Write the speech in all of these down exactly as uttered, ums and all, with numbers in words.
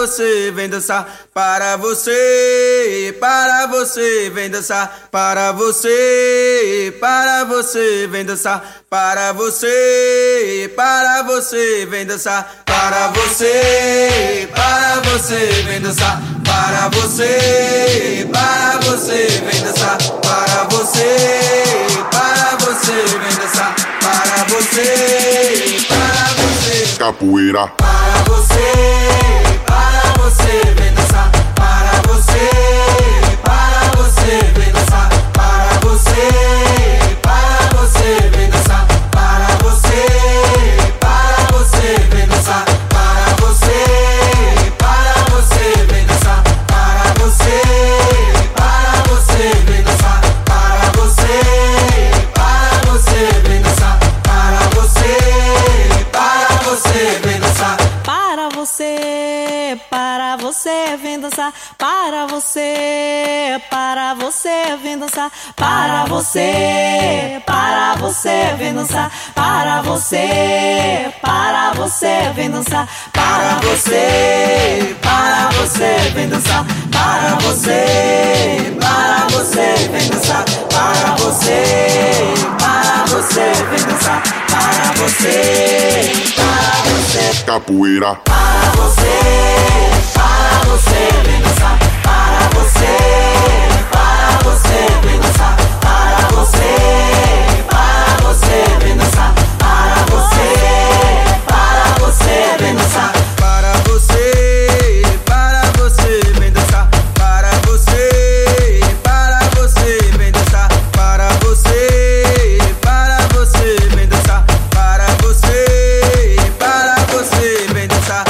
você, vem dançar. Para você, para você, vem dançar. Para você, para você, vem dançar. Para você, para você, vem dançar. Para você, para você, vem dançar. Para você, para você, vem dançar. Para você, para você, vem dançar. Para você, para você. Capoeira. Para você, para você, vem dançar. Para você, para você, vem dançar. Para você, para você, vem dançar. Para você, para você, vem dançar. Para você, para você, vem dançar. Para você, para você, vem dançar. Para você, para você, vem dançar. Para você, para você, vem dançar. Para você, para você, vem dançar. Para você, para você, vem dançar. Para você, para você, vem dançar. Para você, para você, vem dançar. Para você, para você, vem dançar. Para você, para você, vem dançar. Para você, para você, vem dançar. Para você, para você. Capoeira. Para você, para você, vem dançar. Para você, para você, vem dançar. Para você, para você, vem dançar. Para você, para você, vem dançar. Para você, para você, vem dançar. Para você, para você, vem dançar. Para você, para você, vem dançar. Para você, para você, vem dançar.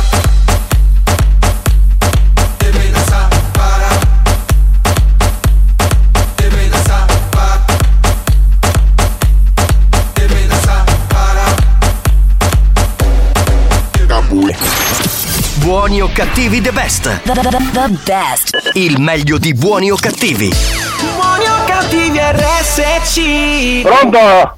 Vem dançar, para. Vem dançar, para. Vem dançar, para. Capoeira. Buoni o cattivi the best. The, the, the best. Il meglio di buoni o cattivi. Buoni o cattivi R S C. Pronto?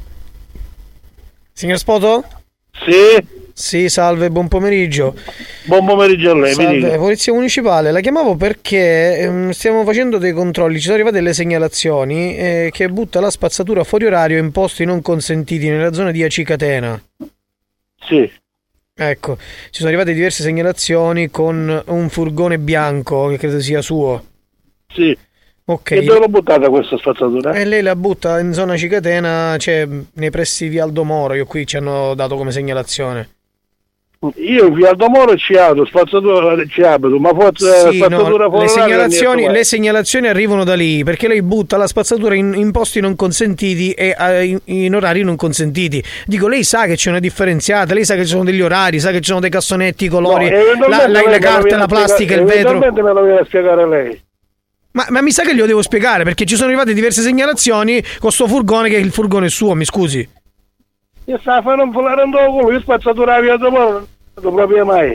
Signor Spoto? Sì. Sì, salve, buon pomeriggio. Buon pomeriggio a lei, mi Salve, dica. Polizia Municipale, la chiamavo perché ehm, stiamo facendo dei controlli, ci sono arrivate delle segnalazioni eh, che butta la spazzatura fuori orario in posti non consentiti nella zona di Aci Catena. Sì. Ecco, ci sono arrivate diverse segnalazioni con un furgone bianco che credo sia suo. Sì. Ok. E dove l'ho buttata questa spazzatura? E lei la butta in zona Aci Catena, cioè nei pressi di Aldo Moro, io qui ci hanno dato come segnalazione. Io in via Aldomoro ci abito, spazzatura ci abito, ma forse Sì, spazzatura no, fuori le, orario segnalazioni, niente le segnalazioni arrivano da lì perché lei butta la spazzatura in, in posti non consentiti e eh, in, in orari non consentiti. Dico, lei sa che c'è una differenziata, lei sa che ci sono degli orari, sa che ci sono dei cassonetti, i colori, No, la, la, le carte, la plastica, il vetro. Eventualmente me lo viene a spiegare lei. Ma, ma mi sa che glielo devo spiegare perché ci sono arrivate diverse segnalazioni con sto furgone che il furgone è suo, mi scusi. Io stavo a fare un fulare in culo, io spazzatura a via Aldomoro non proprio mai.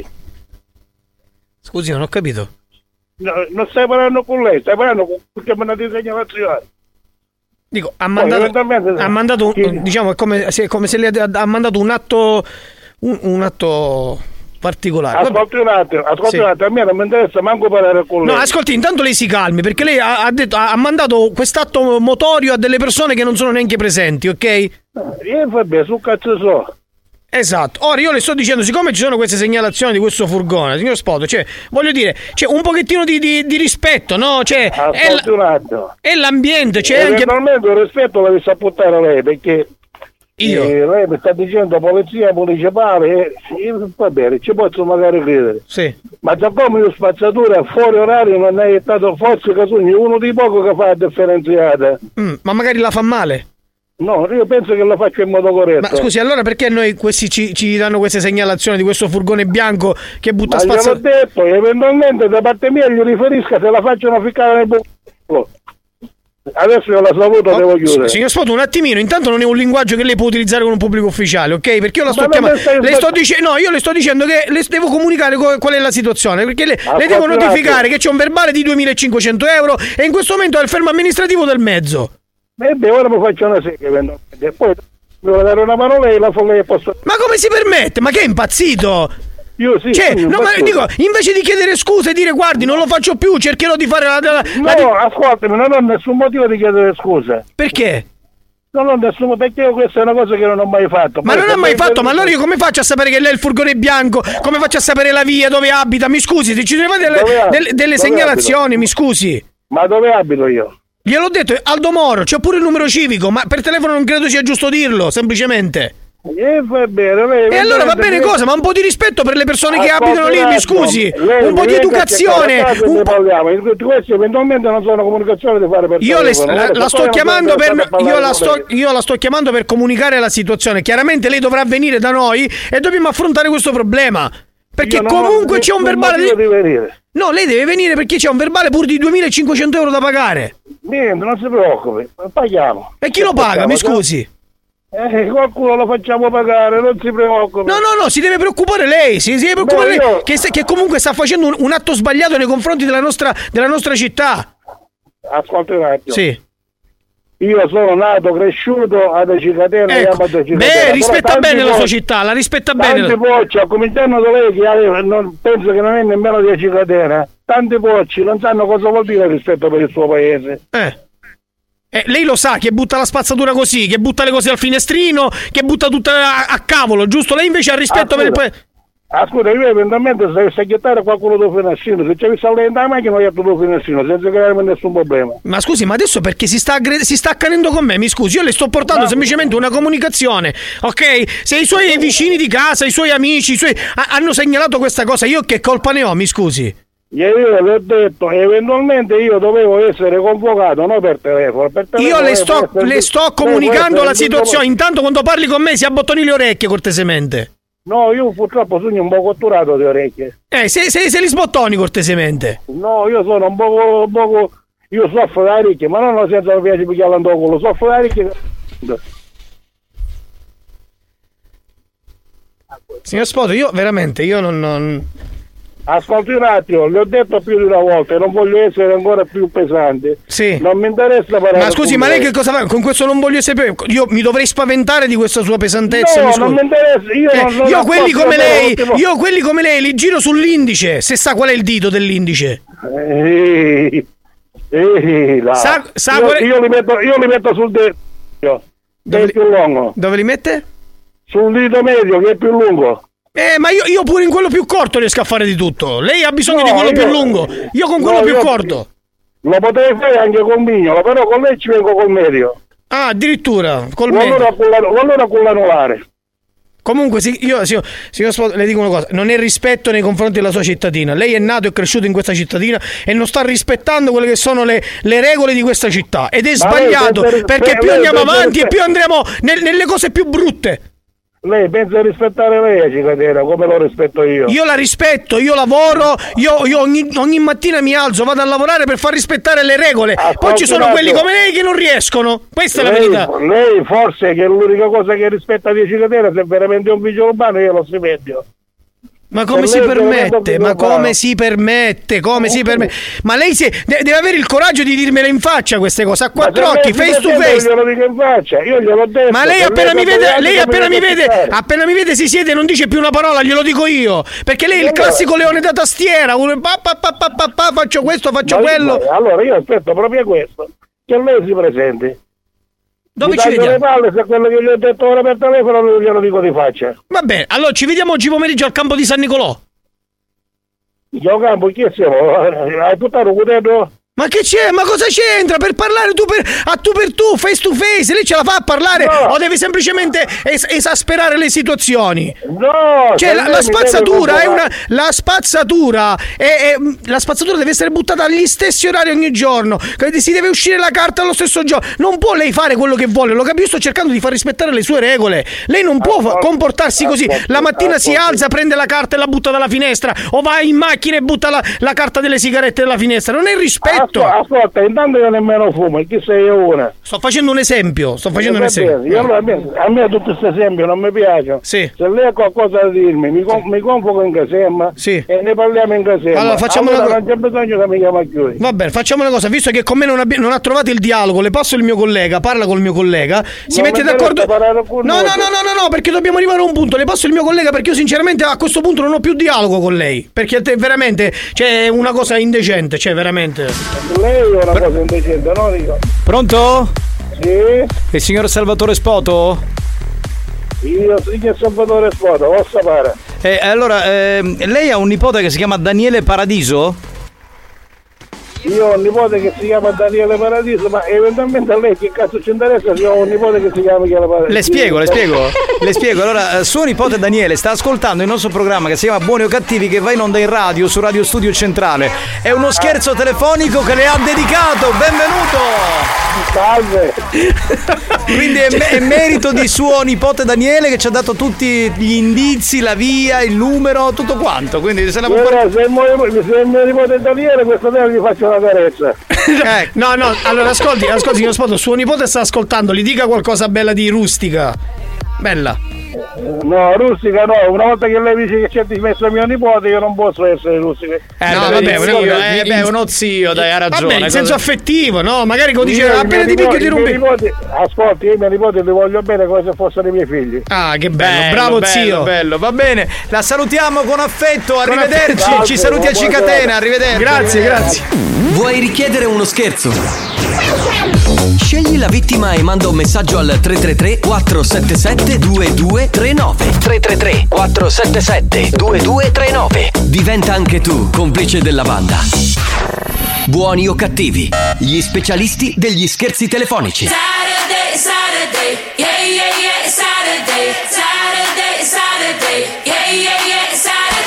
Scusi, non ho capito. No, non stai parlando con lei, stai parlando con perché mi hanno segnalazioni. Dico, ha mandato, ha mandato un, diciamo, è come, se, come se le ha, ha mandato un atto, un, un atto particolare. Ascolti un attimo, ascolti Sì. un attimo, a me non mi interessa manco parlare con lei. No, ascolti, intanto lei si calmi, perché lei ha, ha, detto, ha mandato quest'atto motorio a delle persone che non sono neanche presenti, ok? Io vabbè, su cazzo so. Esatto, ora io le sto dicendo, siccome ci sono queste segnalazioni di questo furgone, signor Spoto, cioè, voglio dire, c'è un pochettino di, di, di rispetto, no? Cioè, è, Ascolti un attimo. è l'ambiente, c'è anche... Eventualmente il rispetto l'avessi sa portare lei, perché Io? eh, lei mi sta dicendo polizia municipale, e io, va bene, ci posso magari credere. Sì. Ma da come io spazzatura fuori orario non è stato forse Casugno, uno di poco che fa la differenziata. Mm, ma magari la fa male. No, io penso che lo faccio in modo corretto. Ma scusi, allora perché noi questi ci, ci danno queste segnalazioni di questo furgone bianco che butta Ma gliel'ho spazzatura? detto, eventualmente da parte mia gli riferisca se la facciano ficcare nel buco. Adesso io la saluto, Oh, devo chiudere. Signor Spoto, un attimino, intanto non è un linguaggio che lei può utilizzare con un pubblico ufficiale, ok? Perché io la sto Ma non chiamando. mi stai Le sto sbagliando. dicendo, no, io le sto dicendo che le devo comunicare co- qual è la situazione. Perché le, le Ascolti devo un notificare attimo. che c'è un verbale di duemilacinquecento euro e in questo momento è il fermo amministrativo del mezzo. E beh, ora mi faccio una sega eventualmente. E poi mi vuole dare una mano lei, la lei posso. Ma come si permette? Ma che è impazzito? Io sì. Cioè, sì, no, ma dico, invece di chiedere scuse e dire guardi, non lo faccio più, cercherò di fare la. la, No, la di- ascoltami, non ho nessun motivo di chiedere scusa. Perché? Non ho nessun perché io questa è una cosa che non ho mai fatto. Ma Poi non se ha mai poi- fatto, ma allora io come faccio a sapere che lei è il furgone bianco? Come faccio a sapere la via dove abita? Mi scusi, se ci sono delle, Dove abito? delle, delle Dove segnalazioni, abito? mi scusi. Ma dove abito io? Gliel'ho detto, Aldo Moro, c'ho pure il numero civico, ma per telefono non credo sia giusto dirlo, semplicemente. E va bene, lei, E allora va bene cosa? Ma un po' di rispetto per le persone che abitano lì, mi scusi. Un po' di educazione. Un po'... Tutti questi eventualmente non sono comunicazione da fare per Io le, telefono. la, Ora, la se sto poi chiamando non per state a parlare io la con sto, lei. io la sto chiamando per comunicare la situazione. Chiaramente lei dovrà venire da noi e dobbiamo affrontare questo problema. Perché Io non ho comunque c'è un nessun verbale motivo di... di venire. No, lei deve venire perché c'è un verbale pur di duemilacinquecento euro da pagare. Niente, non si preoccupi, paghiamo. E chi lo paga? Mi scusi. Eh, qualcuno lo facciamo pagare, non si preoccupi. No, no, no, si deve preoccupare lei, si, si deve preoccupare Beh, io- lei che, se- che comunque sta facendo un, un atto sbagliato nei confronti della nostra, della nostra città. Ascolta un attimo. Sì. Io sono nato, cresciuto ad Acicatena e Ecco. amo ad Acicatena. Beh, Però rispetta tanti bene la sua poi- città, la rispetta bene. Tanti pocci, a cominciare da lei che aveva- non, penso che non è nemmeno di Acicatena. Tanti pocci non sanno cosa vuol dire rispetto per il suo paese. Eh. Eh, lei lo sa che butta la spazzatura così, che butta le cose al finestrino, che butta tutta a, a cavolo, giusto? Lei invece ha rispetto Ah, per il scusa. paese. Ascolta, io eventualmente se seghettare qualcuno del finestrino, se c'è visto lei in macchina, io do il finestrino, senza crearmi nessun problema. Ma scusi, ma adesso perché si sta, aggre- si sta accanendo con me? Mi scusi, io le sto portando No. semplicemente una comunicazione, ok? Se i suoi vicini di casa, i suoi amici, i suoi... ha- hanno segnalato questa cosa, io che colpa ne ho, mi scusi? Io le ho detto, eventualmente io dovevo essere convocato, non per telefono. Per telefono Io le lei sto, può essere- le sto lei può comunicando essere la il situazione, tutto- intanto quando parli con me si abbottoni le orecchie cortesemente. No, io purtroppo sono un po' cotturato di orecchie. Eh, se, se, se li sbottoni cortesemente. No, io sono un poco, un poco, io soffro da orecchie, ma non senza mi piace picchiare l'andocolo, soffro da orecchie. Signor Spoto, io veramente, io non... non... Ascolti un attimo, le ho detto più di una volta e non voglio essere ancora più pesante. Sì. Non mi interessa parlare. Ma scusi, con ma lei che cosa fa? Con questo non voglio sapere. Io mi dovrei spaventare di questa sua pesantezza. No, mi scusi. non mi interessa. Io, Eh, non, non io quelli ascolto come la lei, parola, io quelli come lei li giro sull'indice. Se sa qual è il dito dell'indice. Ehi, ehi, là. Sa- sa io, qual è- io li metto, io li metto sul dito. Che Dove è li- più lungo. Dove li mette? Sul dito medio che è più lungo. Eh, ma io, io pure in quello più corto riesco a fare di tutto. Lei ha bisogno No, di quello io- più lungo. Io con quello no, più io- corto. Lo potrei fare anche col mignolo, però con lei ci vengo col medio. Ah, addirittura col O medio. allora con, la, o allora con l'anulare. Comunque, sì, io signor, signor Spot, le dico una cosa: non è rispetto nei confronti della sua cittadina. Lei è nato e cresciuto in questa cittadina e non sta rispettando quelle che sono le, le regole di questa città. Ed è Ma lei sbagliato pensa- perché lei più andiamo pensa- avanti e più andremo nel- nelle cose più brutte. Lei pensa di rispettare lei a Cicatera come lo rispetto io. Io la rispetto, io lavoro, io, io ogni, ogni mattina mi alzo, vado a lavorare per far rispettare le regole. Ascolti Poi ci sono un quelli attimo. come lei che non riescono. Questa è la lei, verità. lei forse che è l'unica cosa che rispetta di Cicatera, se è veramente un vigile urbano io lo stipendio. Ma come Per si lei è veramente permette? un Ma vigile come urbano. si permette? Come si permette? Ma lei si, de- deve avere il coraggio di dirmele in faccia queste cose a quattro Ma se occhi, lei si face to presenta, face. Io glielo dico in faccia, io gliel'ho detto. Ma lei per appena mi sono vede, anni lei che appena mi deve vede, aspettare. appena mi vede si siede e non dice più una parola, glielo dico io. Perché lei è il Allora- classico leone da tastiera, uno pa, pa, pa, pa, pa, pa, faccio questo, faccio Ma- quello. ma- allora io aspetto proprio questo, che lei si presenti. Dove Mi ci taglio le vediamo? palle se quello che gli ho detto ora per telefono non glielo dico di faccia. Va bene, allora ci vediamo oggi pomeriggio al campo di San Nicolò. Io campo, chi siamo? Hai buttato un cutello? Ma che c'è? Ma cosa c'entra? Per parlare tu per, a tu per tu, face to face, lei ce la fa a parlare No. o deve semplicemente es- esasperare le situazioni? No! Cioè se la, lei la mi deve spazzatura è una. convocare- La spazzatura è, è- la spazzatura deve essere buttata agli stessi orari ogni giorno. Che si deve uscire la carta allo stesso giorno. Non può lei fare quello che vuole. Lo capisco, sto cercando di far rispettare le sue regole. Lei non può fa- Ascolti, comportarsi così. ascolti, La mattina si ascolti. alza, prende la carta e la butta dalla finestra. O va in macchina e butta la, la carta delle sigarette dalla finestra. Non è rispetto Perfetto. Ascolta, ascolta, intanto io nemmeno fumo, chi sei una? Sto facendo un esempio, sto facendo un esempio. Io, allora, a, me, a me tutti questi esempi non mi piacciono. Sì. Se lei ha qualcosa da dirmi, mi, con, mi convoco in casema sì. e ne parliamo in casema. Allora facciamo allora, una co- non c'è bisogno che mi chiama chiudi. Va bene, facciamo una cosa, visto che con me non, abbi- non ha trovato il dialogo, le passo il mio collega, parla col mio collega, si non mette d'accordo. No, no, no, no, no, no, no, perché dobbiamo arrivare a un punto, le passo il mio collega perché io sinceramente a questo punto non ho più dialogo con lei, perché te veramente c'è una cosa indecente, cioè veramente. Lei è una cosa indecente, no? Dico. Pronto? Sì. Il signor Salvatore Spoto? Io signor Salvatore Spoto, posso sapere? Eh, allora, eh, lei ha un nipote che si chiama Daniele Paradiso? Io ho un nipote che si chiama Daniele Paradiso, ma eventualmente a lei che cazzo ci interessa se ho un nipote che si chiama Michele Paradiso? Le spiego, le spiego, le spiego. Allora, suo nipote Daniele sta ascoltando il nostro programma che si chiama Buoni o Cattivi, che va in onda in radio su Radio Studio Centrale. È uno scherzo telefonico che le ha dedicato. Benvenuto! Salve! Quindi è, me- è merito di suo nipote Daniele che ci ha dato tutti gli indizi, la via, il numero, tutto quanto. Quindi se la può Guarda, se il mio, se il mio nipote Daniele questa sera gli faccio una carezza. Eh, no, no, allora ascolti, ascolti, signor Spoto, suo nipote sta ascoltando, gli dica qualcosa bella di rustica. Bella. No, rustica no, una volta che lei dice che c'è dismesso mio nipote io non posso essere rustica. Eh, no, vabbè, vabbè, zio, uno, eh, beh, uno zio, dai, ha ragione. Vabbè, in senso cosa... affettivo, no? Magari come dice, Io, appena ti picchio ti rompi. Ascolti, io i miei nipoti li voglio bene come se fossero i miei figli. Ah, che bello, bello bravo bello, zio. Bello, va bene. La salutiamo con affetto, arrivederci. affetto. Ci saluti a Cicatena, arrivederci. Grazie, grazie. Vuoi richiedere uno scherzo? Scegli la vittima e manda un messaggio al tre tre tre quattro sette sette due due tre nove. tre tre tre quattro sette sette due due tre nove. Diventa anche tu complice della banda. Buoni o cattivi, gli specialisti degli scherzi telefonici. Saturday, Saturday, yeah, yeah, yeah, Saturday, Saturday, Saturday, yeah, yeah, yeah, Saturday.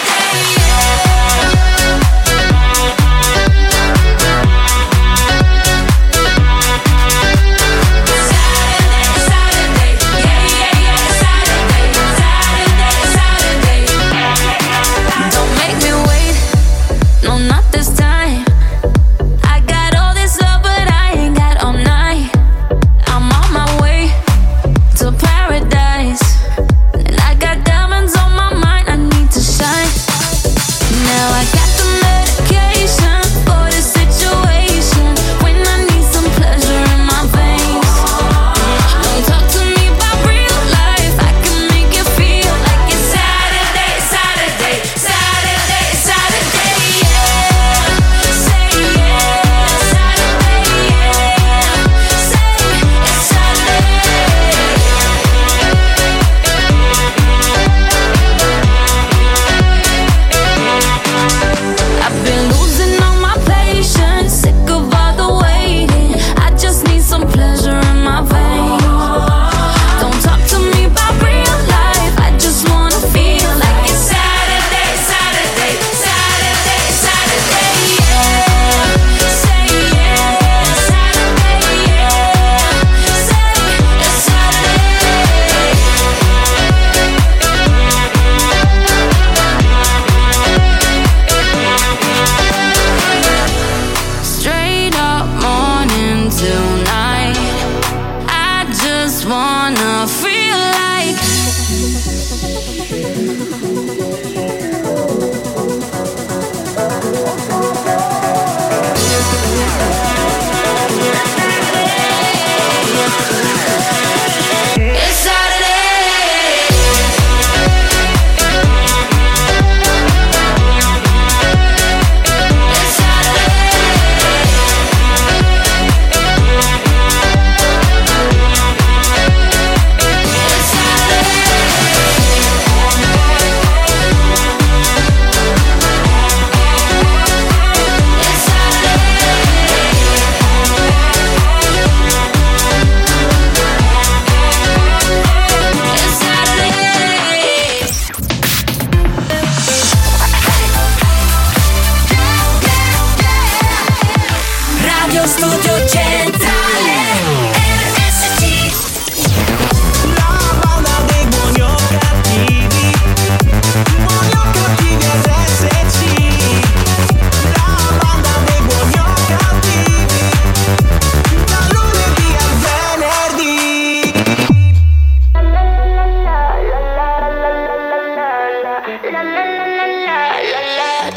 Diamonds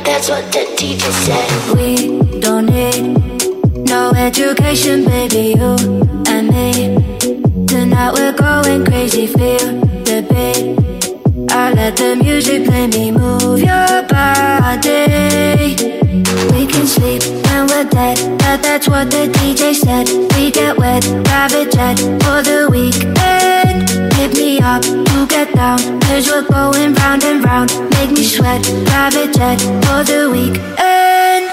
That's what the D J said. We don't need no education, baby, you and me. Tonight we're going crazy, feel the beat. I let the music play me, move your body. We can sleep when we're dead, that, that's what the D J said. We get wet, private jet for the weekend. Hit me up to get down, cause we're going round and round. Make me sweat, private jet for the weekend.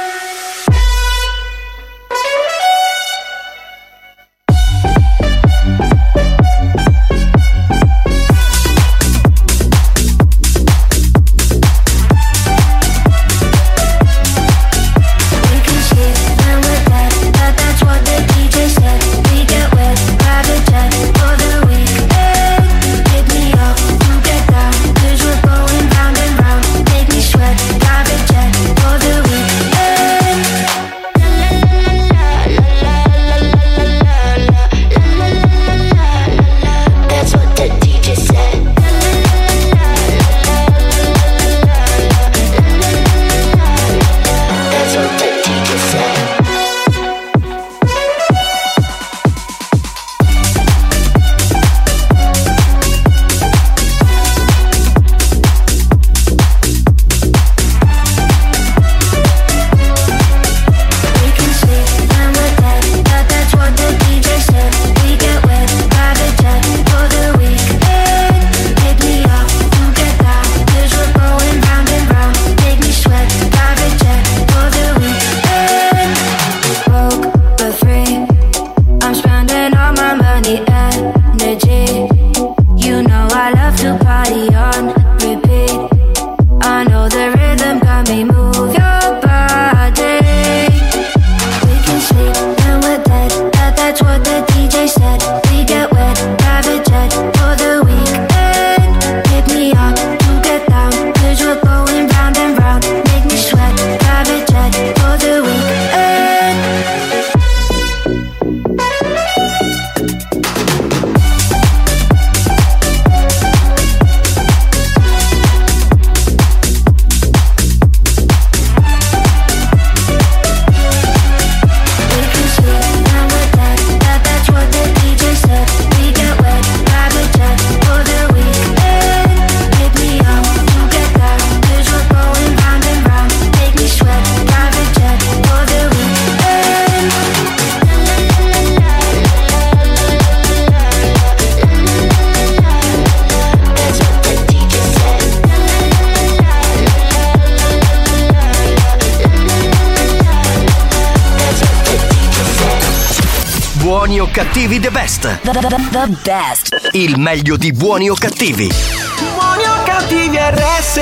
Buoni o cattivi the best. The, the, the best. Il meglio di Buoni o cattivi. Buoni o cattivi R S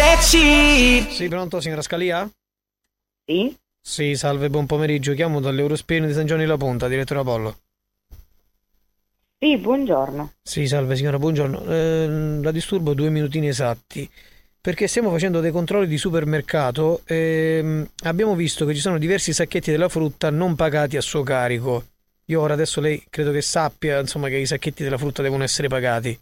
C. Sì, pronto, signora Scalia? Sì. Sì, salve, buon pomeriggio. Chiamo dall'Eurospin di San Giovanni La Punta, direttore Apollo. Sì, buongiorno. Sì, salve signora, buongiorno. Eh, la disturbo due minutini esatti. Perché stiamo facendo dei controlli di supermercato e abbiamo visto che ci sono diversi sacchetti della frutta non pagati a suo carico. Io ora adesso lei credo che sappia, insomma, che i sacchetti della frutta devono essere pagati.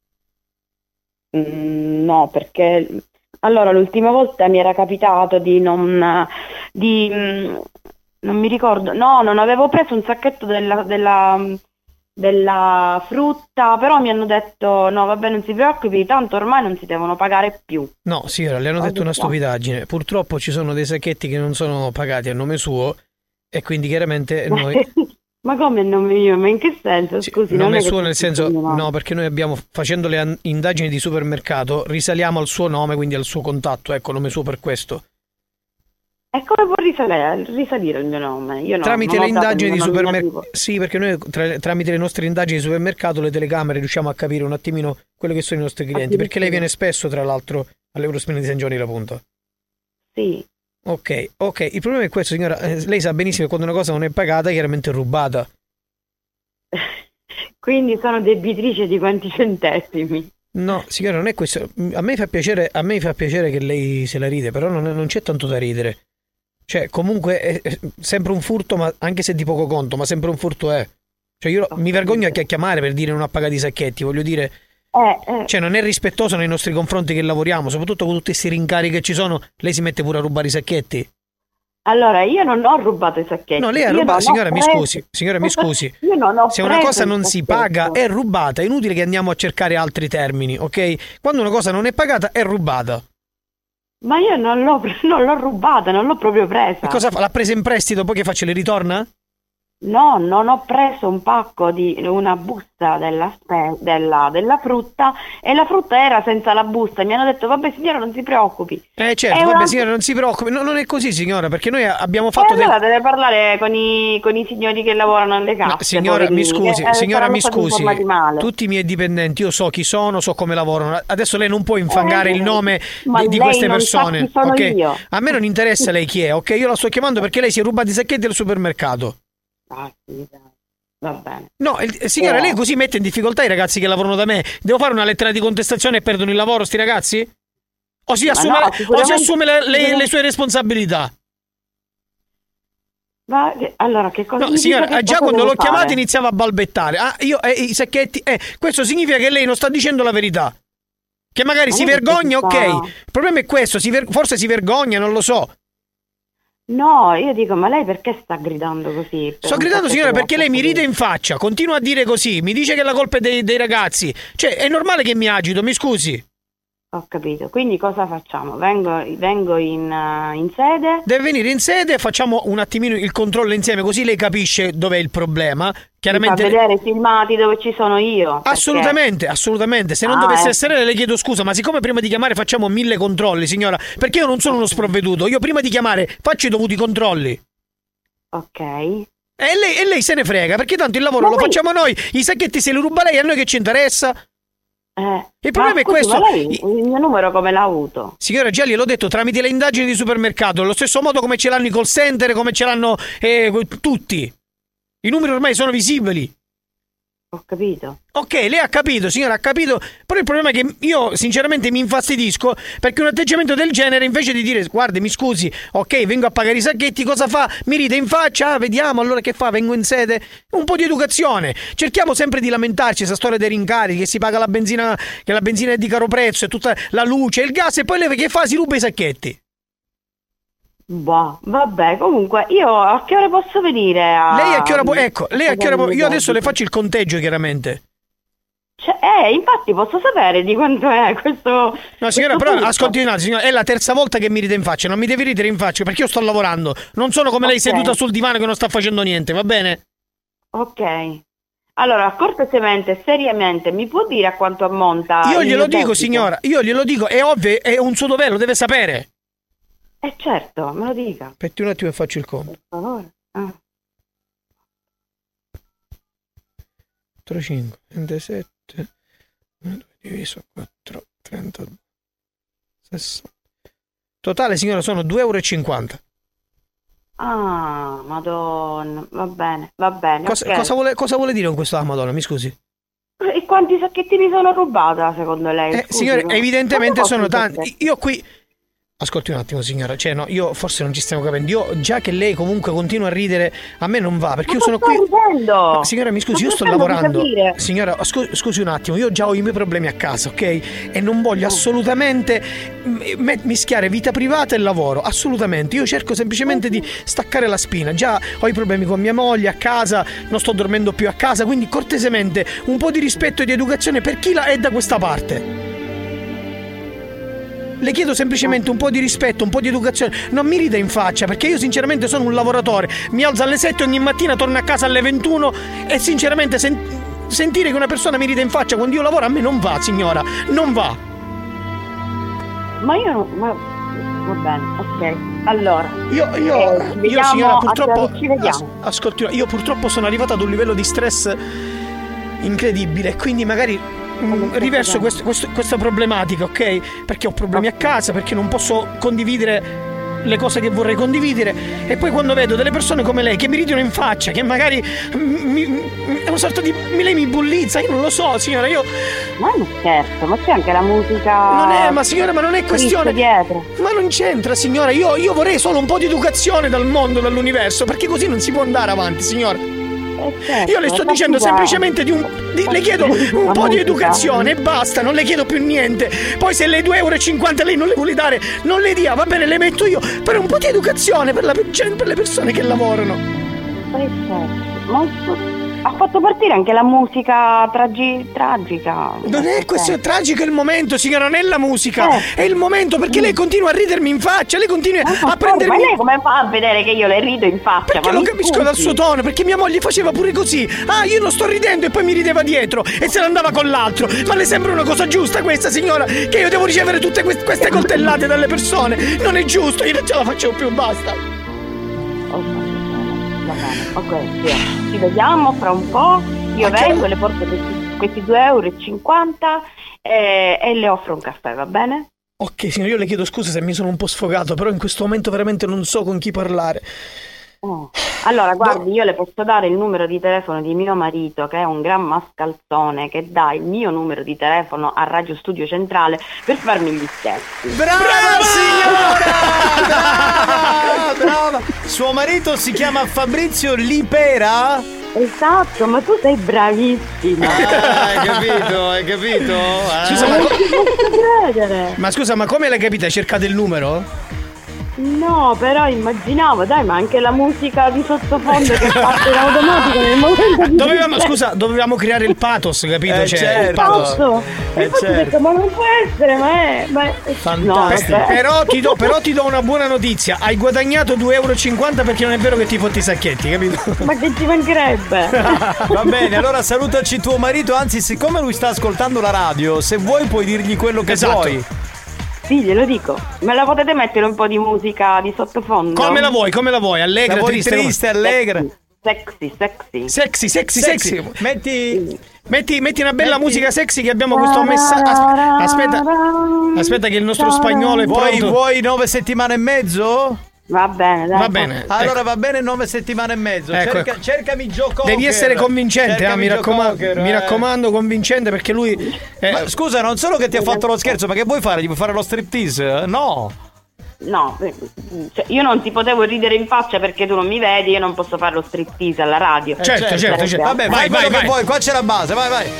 Mm, no, perché allora l'ultima volta mi era capitato di non di non mi ricordo, no, non avevo preso un sacchetto della della della frutta, però mi hanno detto no, vabbè, non si preoccupi, tanto ormai non si devono pagare più. No, signora, le hanno detto una stupidaggine. Purtroppo ci sono dei sacchetti che non sono pagati a nome suo e quindi chiaramente noi Ma come a nome mio? Ma in che senso? Scusi, nome non è suo che nel senso no, perché noi abbiamo, facendo le an- indagini di supermercato, risaliamo al suo nome, quindi al suo contatto, ecco, nome suo per questo. E come può risalire, risalire il mio nome? Io no, tramite non le ho dato indagini il di mio supermercato. nominativo. Sì, perché noi tra- tramite le nostre indagini di supermercato, le telecamere, riusciamo a capire un attimino quello che sono i nostri clienti, perché lei viene spesso, tra l'altro, all'Eurospin di San Giovanni La Punta. Sì. Ok, ok, il problema è questo, signora, eh, lei sa benissimo che quando una cosa non è pagata, chiaramente è rubata. Quindi sono debitrice di quanti centesimi? No, signora, non è questo. A me fa piacere, a me fa piacere che lei se la ride, però non, non c'è tanto da ridere. Cioè, comunque è, è sempre un furto, ma anche se di poco conto, ma sempre un furto è. Cioè, io mi vergogno anche a chiamare per dire non ha pagato i sacchetti, voglio dire, Eh, eh. Cioè non è rispettoso nei nostri confronti che lavoriamo, soprattutto con tutti questi rincari che ci sono. Lei si mette pure a rubare i sacchetti? Allora, io non ho rubato i sacchetti. No, lei ha Io rubato, non ho signora mi preso- scusi, signora mi scusi. Io non ho Se una preso cosa il non si sacchetto. paga è rubata, è inutile che andiamo a cercare altri termini, ok? Quando una cosa non è pagata è rubata. Ma io non l'ho, pre- non l'ho rubata, non l'ho proprio presa. E cosa fa? L'ha presa in prestito, poi che faccio, le ritorna? No, non ho preso un pacco di una busta della, spe- della, della frutta e la frutta era senza la busta. Mi hanno detto, vabbè signora non si preoccupi. Eh certo, È vabbè una- signora non si preoccupi, no, non è così signora, perché noi abbiamo E fatto del... allora deve parlare con i, con i signori che lavorano alle casse. No, signora mi poverini, scusi, che, eh, signora saranno mi stati scusi, informati male. tutti i miei dipendenti, io so chi sono, so come lavorano, adesso lei non può infangare Eh, il nome ma di, di lei queste non sa persone, chi sono ok? io. A me non interessa lei chi è, ok? Io la sto chiamando perché lei si è rubato i sacchetti del supermercato. Ah, sì, dai. Va bene. No, il- signora, Eh. lei così mette in difficoltà i ragazzi che lavorano da me. Devo fare una lettera di contestazione e perdono il lavoro sti ragazzi? O si Ma assume, no, la- o si sicuramente- assume le, le- sicuramente- le sue responsabilità? Ma che- allora che cosa No, mi dice signora, che già cosa quando devo l'ho chiamata fare? iniziava a balbettare. Ah, io eh, i sacchetti, eh, questo significa che lei non sta dicendo la verità. Che magari Ma si non è che vergogna, si ok. sta- Il problema è questo, si ver- forse si vergogna, non lo so. No, io dico, ma lei perché sta gridando così? Per Sto un gridando, sacchetto signora, della perché lei mi frutta? ride in faccia, continua a dire così, mi dice che la colpa è dei, dei ragazzi. Cioè, è normale che mi agito, mi scusi. Ho capito, quindi cosa facciamo? Vengo, vengo in, eh, in sede? Deve venire in sede e facciamo un attimino il controllo insieme, così lei capisce dov'è il problema. Mi fa Chiaramente. vedere i filmati dove ci sono io. perché- Assolutamente, assolutamente. Se non Ah, dovesse ecco. essere lei, le chiedo scusa, ma siccome prima di chiamare facciamo mille controlli, signora, perché io non sono uno sprovveduto, io prima di chiamare faccio i dovuti controlli. Ok. E lei, e lei se ne frega, perché tanto il lavoro Ma lo poi- facciamo noi, i sacchetti se li ruba lei, a noi che ci interessa? Eh, Il problema ma è scusi, questo. ma lei il mio numero come l'ha avuto? Signora Gialli, l'ho detto, tramite le indagini di supermercato, allo stesso modo come ce l'hanno i call center, come ce l'hanno eh, tutti. I numeri ormai sono visibili. Ho capito. Ok, lei ha capito, signora, ha capito. Però il problema è che io sinceramente mi infastidisco perché un atteggiamento del genere, invece di dire guardi, mi scusi, ok, vengo a pagare i sacchetti, cosa fa? Mi ride in faccia, ah, vediamo allora che fa, vengo in sede. Un po' di educazione. Cerchiamo sempre di lamentarci, questa storia dei rincari, che si paga la benzina, che la benzina è di caro prezzo, e tutta la luce, il gas, e poi lei che fa? Si ruba i sacchetti. Boh, vabbè, comunque io a che ora posso venire a... Lei a che ora può? Ecco, lei a che ora può? pagare i Io adesso le debiti? faccio il conteggio, chiaramente. Cioè, eh, infatti posso sapere di quanto è questo... No, signora, questo però punto? ascolti un attimo, signora, è la terza volta che mi ride in faccia, non mi devi ridere in faccia perché io sto lavorando. Non sono come lei Ok. seduta sul divano che non sta facendo niente, va bene? Ok. Allora, cortesemente, seriamente, mi può dire a quanto ammonta Io il glielo mio dico, debito? signora, io glielo dico, è ovvio, è un suo dovere, lo deve sapere. Eh certo, me lo dica, Aspetti un attimo e faccio il conto. per favore. Ah. trentacinque, ventisette, diviso quattro, trentadue, sessanta. Totale, signora, sono due euro e cinquanta. Ah, madonna, va bene, va bene. Cosa, ok. cosa, vuole, cosa vuole dire con questo? Ah, madonna, mi scusi. E quanti sacchettini sono rubata, secondo lei? Eh, Scusi, signore, no? evidentemente Quanto sono costano i tanti. sacchetti? Io qui. Ascolti un attimo, signora, cioè no, io forse non ci stiamo capendo. Io già che lei comunque continua a ridere, a me non va, perché Ma io sono sto qui. ridendo? Ma, signora, mi scusi, Ma io sto cercando di lavorando. capire. Signora, scu- scusi un attimo, io già ho i miei problemi a casa, ok? E non voglio assolutamente m- me- mischiare vita privata e lavoro, assolutamente. Io cerco semplicemente di staccare la spina. Già ho i problemi con mia moglie a casa, non sto dormendo più a casa, quindi cortesemente un po' di rispetto e di educazione per chi la è da questa parte. Le chiedo semplicemente un po' di rispetto, un po' di educazione. Non mi rida in faccia, perché io sinceramente sono un lavoratore. Mi alzo alle sette ogni mattina, torno a casa alle ventuno e sinceramente sen- sentire che una persona mi rida in faccia quando io lavoro a me non va, signora. Non va. Ma io non... Ma... Va bene, ok. Allora... Io, io, eh, io vediamo signora, a purtroppo... che ora ci vediamo. as- ascolti, io purtroppo sono arrivato ad un livello di stress incredibile, quindi magari... mm, riverso questo- questo- questa problematica, ok? Perché ho problemi a casa, perché non posso condividere le cose che vorrei condividere, e poi quando vedo delle persone come lei che mi ridono in faccia, che magari mi, mi- è una sorta di lei mi bullizza, io non lo so, signora, io Ma non scherzo, ma c'è anche la musica... non è, ma signora, ma non è questione, dietro. ma non c'entra, signora, io, io vorrei solo un po' di educazione dal mondo, dall'universo, perché così non si può andare avanti, signora. certo, Io le sto dicendo scusa. semplicemente di un. Di, le chiedo un La po' di musica. educazione e basta, non le chiedo più niente. Poi se le due euro e cinquanta lei non le vuole dare, non le dia, va bene, le metto io. Per un po' di educazione per, la, per le persone che lavorano. Ma ha fatto partire anche la musica tragi- tragica. Non è questo, è tragico il momento, signora, non è la musica, Eh. è il momento perché lei continua a ridermi in faccia, lei continua a prendermi. Ma lei come fa a vedere che io le rido in faccia? Perché Ma lo mi capisco scusi. dal suo tono, perché mia moglie faceva pure così. Ah, io non sto ridendo e poi mi rideva dietro e se ne andava con l'altro. Ma le sembra una cosa giusta questa, signora? Che io devo ricevere tutte queste, queste coltellate dalle persone? Non è giusto, io non ce la faccio più, basta. Va bene, ok, sì. Ci vediamo fra un po'. Io Ma che- vengo e le porto questi, questi due euro e cinquanta e, e le offro un caffè, va bene? Ok, signora, io le chiedo scusa se mi sono un po' sfogato, però in questo momento veramente non so con chi parlare. Oh. Allora, guardi, io le posso dare il numero di telefono di mio marito, che è un gran mascalzone, che dà il mio numero di telefono a Radio Studio Centrale per farmi gli scherzi. Brava, signora! Brava, brava! Suo marito si chiama Fabrizio Lipera? Esatto, ma tu sei bravissima. Ah, hai capito, hai capito? Eh? Scusa, ma, Non ci posso credere. ma scusa, ma come l'hai capita? Hai cercato il numero? No, però immaginavo, dai, ma anche la musica di sottofondo che parte in automatico nel momento di Dovevamo, scusa, dovevamo creare il pathos, capito? Eh, Cioè, certo. il pathos. Esatto. Eh, E infatti ho certo. detto, ma non può essere, ma è. Ma è... Fantastico. No, vabbè. Però ti, do, però ti do una buona notizia. Hai guadagnato due euro e cinquanta perché non è vero che ti fotti i sacchetti, capito? Ma che ci mancherebbe? Va bene, allora salutaci tuo marito, anzi siccome lui sta ascoltando la radio, se vuoi puoi dirgli quello che Esatto. vuoi. Sì, glielo dico. Me la potete mettere un po' di musica di sottofondo? Come la vuoi? Come la vuoi? Allegra, La vuoi triste, triste, allegra? Sexy, sexy. Sexy, sexy, sexy. Metti... Metti, metti una bella Metti- musica sexy che abbiamo questo messaggio. Aspetta, aspetta che il nostro spagnolo è Vuoi, pronto. vuoi nove settimane e mezzo? Va bene, dai. Va bene. Allora ecco. va bene nove settimane e mezzo. Ecco, Cerca- ecco. Cercami Joe Cocker. Devi essere convincente, eh, Cercami mi, Joe raccoma- Cocker, mi eh. raccomando, convincente perché lui. eh, Ma scusa, non solo che ti ha fatto lo scherzo, ma che vuoi fare? Gli vuoi fare lo striptease? No. No, eh, cioè, io non ti potevo ridere in faccia perché tu non mi vedi, io non posso fare lo striptease alla radio. Eh, Certo, certo, certo. Vabbè, Vai, vai, vai, quello che vai. vuoi, qua c'è la base, vai, vai.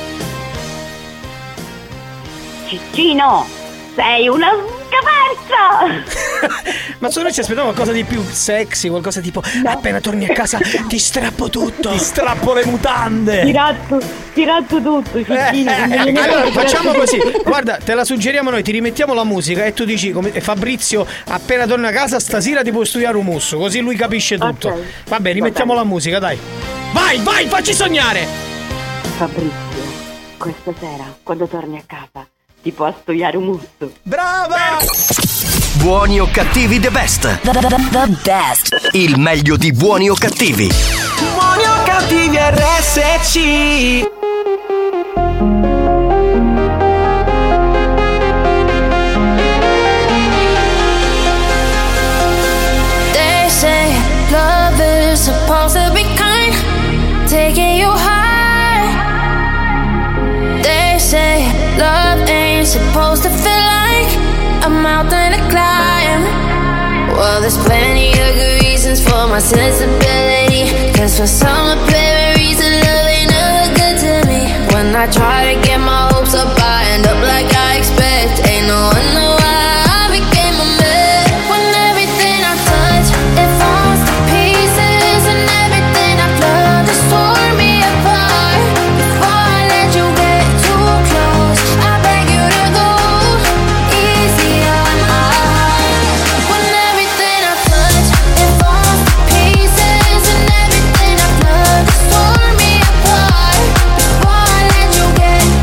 Ciccino, sei una scaferza! Ma solo noi ci aspettavamo qualcosa di più sexy, qualcosa tipo appena torni a casa ti strappo tutto. Ti strappo le mutande. Ti ratto, ti ratto tutto, Ciccino. Eh, non mi viene allora a facciamo dire- così, guarda, te la suggeriamo noi, ti rimettiamo la musica e tu dici come eh, Fabrizio appena torna a casa stasera ti puoi studiare un musso, così lui capisce tutto. Ok. Vabbè, rimettiamo la musica, dai. Vai, vai, facci sognare. Fabrizio, questa sera, quando torni a casa, ti può studiare un musso. Brava! Buoni o cattivi the best. The, the, the, the best. Il meglio di buoni o cattivi. Buoni o cattivi R S C. They say love is supposed to be kind, taking you high. They say love ain't supposed to feel like a mountain to climb. Well, there's plenty of good reasons for my sensibility, 'cause for some apparent reason love ain't never good to me. When I try to get my hopes up, I end up like I expect. Ain't no wonder why I became a mess. When everything I touch, it falls to pieces, and everything I've loved has torn me apart. Before I let you get too close, I beg you to go easy on my heart. When everything I touch, it falls to pieces, and everything I've loved has torn me apart. Before I let you get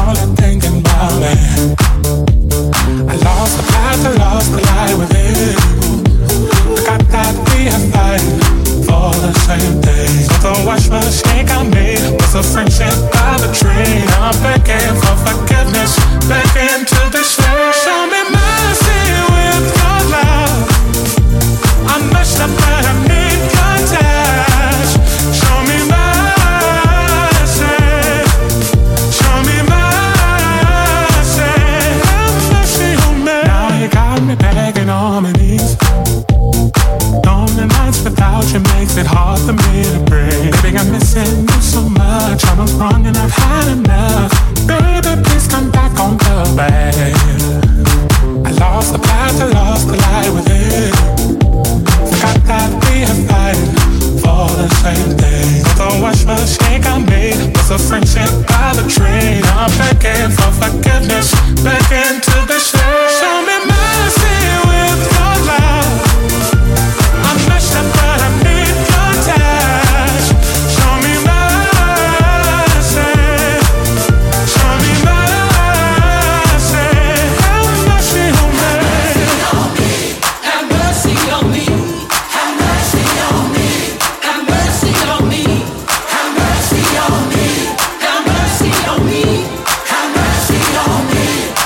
all I'm thinking about me. I lost the path, I lost the light with you. Forgot that we are fighting for the same thing. So the wash mistake I made was a friendship by the tree. I'm begging for forgiveness, begging to be saved. Show me mercy with your love. I messed up but I need your touch. Show me mercy. Show me mercy. Have mercy on me. Now you got me begging on my knees. Lonely nights without you makes it hard for me to breathe. Baby, I'm missing you so much. I was wrong and I've had enough. Baby, please come back on the bed. I lost the path, I lost the light with it. Forgot that we are fighting for the same thing. The wash mistake I made was a friendship by the tree. I'm begging for forgiveness, begging to be saved. Show me mercy with your love. I messed up but I need your touch. Show me mercy. Show me mercy. Have mercy on me. Have mercy on me. Have mercy on me. Have mercy on me. Have mercy on me. Have mercy on me. Have mercy on me.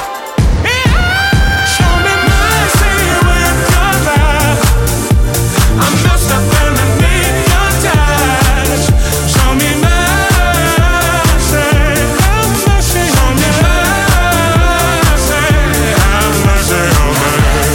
Show me mercy with your love. I messed up and I need your touch. Show me mercy. Have mercy on me. Have mercy on me.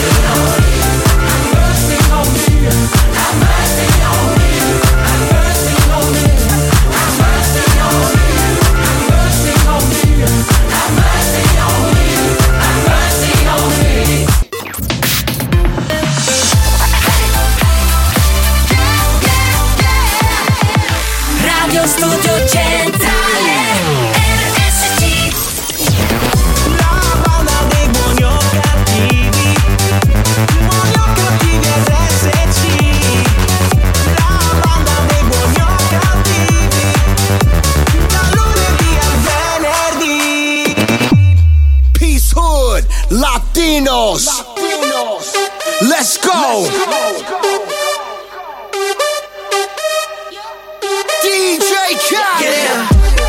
Radio Studio Centrale R S C. La banda dei buoni o cattivi, buoni o cattivi R S C. La banda dei buoni o cattivi, da lunedì al venerdì. Peace Hood, Latinos. Latinos. Let's go. D J Khaled. Yeah.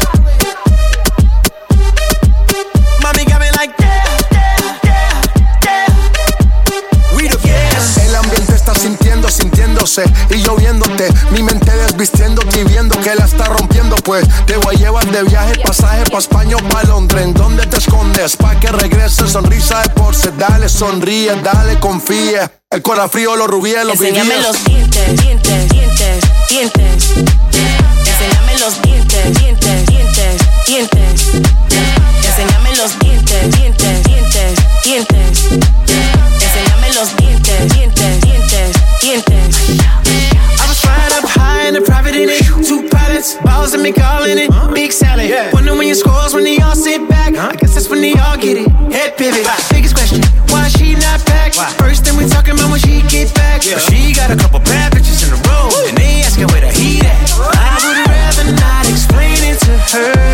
Mommy got me like yeah, yeah, yeah, yeah. We the best. El ambiente está sintiendo, sintiéndose y yo viéndote. Mi mente desvistiéndote y viendo que la está rompiendo. Pues te voy a llevar de viaje, pasaje pa' España o pa' Londres. ¿En dónde te escondes? Pa' que regreses, sonrisa de porce. Dale, sonríe, dale, confía. El corazón frío, los rubíes, los Enséñame vivíes. los dientes, dientes, dientes, dientes. Enséñame los dientes, dientes, dientes, dientes. Enséñame los dientes, dientes, dientes, dientes. Enséñame los dientes, dientes, dientes, dientes. I was flying up high in a private in it. Two pilots, balls and me calling it. Big salad. Wonder when your scores when they all sit back. I guess that's when they all get it. Head pivot. Biggest question, why she not back? First thing we talking about when she get back. But she got a couple bad bitches in a row. And they asking where the heat at. I would rather not explain it to her.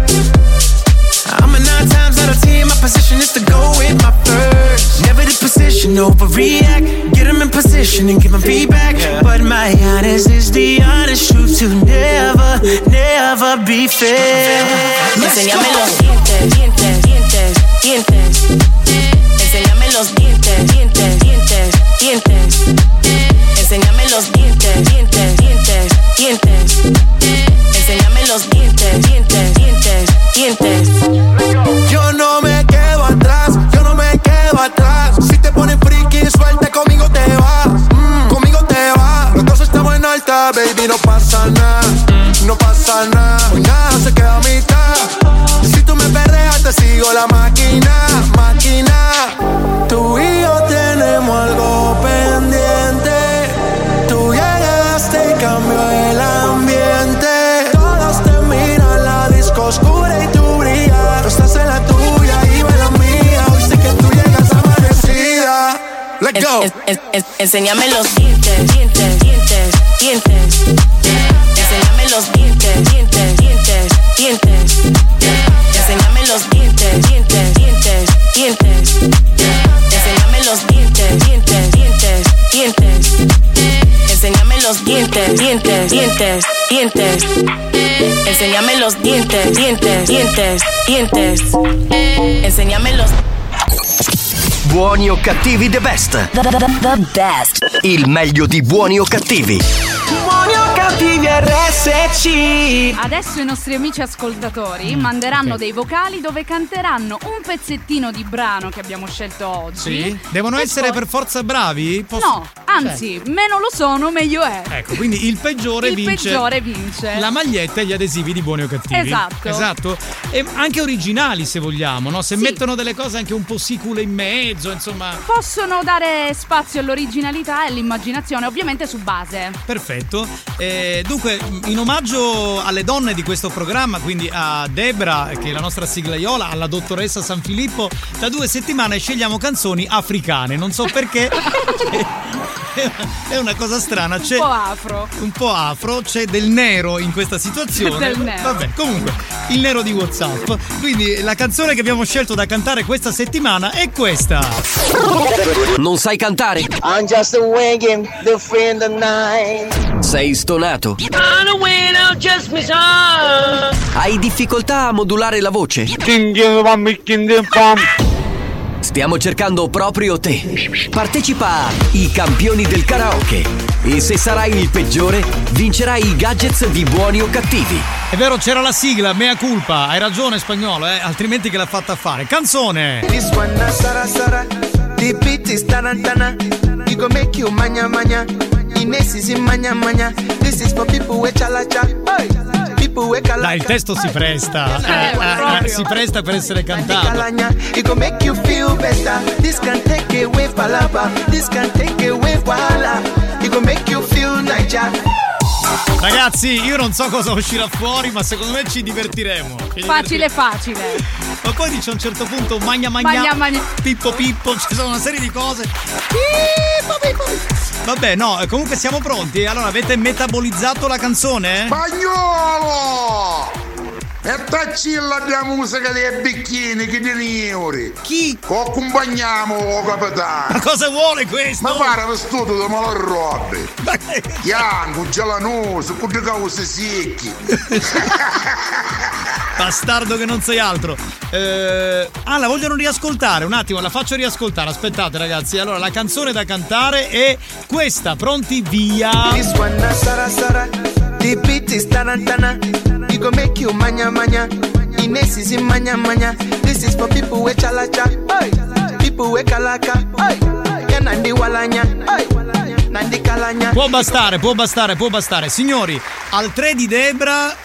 I'm a nine times out of ten. My position is to go with my first. Never the position, overreact. Get them in position and give them feedback. But my honest is the honest truth to never, never be fair. Enséñame los dientes, dientes, dientes, dientes. Enséñame los dientes, dientes, dientes, dientes. Enséñame los dientes, dientes, dientes, dientes. Enséñame los dientes, dientes, dientes, dientes. Yo no me quedo atrás, yo no me quedo atrás. Si te pones friki, suelta, conmigo te vas, mm, conmigo te vas. Los dos estamos en alta, baby, no pasa nada, no pasa nada. Hoy nada se queda a mitad. Si tú me perreas, te sigo la máquina, máquina. Tú y yo tenemos algo pendiente. Tú llegaste y cambió el ambiente. Todos te miran, la disco oscura y tú brillas. Tú estás en la tuya y yo en la mía. Hoy sé que tú llegas amanecida. Let's go. En, en, en, enséñame los dientes, dientes, dientes, dientes. Enséñame los dientes, dientes, dientes, dientes. Enséñame los dientes, dientes, dientes, dientes. Enséñame los dientes, dientes, dientes, dientes. Enséñame los. Buoni o cattivi the best. The, the, the best. Il meglio di Buoni o cattivi. Buoni o cattivi R S C. Adesso i nostri amici ascoltatori mm, manderanno okay. dei vocali dove canteranno un pezzettino di brano che abbiamo scelto oggi. Sì. Devono essere poi... per forza bravi? Posso... No, anzi, cioè. meno lo sono, meglio è. Ecco, quindi il peggiore il vince. Il peggiore vince. La maglietta e gli adesivi di Buoni o cattivi. Esatto. Esatto. E anche originali se vogliamo, no? Se sì. mettono delle cose anche un po' sicule in mezzo, insomma. Possono dare spazio all'originalità e all'immaginazione, ovviamente su base. Perfetto. Eh, dunque, in omaggio alle donne di questo programma, quindi a Debra, che è la nostra siglaiola, alla dottoressa San Filippo, da due settimane scegliamo canzoni africane. Non so perché. È una cosa strana. C'è un po' afro. Un po' afro, c'è del nero in questa situazione. Del nero. Vabbè, comunque, il nero di WhatsApp. Quindi la canzone che abbiamo scelto da cantare questa settimana è questa. Non sai cantare? I'm just a wagon, the friend of nine. Sei stonato? On a winner, just me son. Hai difficoltà a modulare la voce? Stiamo cercando proprio te. Partecipa a I Campioni del Karaoke. E se sarai il peggiore, vincerai i gadgets di Buoni o Cattivi. È vero, c'era la sigla, mea culpa. Hai ragione, Spagnolo, eh? Altrimenti che l'ha fatta fare. Canzone. This one na sara sara. The beat is tarantana. We go make you manya manya. Ines is in manya manya. This is for people with chalacha. Hey. Dai, il testo si presta, eh, eh, eh, si presta per essere cantato. It go make you feel better. This can take away palaba. This can take away wahala. It go make you feel Niger. Ragazzi, io non so cosa uscirà fuori, ma secondo me ci divertiremo. Ci facile, divertiremo. facile. Ma poi dice a un certo punto magna magna, magna, magna. pippo pippo, ci sono una serie di cose. Pippo pippo. Vabbè, no, comunque siamo pronti. Allora, avete metabolizzato la canzone? Spagnolo! E taccilla la musica dei bicchini che di euro. Chi? Accompagniamo oh, capitano. Ma cosa vuole questo? Ma pare vestito da malarrobe. Bianco, gelanoso, con le cause secchi. Bastardo che non sei altro. Eh, ah, la vogliono riascoltare. Un attimo, la faccio riascoltare. Aspettate, ragazzi. Allora, la canzone da cantare è questa. Pronti? Via. This one na sara sara. The beat is tarantana. We go make you manya manya. Ines is in manya manya. This is for people with chalacha. Hey. People with kalaka. Hey. Ya nandi walanya. Hey. Nandi kalanya. Può bastare, può bastare, può bastare. Signori, al tre di Debra.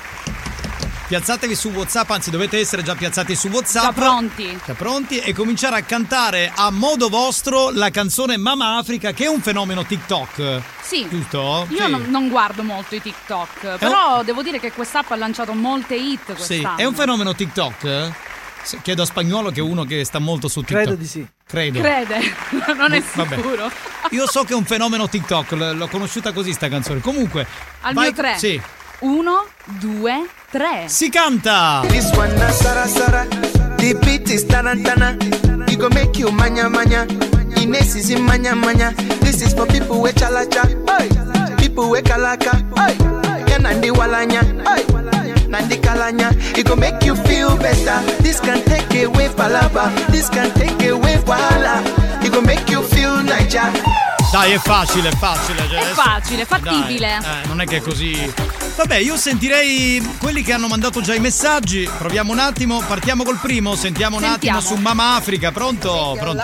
Piazzatevi su WhatsApp, anzi dovete essere già piazzati su WhatsApp. Già pronti. Già pronti e cominciare a cantare a modo vostro la canzone Mama Africa, che è un fenomeno TikTok. Sì. Giusto? Io sì. non, non guardo molto i TikTok, però un... devo dire che quest'app ha lanciato molte hit quest'anno. Sì, è un fenomeno TikTok? Chiedo a Spagnolo, che è uno che sta molto su TikTok. Credo di sì. Credo. Crede, non è Vabbè. sicuro. Io so che è un fenomeno TikTok, l- l'ho conosciuta così sta canzone. Comunque, al vai... mio tre. Sì. Uno, due, tre. Si canta! This one na sara sara. The beat is tarantana. We go make you manya manya. Ines is in manya manya. This is for people with chalacha. Hey. People with kalaka. Hey. Ya nandi walanya. Hey. Nandi kalanya. It go make you feel better. This can take away palaba. This can take away wahala. It go make you feel Niger. Dai, è facile, è facile. Cioè è adesso... facile, fattibile. Dai, eh, non è che è così. Vabbè, io sentirei quelli che hanno mandato già i messaggi. Proviamo un attimo, partiamo col primo. Sentiamo un Sentiamo. attimo su Mama Africa. Pronto? Pronto?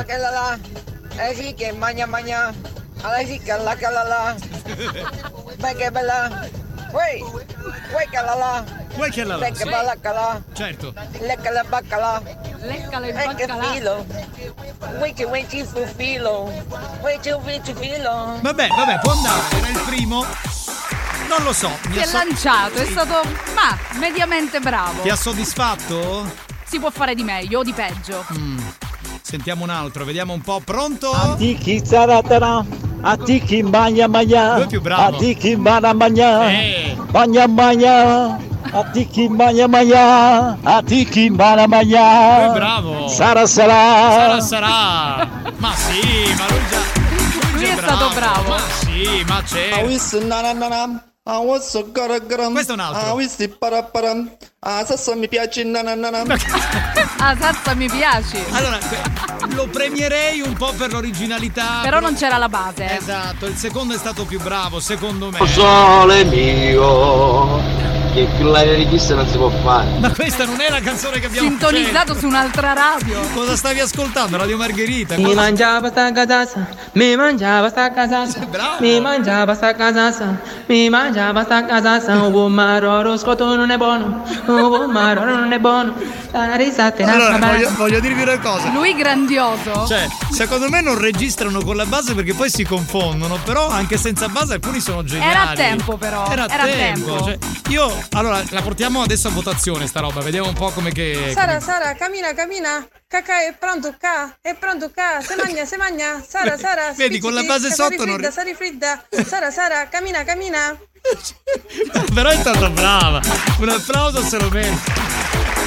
Eh sì che magna magna. Allora sì che la calala. Vai che bella. Uè, uè che la la. Uè che la la. Lecca bella cala. Certo. Lecca la baccala. Lecca le baccala. Che filo. Uè che uè ci fu filo. Uè ci fu ci filo. Vabbè, vabbè, può andare. Era il primo. Non lo so. Si è so... lanciato, è stato ma mediamente bravo. Ti ha soddisfatto? Si può fare di meglio o di peggio. Mm. Sentiamo un altro, vediamo un po'. Pronto? Atiki zaratara, atiki magna magna. Lui è più bravo. Atiki magna magna. Eh. Magna magna. Atiki magna magna. Atiki magna magna. Lui è bravo. Sarà sarà. Sarà sarà. Ma sì, ma lui già lui Lui è stato bravo. Ma sì, ma c'è. Questo è un altro. Ah, Sassa mi piace. Ah, Sassa mi piace. Allora, lo premierei un po' per l'originalità. Però non c'era la base. Esatto, il secondo è stato più bravo, secondo me. Sole mio, che più l'aria richiesta non si può fare. Ma questa non è la canzone che abbiamo Sintonizzato scelto. su un'altra radio. Cosa stavi ascoltando? Radio Margherita. Mi Cosa... mangiava sta casassa, mi mangiava sta casassa, mi mangiava sta casassa, mi mangiava sta casassa, un buon maroro, scotto non è buono, un buon maroro non è buono, la risata è Allora, voglio, voglio dirvi una cosa. Lui grandioso. Cioè, secondo me non registrano con la base perché poi si confondono, però anche senza base alcuni sono geniali. Era a tempo però. Era a Era a tempo. tempo. Cioè, io, allora, la portiamo adesso a votazione sta roba, vediamo un po' come che... Sara, Sara, cammina, cammina. Cacà è pronto, ca, è pronto, ca, se magna, se magna. Sara, Sara, Vedi, con la base sotto non... Fridda, Sari fridda. Sara, Sara, cammina, cammina. Però è stata brava. Un applauso se lo merita.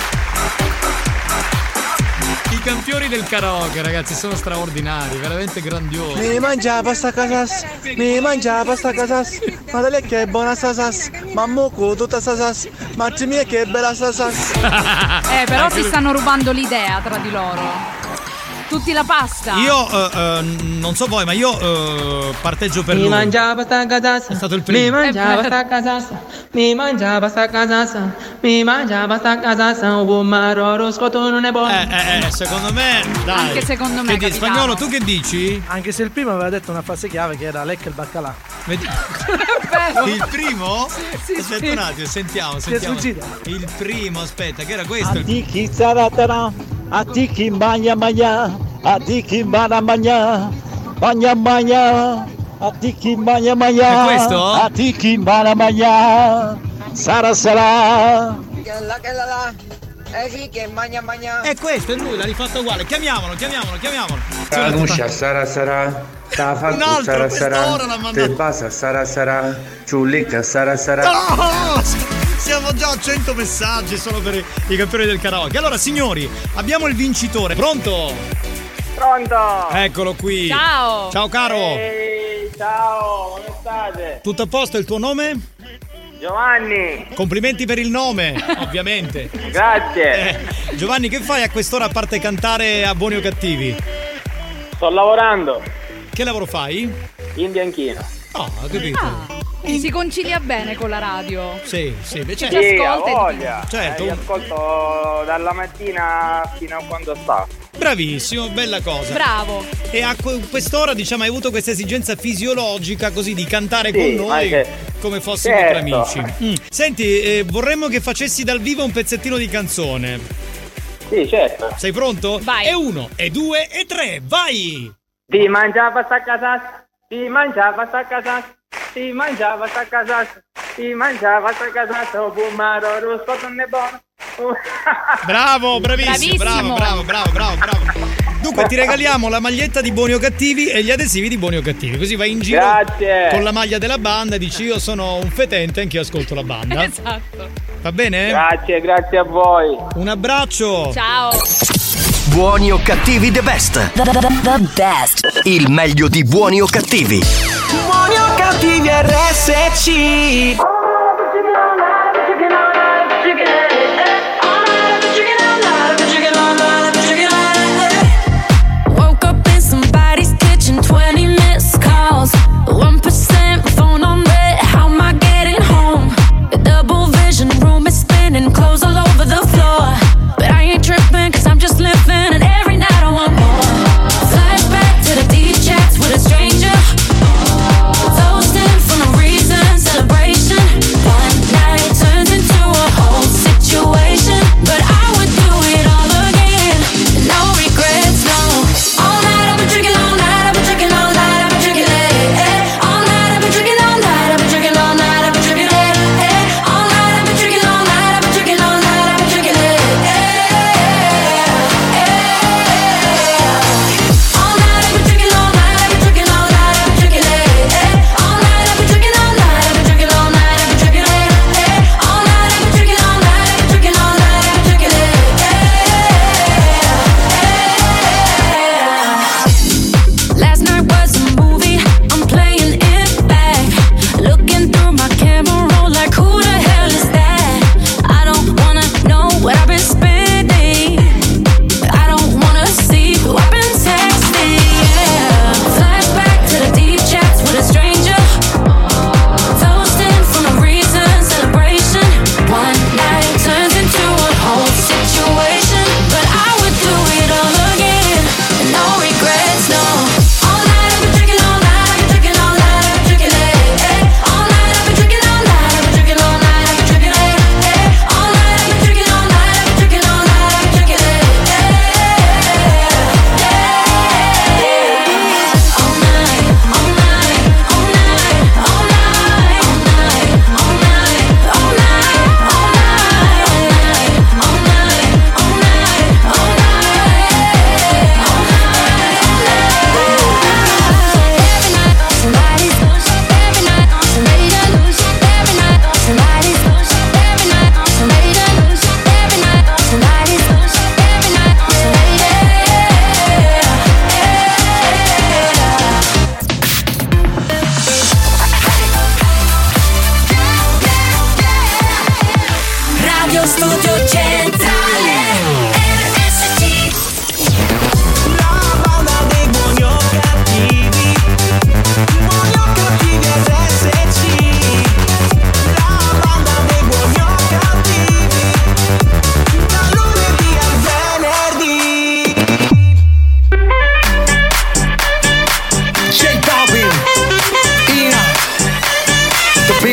I campioni del karaoke, ragazzi, sono straordinari, veramente grandiosi. Mi mangiava sta casas, mi mangiava sta casas, ma da lei che è buona sta sas, ma muco tutta sta sas, ma mia che bella sta sas. Eh, però si stanno rubando l'idea tra di loro. Tutti la pasta. Io uh, uh, non so voi, ma io uh, parteggio per mi lui. mangiava sta casassa, è stato il primo. mi mangiava sta casassa, mi mangiava sta casassa, mi mangiava sta casassa, un buon maroro, scotto non è buono. Eh, eh, eh, secondo me, dai. Anche secondo me, Che dici, capitano. Spagnolo, tu che dici? Anche se il primo aveva detto una frase chiave che era lecca il baccalà. Vedi? Il primo? Sì, sì, aspetta sì. un attimo, sentiamo, Ti è sentiamo. sfuggito? Il primo, aspetta, che era questo? A ti chi zaratara, a ti chi magna magna, a ti chi mana magna, magna magna, a ti chi magna magna. È questo? A ti chi mana magna, sarà sarà. Che la che la la. Eh sì, che magna magna. È questo, è lui, l'ha rifatto uguale. Chiamiamolo, chiamiamolo, chiamiamolo. Canuscia, sarà sarà. Ta Un altro, sarà quest'ora sarà. l'ha mandato. Te basa sarà sarà. Ciulicca sarà sarà. No! Siamo già a cento messaggi solo per i campioni del karaoke. Allora, signori, abbiamo il vincitore. Pronto? Pronto? Eccolo qui. Ciao. Ciao caro. Ehi, ciao, come state? Tutto a posto, il tuo nome? Giovanni. Complimenti per il nome, ovviamente. Grazie. Eh, Giovanni, che fai a quest'ora a parte cantare a buoni o cattivi? Sto lavorando. Che lavoro fai? In bianchino. Oh, ho capito. Ah, si concilia bene con la radio. Sì, sì, Chi certo. ci ascolta ha e ti- voglia. Certo. Eh, vi ascolto dalla mattina fino a quando sta. Bravissimo, bella cosa. Bravo. E a que- quest'ora, diciamo, hai avuto questa esigenza fisiologica così di cantare Sì, con ma noi che- come fossimo certo. tra amici. Mm. Senti, eh, vorremmo che facessi dal vivo un pezzettino di canzone. Sì, certo. Sei pronto? Vai. E uno, e due, e tre, vai! Ti mangiava sta casa, ti mangiava sta casa, ti mangiava sta casa, ti mangiava sta casa, un buon maroro, scotto non è buono. Bravo, bravissimo, Bravissimo. bravo, bravo, bravo, bravo, bravo. Dunque ti regaliamo la maglietta di Buoni o Cattivi e gli adesivi di Buoni o Cattivi, così vai in giro Grazie. con la maglia della banda e dici io sono un fetente, anch'io ascolto la banda. Esatto. Va bene? Grazie, grazie a voi. Un abbraccio. Ciao. Buoni o cattivi the best. The, the, the best. Il meglio di Buoni o cattivi. Buoni o cattivi R S C. Woke up in somebody's kitchen, twenty missed calls, one percent phone on red, how am I getting home? The double vision room is spinning, clothes all over the floor, but I ain't tripping cause I'm just living and every night I want more. Flashback to the deep chats with a stranger, toasting for no reason, celebration.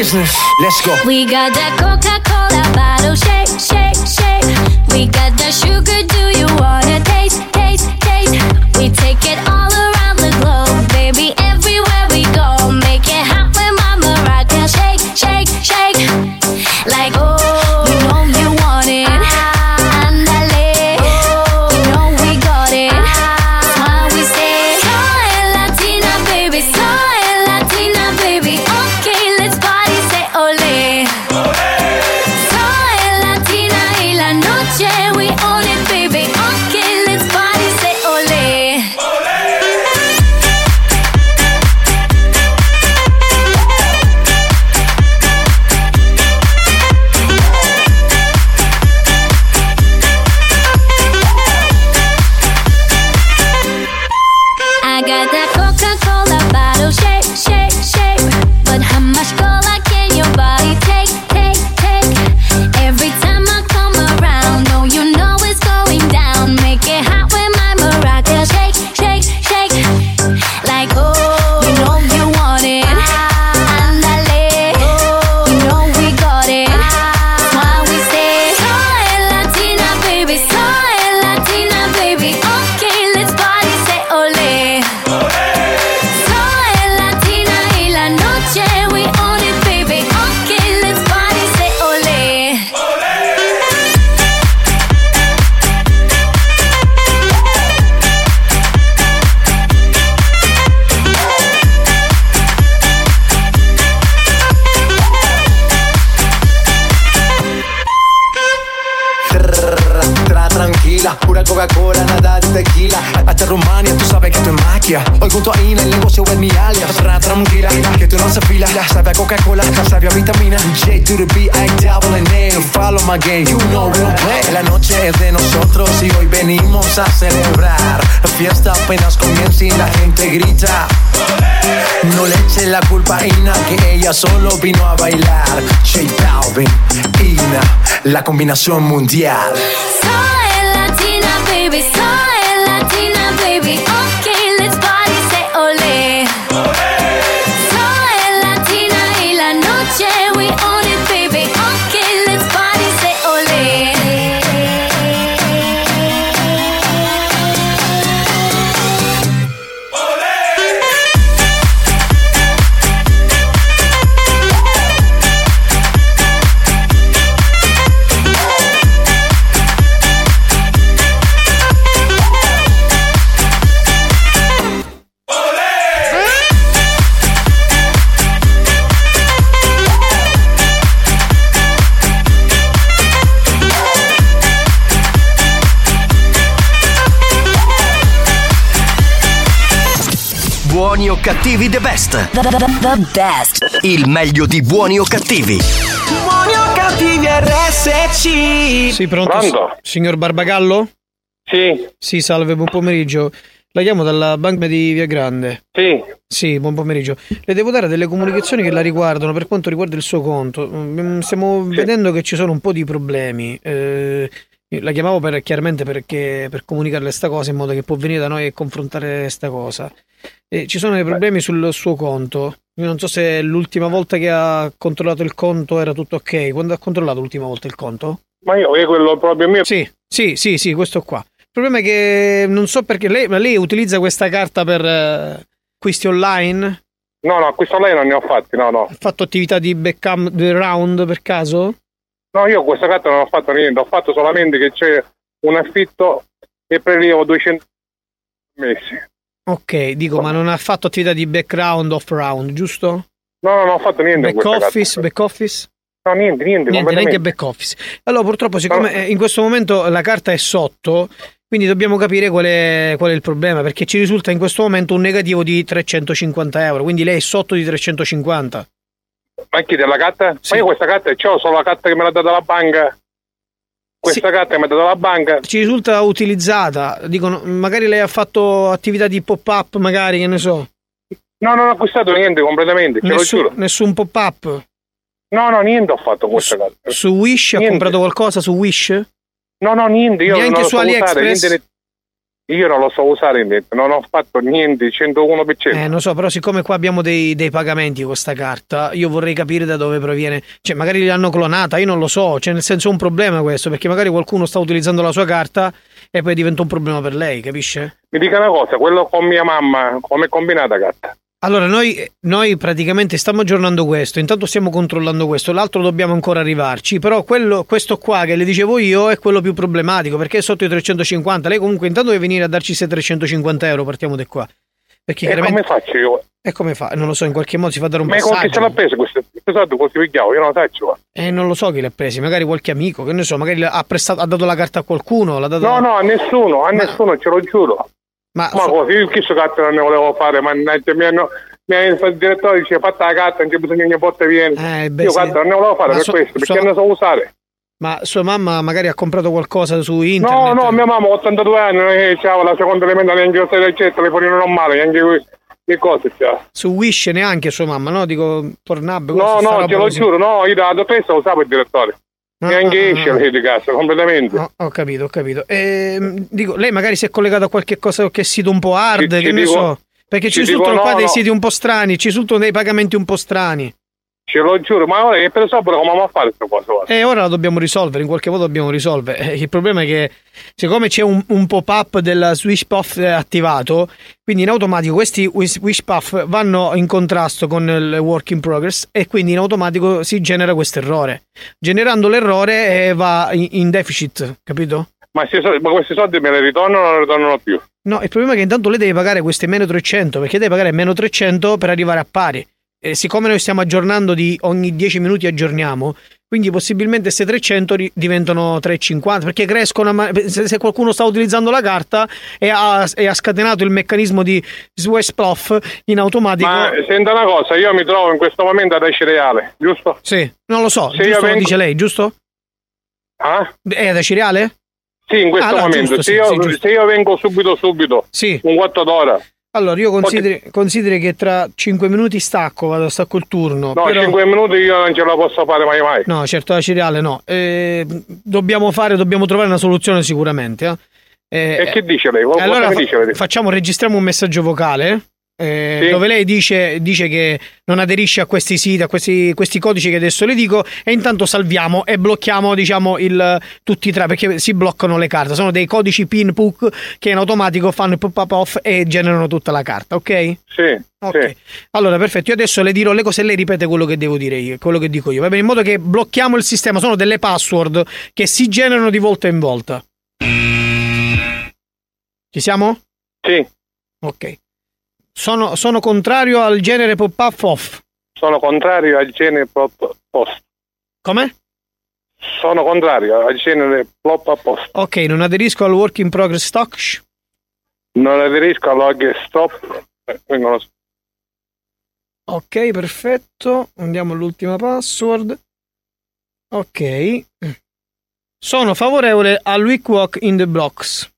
business. Let's go. We got that Coca-Cola bottle shake, shake, shake. We got that sugar, do you wanna taste, taste, taste? We take it all around the globe, baby, everywhere we go. Make it hot when Mama rock and shake, shake, shake. Like, oh, you know you want it. Andale, you know we got it. That's why we say, soy Latina, baby, soy Latina, baby. Okay, let's party, say ole. Soy Latina y la noche we own it, baby. Okay, let's party, say ole. I got that Coca-Cola bottle shake, shake, shake. But how much cola can your body take, take, take? Every time I come around, no, you know it's going down. Make it hot with my maraca. Shake, shake, shake. Like, oh, you know you want it. Andale, you know we got it. That's why we say, soy Latina, baby, soy Latina, baby. Okay, let's party, say ole. Soy Latina y la noche we own it, baby. Okay, let's party, say ole. Tra tranquila, pura Coca-Cola, nada de tequila. Hasta Rumania, tú sabes que esto es magia. Hoy junto a Ina, el negocio es mi alias. Tra tranquila, que tú no se fila. Sabe a Coca-Cola, sabe a vitamina. J to the B, I double N. Follow my game, you know we don't play. La noche es de nosotros y hoy venimos a celebrar. La fiesta apenas comienza y la gente grita. No le eche la culpa a Ina, que ella solo vino a bailar. J Balvin, Ina, la combinación mundial. Soy Latina, baby, soy Latina, baby. Okay, let's party, say ole. Soy Latina y la noche we own it, baby. Okay, let's party, say ole. Buoni o cattivi the best. The, the, the best. Il meglio di buoni o cattivi. Buoni o cattivi R S C. Sì, pronto? Pronto? Signor Barbagallo? Sì. Sì, salve, buon pomeriggio. La chiamo dalla banca di Via Grande. Sì. Sì, buon pomeriggio. Le devo dare delle comunicazioni che la riguardano per quanto riguarda il suo conto. Stiamo sì. vedendo che ci sono un po' di problemi. Eh, la chiamavo per, chiaramente perché, per comunicarle sta cosa in modo che può venire da noi e confrontare sta cosa. Eh, ci sono dei problemi sul suo conto. Io non so se l'ultima volta che ha controllato il conto era tutto ok. Quando ha controllato l'ultima volta il conto? Ma io, io quello proprio mio. Sì, sì, sì, sì, questo qua. Il problema è che non so perché lei, ma lei utilizza questa carta per uh, acquisti online? No, no, acquisti online non ne ho fatti, no, no. Ha fatto attività di backup round per caso? No, io questa carta non ho fatto niente, ho fatto solamente che c'è un affitto e prelevo duecento mesi. Ok, dico, ma non ha fatto attività di background off round, giusto? No, no, non ho fatto niente. Back office, back office? No, niente, niente. Niente, neanche back office. Allora, purtroppo, siccome no. in questo momento la carta è sotto, quindi dobbiamo capire qual è, qual è il problema, perché ci risulta in questo momento un negativo di trecentocinquanta euro, quindi lei è sotto di trecentocinquanta. Ma chi della carta? Sì. Ma io questa carta c'ho solo la carta che me l'ha data la banca. Questa sì. carta che mi ha dato la banca. Ci risulta utilizzata. Dicono, magari lei ha fatto attività di pop-up, magari, che ne so. No, non ho acquistato niente completamente, te nessun, lo giuro. Nessun pop-up? No, no, niente ho fatto questa su, carta. Su Wish niente. Ha comprato qualcosa su Wish? No, no, niente. Io neanche non su AliExpress? Niente. Io non lo so usare niente, non ho fatto niente, centouno per cento. Eh, non so, però siccome qua abbiamo dei, dei pagamenti con questa carta, io vorrei capire da dove proviene. Cioè, magari l'hanno clonata, io non lo so, cioè nel senso è un problema questo, perché magari qualcuno sta utilizzando la sua carta e poi diventa un problema per lei, capisce? Mi dica una cosa, quello con mia mamma, come è combinata carta? Allora, noi, noi praticamente stiamo aggiornando questo, intanto stiamo controllando questo, l'altro dobbiamo ancora arrivarci, però quello, questo qua che le dicevo io è quello più problematico, perché è sotto i trecentocinquanta, lei comunque intanto deve venire a darci questi trecentocinquanta euro, partiamo da qua. Perché e chiaramente... come faccio io? E come fa? Non lo so, in qualche modo si fa dare un ma passaggio. Ma con chi ce l'ha preso questo? Esatto, così pigliavo, io non lo faccio. Eh, non lo so chi l'ha presi, magari qualche amico, che ne so, magari ha, prestato, ha dato la carta a qualcuno, l'ha dato... No, no, a nessuno, a ma... nessuno, ce lo giuro. Ma, ma so... cosa, io chi so carta non ne volevo fare, mannaggia, mi hanno... il direttore dice fatta la carta, non c'è bisogno che porta viene. Eh, beh, io sì. Carta non ne volevo fare ma per so, questo, perché so... non so usare. Ma sua mamma magari ha comprato qualcosa su internet? No, no, mia mamma ha ottantadue anni, non è che c'ha la seconda elementare, neanche lo stai del telefonino normale, neanche che cose c'ha. Su Wish neanche sua mamma, no? Dico Pornhub. No, no, te lo giuro, no, io da dottoressa lo usavo il direttore. Ah, neanche ah, esce ah, lei di casa, completamente. No, ho capito, ho capito. E, dico, lei magari si è collegata a qualche cosa, qualche sito un po' hard, ci, che ci ne dico... so. Perché ci risultano qua no, dei no. siti un po' strani, ci risultano dei pagamenti un po' strani. Ce lo giuro, ma ora che per sapere come a fare questa cosa? E eh, ora la dobbiamo risolvere, in qualche modo dobbiamo risolvere. Eh, il problema è che siccome c'è un, un pop-up del SwishPuff attivato, quindi in automatico questi SwishPuff vanno in contrasto con il work in progress e quindi in automatico si genera questo errore. Generando l'errore eh, va in, in deficit, capito? Ma, se, ma questi soldi me li ritornano o non ritornano più? No, il problema è che intanto lei deve pagare queste meno trecento, perché deve pagare meno trecento per arrivare a pari. E siccome noi stiamo aggiornando di ogni dieci minuti aggiorniamo, quindi possibilmente queste trecento ri- diventano tre e cinquanta, perché crescono, ma- se, se qualcuno sta utilizzando la carta e ha, e ha scatenato il meccanismo di SwishPuff in automatico. Ma senta una cosa, io mi trovo in questo momento ad Acireale, giusto? Sì, non lo so, se giusto vengo... lo dice lei, giusto? Ah? È ad Acireale? Sì, in questo ah, momento, giusto, se, sì, io, sì, se io vengo subito subito, sì. un quarto d'ora. Allora, io consideri, consideri che tra cinque minuti stacco, vado stacco il turno. No, però... cinque minuti io non ce la posso fare mai mai. No, certo, la cereale no. Eh, dobbiamo fare, dobbiamo trovare una soluzione sicuramente. Eh. Eh, e che dice lei? Cosa allora mi dice lei? Facciamo, registriamo un messaggio vocale. Eh, sì. Dove lei dice, dice che non aderisce a questi siti, a questi, questi codici che adesso le dico, e intanto salviamo e blocchiamo, diciamo, il, tutti e tre, perché si bloccano le carte. Sono dei codici PIN P U C che in automatico fanno il pop-up off e generano tutta la carta, ok? Sì. Ok. Sì. Allora, perfetto, io adesso le dirò le cose e lei ripete quello che devo dire io, quello che dico io, va bene? In modo che blocchiamo il sistema. Sono delle password che si generano di volta in volta. Ci siamo? Sì. Ok. Sono, sono contrario al genere pop-up off. Sono contrario al genere pop-up post. Come? Sono contrario al genere pop-up post. Ok, non aderisco al work in progress stock. Non aderisco al log stop. Eh, non lo so. Ok, perfetto. Andiamo all'ultima password. Ok. Sono favorevole al weak walk in the blocks.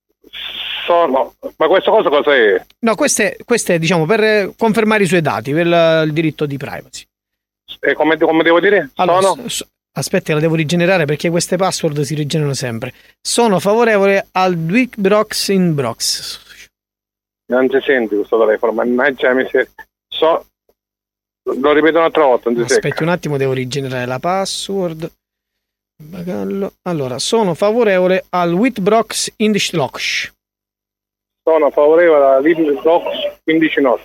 Sono, ma questa cosa cosa è? No, questo è, questo è diciamo per confermare i suoi dati, per il, il diritto di privacy. E come, come devo dire? Allora, Sono... so, aspetti, la devo rigenerare perché queste password si rigenerano sempre. Sono favorevole al weak blocks in blocks. Non si sente questo telefono, mannaggia mi si... So... Lo ripeto un'altra volta. Non si aspetti secca. Un attimo, devo rigenerare la password. Bagallo. Allora, sono favorevole al weak blocks in the blocks. Sono favorevole alla Little Box quindici note.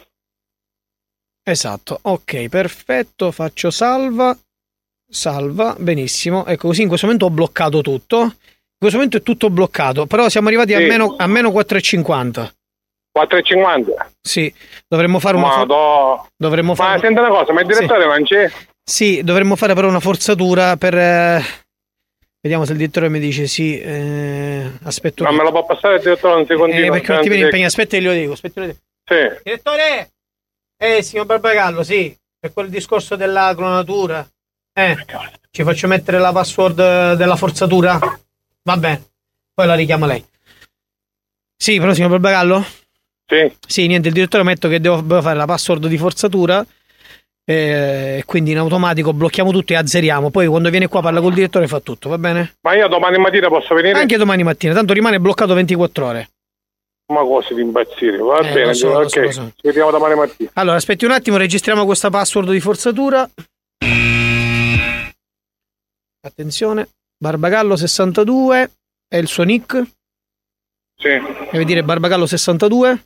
Esatto, ok, perfetto, faccio salva. Salva, benissimo. Ecco, così in questo momento ho bloccato tutto. In questo momento è tutto bloccato, però siamo arrivati sì. a meno, a meno quattro e cinquanta. quattro e cinquanta? Sì, dovremmo fare una ma for- dovremmo ma fare... senta una cosa, ma il direttore sì. non c'è? Sì, dovremmo fare però una forzatura per... Eh... Vediamo se il direttore mi dice sì. Eh, aspetto. Ma me lo può passare il direttore un secondino? Eh, perché non ti viene impegno. Aspetta che glielo dico. Aspetta, glielo dico. Sì. Direttore! Eh, signor Barbagallo, sì. Per quel discorso della clonatura. Eh, ci faccio mettere la password della forzatura? Va bene. Poi la richiama lei. Sì, però signor Barbagallo? Sì. Sì, niente, il direttore metto che devo, devo fare la password di forzatura. E eh, quindi in automatico blocchiamo tutto e azzeriamo. Poi quando viene qua parla col direttore fa tutto, va bene? Ma io domani mattina posso venire? Anche domani mattina, tanto rimane bloccato ventiquattro ore. Ma cosa di impazzire, va Eh, bene, lo so, ok, lo so, lo so. ci vediamo domani mattina. Allora, aspetti un attimo, registriamo questa password di forzatura. Attenzione, Barbagallo sessantadue è il suo nick. Sì. Deve dire Barbagallo sessantadue.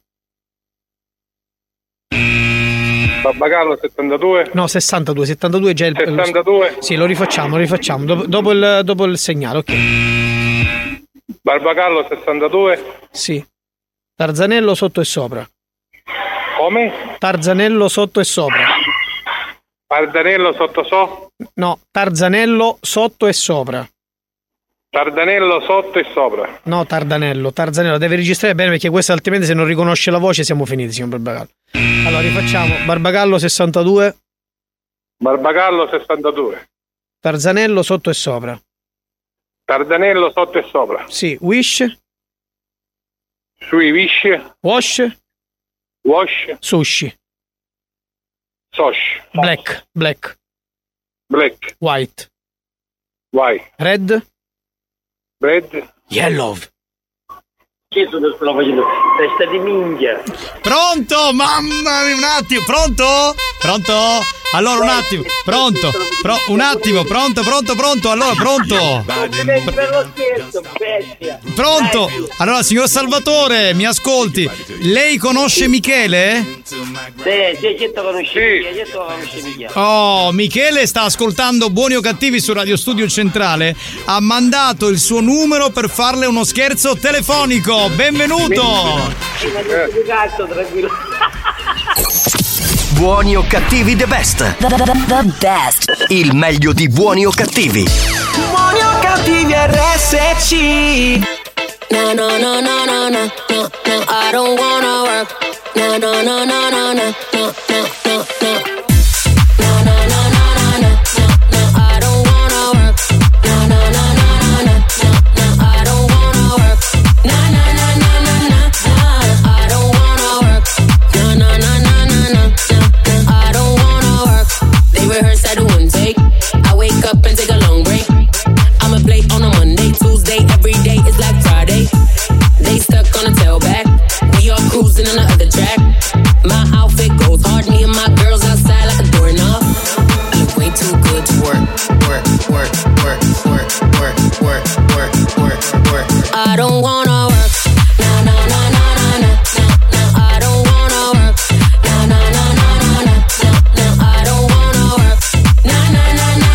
Barbagallo settantadue. No, sessantadue, settantadue è già il settantadue. Sì, lo rifacciamo, lo rifacciamo dopo, dopo il, dopo il segnale, ok. Barbagallo sessantadue. Sì. Tarzanello sotto e sopra. Come? Tarzanello sotto e sopra. Tarzanello sotto so? No, Tarzanello sotto e sopra. Tardanello sotto e sopra. No, Tardanello, Tarzanello, deve registrare bene perché questo altrimenti se non riconosce la voce siamo finiti, signor Barbagallo. Allora rifacciamo. Barbagallo sessantadue. Barbagallo sessantadue. Tarzanello sotto e sopra. Tardanello sotto e sopra. Sì, Wish. Sui Wish. Wash. Wash. Sushi. Sosh. Black. Black. Black. White. White. Red. Red. Yellow. Chi sono sto facendo? Testa di minchia. Pronto? Mamma mia, un attimo, pronto? Pronto? Allora un attimo, pronto? Pro- un attimo, pronto, pronto, pronto, allora pronto? Per lo scherzo, bestia. Pronto? Allora, signor Salvatore, mi ascolti. Lei conosce Michele? Sì, sì, chi te conosce? Chi te conosce Michele? Oh, Michele sta ascoltando Buoni o Cattivi su Radio Studio Centrale. Ha mandato il suo numero per farle uno scherzo telefonico. Benvenuto! Cazzo, tranquillo. Buoni o Cattivi the best. The, the, the best. Il meglio di Buoni o Cattivi. Buoni o Cattivi R S C. No, no, no, no, no, no, no, no, I don't wanna work. No, no, no, no, no, no, no, no, no, no. Up and take a long break. I'ma play on a Monday, Tuesday, every day is like Friday. They stuck on the tailback, we all cruising on the other track. My outfit goes hard, me and my girls outside like a doorknob. I look way too good to work, work, work, work, work, work, work, work, work, work. I don't wanna work. No, no, no, no, no, no, no, no. I don't wanna work. No, no, no, no, no, no, no, no. I don't wanna work. No, no, no, no.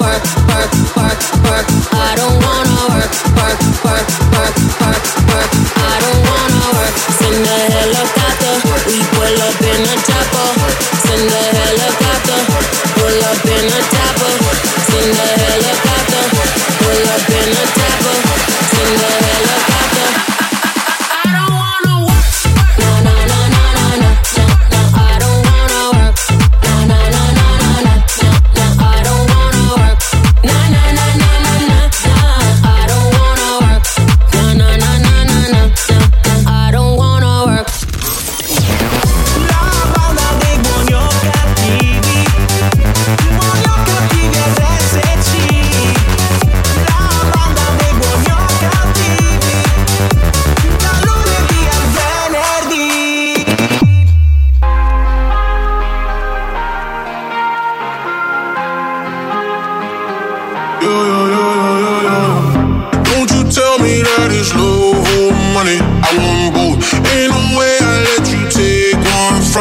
Work, work, work, work, work, work, work.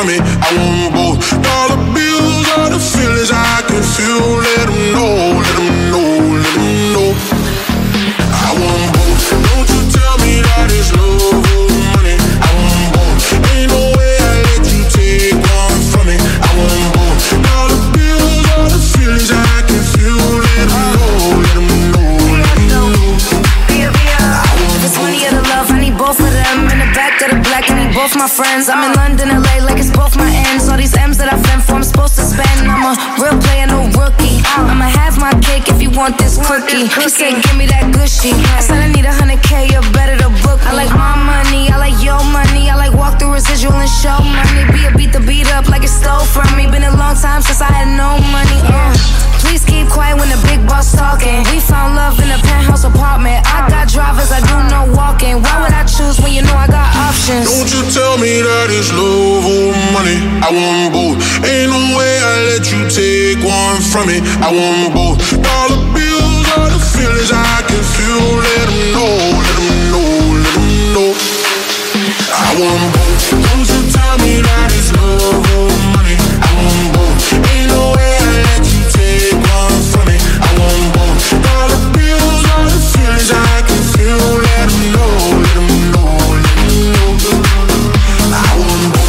from it. I want both. Dollar bills are the feelings I can feel. Let them know, let them know, let them know. I want both. Don't you tell me that it's love or money. I want both. Ain't no way I let you take one from me. I want both. Dollar bills are the feelings I can feel. Let them know, let them know, let them know. If it's money or the love, I need both of them. In the back of the black, I need both my friends. I'm in London, L A, like it's both my ends. All these M's that I fend for, I'm supposed to spend. I'm a real player, no rookie. I'ma have my cake if you want this cookie. He said, give me that gushy. I said, I need a hundred K, you're better to book me. I like my money, I like your money. I like walk through residual and show money. Be a beat the beat up like it stole from me. Been a long time since I had no money. Uh. Please keep quiet when the big boss talking. We found love in a penthouse apartment. I got drivers, I do no walking. Why would I choose when you know I got options? Don't you tell me that it's love or money. I want both. Ain't no way I let you take one from me. I want both. Dollar bills are the feelings I can feel. Let them know, let them know, let them know. I want both. Don't you tell me that it's love or money. I want both. Ain't no way I let you take one from me. I want both. Dollar bills are the feelings I can feel. Let them know, let them know, let them know. I want both.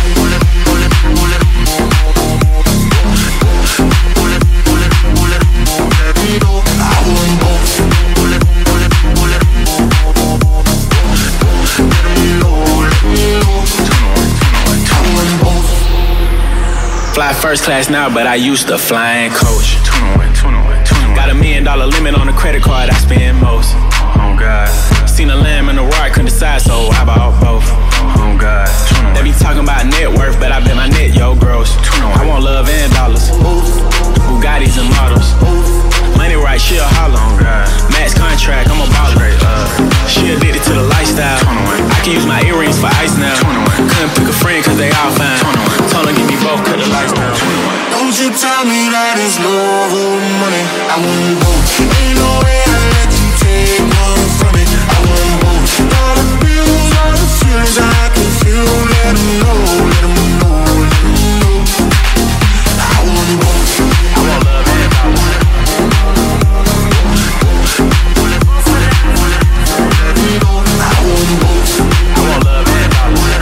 Fly first class now, but I used to fly in coach. Got a million dollar limit on the credit card I spend most. Oh God. Seen a lamb and a roar, couldn't decide, so I bought both. Oh God. They be talking about net worth, but I bet my net yo gross. I want love and dollars. Bugattis and models. Money right, she a holler. Oh God. Max contract, I'm a baller. Uh, she addicted to the lifestyle. I can use my earrings for ice now. Couldn't pick a friend cause they all fine. Told her give me both, cut the lights down. Don't you tell me that it's love or money. I want both. Ain't no way I let you take one from me. I want both. Dollar bills are the feelings I can feel. Let them know, let them know, let them know. I want both. I want love and dollars. I want both. I want love and dollars.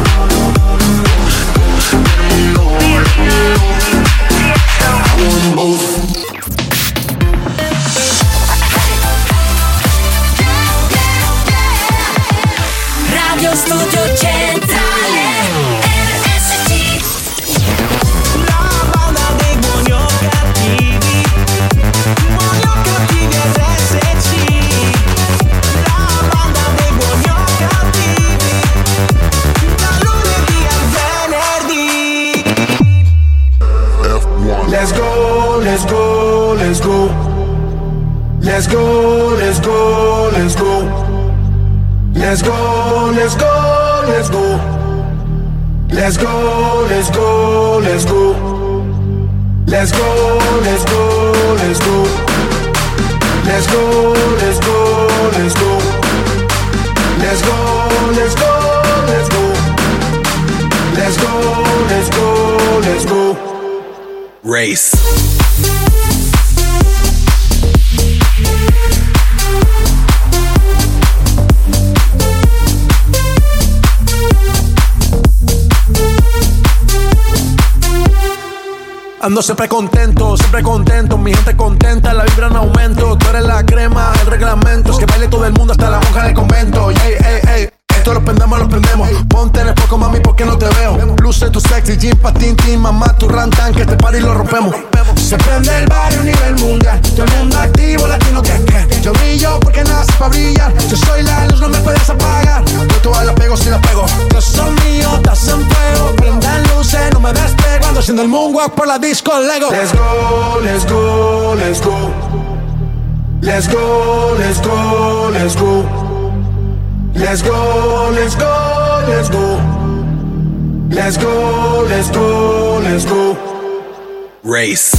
I want both. Radio Studio Centrale R S C. La banda dei buoni o cattivi, buoni o cattivi R S C. La banda dei buoni o cattivi, da lunedì al venerdì. Let's go, let's go, let's go. Let's go, let's go, let's go. Let's go, let's go, let's go. Let's go, let's go, let's go. Let's go, let's go, let's go. Let's go, let's go, let's go. Let's go, let's go, let's go. Let's go, let's go, let's go. Race. Ando siempre contento, siempre contento, mi gente contenta, la vibra en aumento. Tú eres la crema, el reglamento, es que baile todo el mundo hasta la monja del convento. Ey, ey, ey, esto lo prendemos, lo prendemos. Ponte en el foco, mami, porque no te veo. Luce tu sexy, jean, patín, tin, mamá, tu rantan, que este party lo rompemos. Se prende el barrio a nivel mundial, todo el mundo activo, latino que que. Yo brillo porque nací pa' brillar, yo soy la luz, no me puedes apagar. Yo todas la pego si la pego. Yo soy mío, estás en fuego, prendan luces, no me despego. Ando haciendo el moonwalk por la disco Lego. Let's go, let's go, let's go. Let's go, let's go, let's go. Let's go, let's go, let's go. Let's go, let's go, let's go. Race.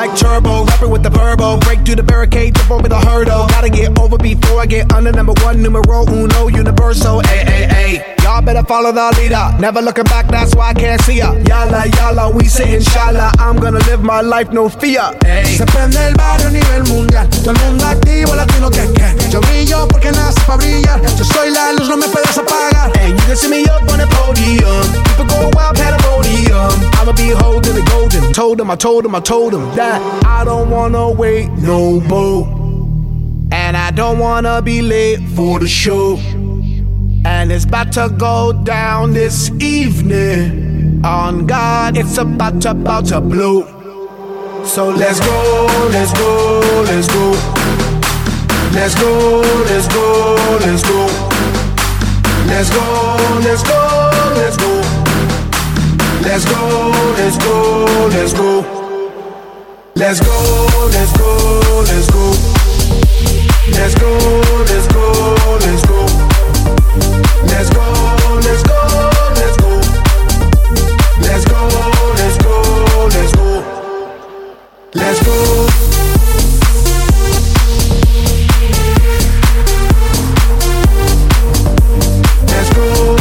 like turbo, rapping with the verbo. Break through the barricade, jump over the hurdle. Gotta get over before I get under. Number one, numero uno, universal. Ay, ay, ay. Y'all better follow the leader. Never looking back, that's why I can't see ya. Yalla, yalla, we say inshallah. I'm gonna live my life, no fear. Ay. Se prende el barrio a nivel mundial. Todo el mundo activo, latino que que. Yo brillo porque nace pa' brillar. Yo soy la luz, no me puedes apagar. Hey, you can see me up on the podium. People go wild, pandemonium. I'ma be holding the golden. Told him, I told him, I told him that I don't wanna wait no more. And I don't wanna be late for the show. And it's about to go down this evening. On God, it's about to, about to blow. So let's go, let's go, let's go. Let's go, let's go, let's go. Let's go, let's go, let's go. Let's go, let's go, let's go. Let's go, let's go, let's go. Let's go, let's go, let's go. Let's go, let's go, let's go. Let's go, let's go, let's go. Let's go. Let's go.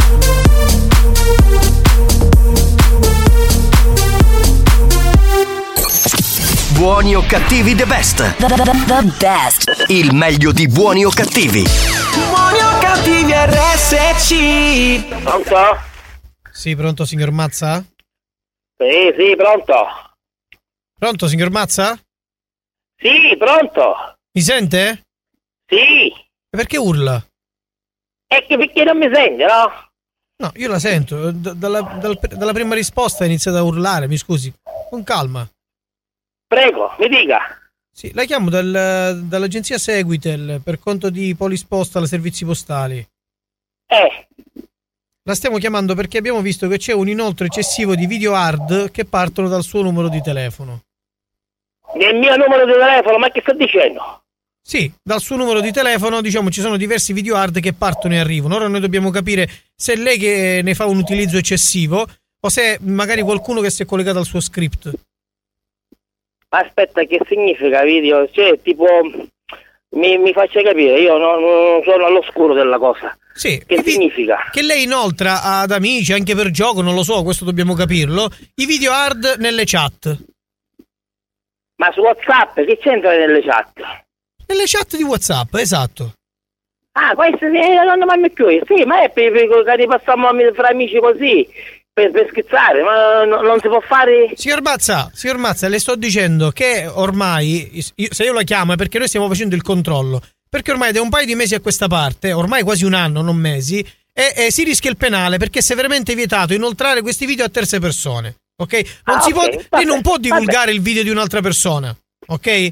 Buoni o cattivi the best. The, the, the best. Il meglio di Buoni o cattivi. Buoni o cattivi R S C. Pronto? Sì, pronto signor Mazza? Sì, sì, pronto. Pronto signor Mazza? Sì, pronto. Mi sente? Sì. E perché urla? È che perché non mi sente, no? No, io la sento. D- dalla, dal, dalla prima risposta ha iniziato a urlare, mi scusi. Con calma. Prego, mi dica. Sì, la chiamo dal, dall'agenzia Seguitel per conto di Polisposta alla Servizi Postali. Eh. La stiamo chiamando perché abbiamo visto che c'è un inoltre eccessivo di video hard che partono dal suo numero di telefono. Nel mio numero di telefono? Ma che sta dicendo? Sì, dal suo numero di telefono, diciamo, ci sono diversi video hard che partono e arrivano. Ora noi dobbiamo capire se è lei che ne fa un utilizzo eccessivo o se magari qualcuno che si è collegato al suo script. Aspetta, che significa video? Cioè, tipo, mi, mi faccia capire, io non, non sono all'oscuro della cosa. Sì. Che significa? Che lei inoltra ad amici, anche per gioco, non lo so, questo dobbiamo capirlo, i video hard nelle chat. Ma su WhatsApp, che c'entra nelle chat? Nelle chat di WhatsApp, esatto. Ah, questo sì, non mi hanno più. Sì, ma è per, per che ripassiamo fra amici così. Per, per scherzare, ma no, non si può fare. Signor Mazza, signor Mazza, le sto dicendo che ormai, io, se io la chiamo è perché noi stiamo facendo il controllo, perché ormai da un paio di mesi a questa parte, ormai quasi un anno, non mesi, e, e si rischia il penale perché è severamente vietato inoltrare questi video a terze persone, ok? Non ah, si okay. può, vabbè, lei non può divulgare vabbè. il video di un'altra persona, ok?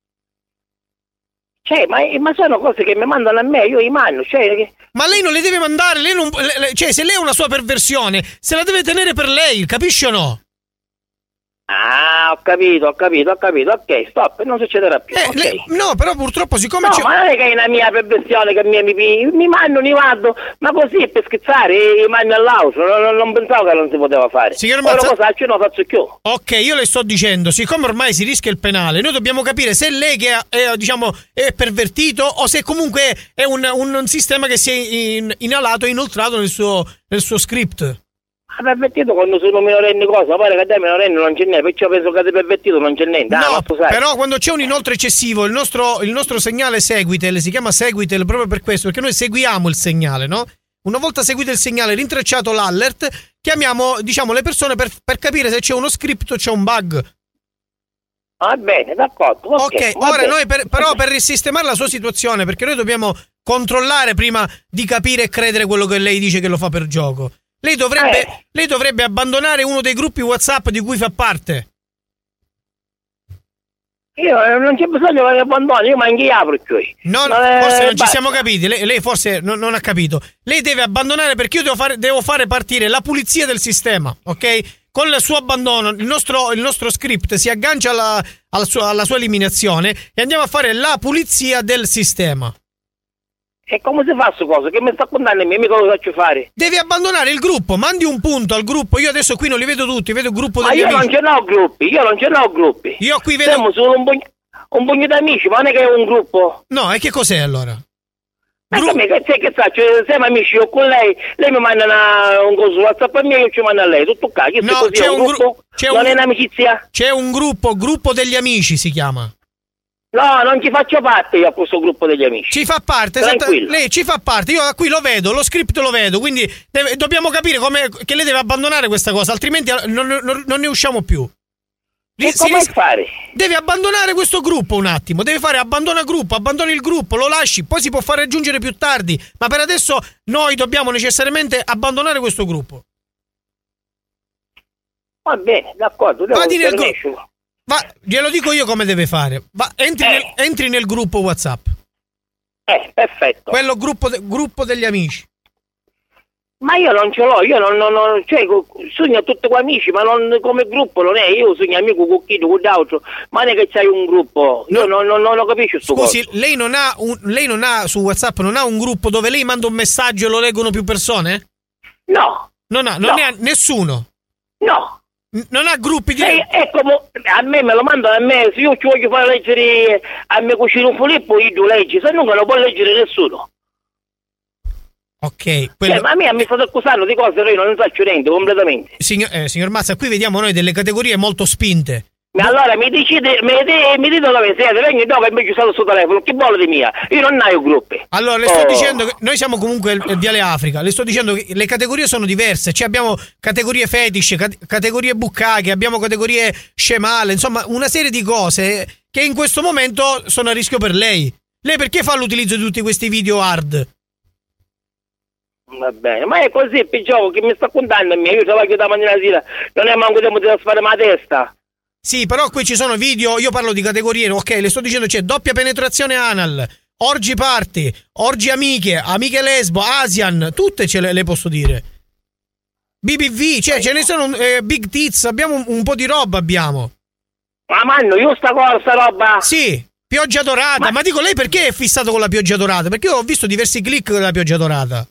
Cioè, ma, ma sono cose che mi mandano a me, io li mando, cioè... Che... Ma lei non le deve mandare, lei non... Le, cioè, se lei ha una sua perversione, se la deve tenere per lei, capisci o no? Ah, ho capito, ho capito, ho capito, ok, stop, non succederà più, eh, okay. lei, no, però purtroppo siccome no, c'è... ma non è che è una mia perversione che mi, mi, mi mando, mi vado, ma così per scherzare, mi mando all'auto, non, non pensavo che non si poteva fare. Signor Mazza... Ora cosa non faccio più. Ok, io le sto dicendo, siccome ormai si rischia il penale, noi dobbiamo capire se lei che è, è, diciamo, è pervertito o se comunque è un, un, un sistema che si è in, inalato e inoltrato nel suo, nel suo script. Ma pervertito quando sono minorenne cosa? Pare che da minorenne non c'è niente, perciò penso che sei pervertito non c'è niente. No, ah, però quando c'è un inoltre eccessivo, il nostro, il nostro segnale Seguitel si chiama Seguitel proprio per questo, perché noi seguiamo il segnale, no? Una volta seguito il segnale, rintracciato l'alert, chiamiamo, diciamo, le persone per, per capire se c'è uno script o c'è un bug. Va bene, d'accordo. Ok, okay ora bene. Noi per, però per risistemare la sua situazione, perché noi dobbiamo controllare prima di capire e credere quello che lei dice che lo fa per gioco. Lei dovrebbe, eh. lei dovrebbe abbandonare uno dei gruppi WhatsApp di cui fa parte. Io non c'è bisogno che abbandoni, io manchi apro qui. No, no forse non ci siamo capiti. Lei, lei forse non, non ha capito. Lei deve abbandonare perché io devo fare, devo fare partire la pulizia del sistema, ok? Con il suo abbandono, il nostro, il nostro script si aggancia alla, alla, sua, alla sua eliminazione e andiamo a fare la pulizia del sistema. E come si fa sto cosa? Che mi sta contando me, mica lo faccio fare. Devi abbandonare il gruppo, mandi un punto al gruppo. Io adesso qui non li vedo tutti, vedo il gruppo Ma degli io amici. non ce n'ho gruppi, io non ce n'ho gruppi. Io qui vedo Siamo solo un pugno, un pugno di amici, ma non è che è un gruppo. No, e che cos'è allora? Ma come che sai che sa, cioè, siamo amici io con lei, lei mi manda una, un coso su WhatsApp a me e io ci mando a lei, tutto qua. Che No, così, c'è è un, un gruppo, gru- c'è non un- è un'amicizia. C'è un gruppo, gruppo degli amici si chiama. No, non ci faccio parte io a questo gruppo degli amici. Ci fa parte, esatto, lei ci fa parte, io qui lo vedo, lo script lo vedo, quindi deve, dobbiamo capire come, che lei deve abbandonare questa cosa, altrimenti non, non, non ne usciamo più. E Si come ris- fare? Deve abbandonare questo gruppo un attimo, deve fare abbandona gruppo, abbandoni il gruppo, lo lasci, poi si può far raggiungere più tardi, ma per adesso noi dobbiamo necessariamente abbandonare questo gruppo. Va bene, d'accordo, devo Vadi nel stare gruppo. nessuno. Va, glielo dico io come deve fare. Va, entri, nel, entri nel gruppo WhatsApp. Eh, perfetto. Quello gruppo, de- gruppo degli amici. Ma io non ce l'ho, io non, non, non cioè, sogno tutti con amici, ma non come gruppo non è, io sogno amico con chi, con l'altro, ma non è che c'hai un gruppo, io non, non, non lo capisco sto Scusi, coso. lei non ha un, lei non ha su WhatsApp, non ha un gruppo dove lei manda un messaggio e lo leggono più persone? No. Non ha, non No. ne ha nessuno? No. N- non ha gruppi di... È, è come, a me me lo mandano a me, se io ci voglio fare leggere a me cucino un Filippo, io lo leggi, se no non lo può leggere nessuno. Ok, quello... Cioè, ma a me mi state accusando di cose che io non ne faccio niente, completamente. Signor, eh, signor Mazza, qui vediamo noi delle categorie molto spinte. Ma allora mi decide, mi, de, mi dite dove siete, vengo dopo e invece usate il suo telefono, che vuole di mia? Io non ho gruppi. Allora, le sto Oh. dicendo che noi siamo comunque il Viale Africa, le sto dicendo che le categorie sono diverse, cioè abbiamo categorie fetish, cat- categorie buccache, abbiamo categorie scemale, insomma una serie di cose che in questo momento sono a rischio per lei. Lei perché fa l'utilizzo di tutti questi video hard? Va bene, ma è così, piccolo, che mi sta contando a me, io travaglio da mattina alla sera, non è manco tempo di sfare la testa. Sì, però qui ci sono video, io parlo di categorie, ok, le sto dicendo c'è doppia penetrazione anal, orgi party, orgi amiche, amiche lesbo, Asian, tutte ce le, le posso dire. B B V, cioè ce ne sono eh, Big Tits, abbiamo un, un po' di roba abbiamo. Ma manno, io sta cosa, sta roba? Sì, pioggia dorata, ma... ma dico lei perché è fissato con la pioggia dorata? Perché io ho visto diversi click della pioggia dorata.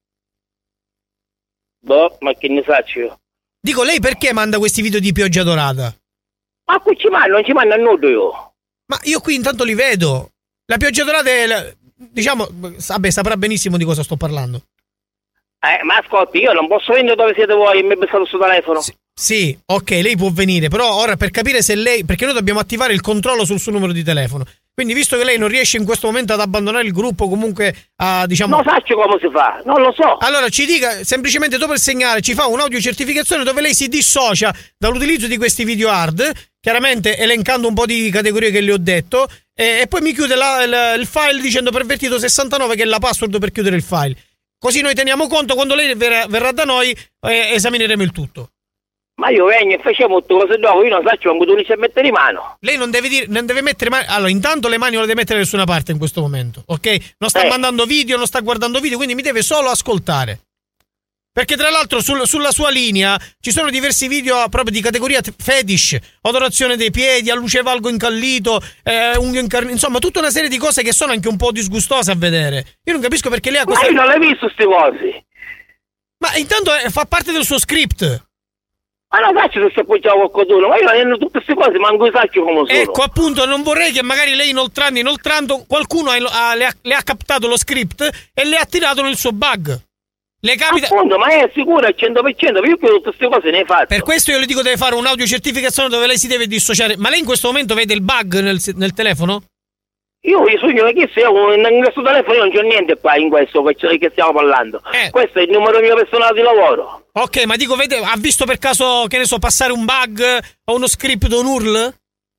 Boh, ma che ne faccio io? Dico lei perché manda questi video di pioggia dorata? Ma qui ci mando, non ci mando a nudo io. Ma io qui intanto li vedo. La pioggia dorata è, la, diciamo, vabbè, saprà benissimo di cosa sto parlando. Eh, ma ascolti, io non posso venire dove siete voi e mi è passato il suo telefono. Sì, sì, ok, lei può venire, però ora per capire se lei, perché noi dobbiamo attivare il controllo sul suo numero di telefono. Quindi visto che lei non riesce in questo momento ad abbandonare il gruppo, comunque a, diciamo... Non faccio come si fa, non lo so. Allora ci dica, semplicemente dopo il segnale ci fa un'audiocertificazione dove lei si dissocia dall'utilizzo di questi video hard, chiaramente elencando un po' di categorie che le ho detto, e, e poi mi chiude la, la, il file dicendo pervertito sessantanove, che è la password per chiudere il file. Così noi teniamo conto, quando lei verrà, verrà da noi eh, esamineremo il tutto. Ma io vengo e facciamo tutte cose dopo, io non faccio quando tu inizi a mettere in mano. Lei non deve dire, non deve mettere mani. Allora, intanto le mani non le deve mettere da nessuna parte in questo momento, ok? Non sta Eh. mandando video, non sta guardando video, quindi mi deve solo ascoltare. Perché tra l'altro sul- sulla sua linea ci sono diversi video proprio di categoria t- fetish, odorazione dei piedi, a luce valgo incallito, eh, unghie incarn- insomma tutta una serie di cose che sono anche un po' disgustose a vedere. Io non capisco perché lei ha questa... Ma io non l'ho visto queste cose. Ma intanto eh, fa parte del suo script. Ma non faccio se sto appoggiato a qualcuno, ma io non hanno tutte queste cose, ma non faccio come sono. Ecco, appunto, non vorrei che magari lei inoltrando, inoltrando, qualcuno ha, ha- le, ha, le ha captato lo script e le ha tirato nel suo bug. Le capita... Appunto, ma è sicuro al cento per cento, io che tutte queste cose ne hai fatte. Per questo io le dico deve fare un'audiocertificazione dove lei si deve dissociare. Ma lei in questo momento vede il bug nel, nel telefono? Io mi sogno che se io in questo telefono io non c'ho niente qua in questo che stiamo parlando. Eh. Questo è il numero mio personale di lavoro. Ok, ma dico, vede, ha visto per caso, che ne so, passare un bug o uno script o un U R L?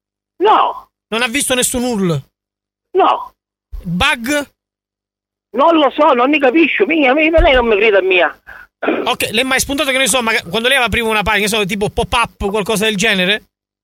No. Non ha visto nessun U R L? No. Bug? Non lo so, non ne capisco, mia, mia, lei non mi crede a mia. Ok, le è mai spuntato, che ne so, magari, quando lei aveva prima una pagina, che so, tipo pop-up o qualcosa del genere?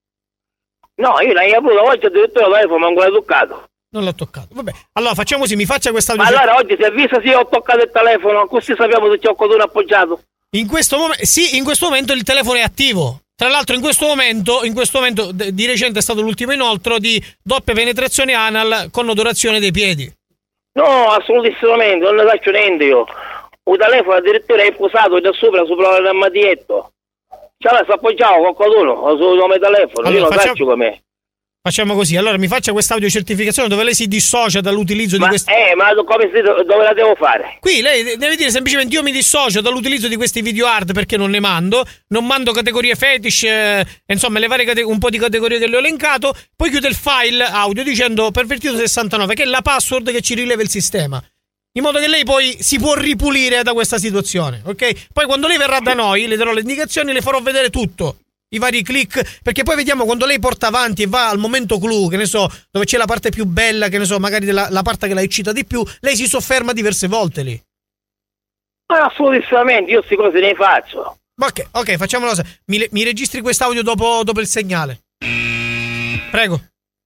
No, io l'ho avuto oggi, addirittura il telefono, ma non l'ho toccato. Non l'ho toccato. Vabbè, allora facciamo così, mi faccia questa Ma allora oggi si avvisa se io ho toccato il telefono, così sappiamo se c'è qualcuno appoggiato. In questo momento, sì, in questo momento il telefono è attivo. Tra l'altro in questo momento, in questo momento d- di recente è stato l'ultimo inoltro di doppia penetrazione anal con odorazione dei piedi. No, assolutissimamente, non ne faccio niente io. Un telefono addirittura è posato da sopra, sopra il maglietto. Ce l'ha appoggiato con qualcuno sul nome telefono, allora, io non facciamo... faccio com'è. Facciamo così, allora mi faccia questa audiocertificazione dove lei si dissocia dall'utilizzo ma, di questi... Eh, ma come si, dove la devo fare? Qui lei deve dire semplicemente io mi dissocio dall'utilizzo di questi video hard perché non ne mando, non mando categorie fetish, eh, insomma le varie cate- un po' di categorie che le ho elencato, poi chiude il file audio dicendo pervertito sessantanove, che è la password che ci rileva il sistema. In modo che lei poi si può ripulire da questa situazione, ok? Poi quando lei verrà da noi, le darò le indicazioni, le farò vedere tutto. I vari click, perché poi vediamo quando lei porta avanti e va al momento clou, che ne so, dove c'è la parte più bella, che ne so, magari della, la parte che la eccita di più, lei si sofferma diverse volte lì. Ma assolutamente, io queste cose ne faccio. Ok, ok, facciamolo. Mi, mi registri quest'audio dopo, dopo il segnale. Prego.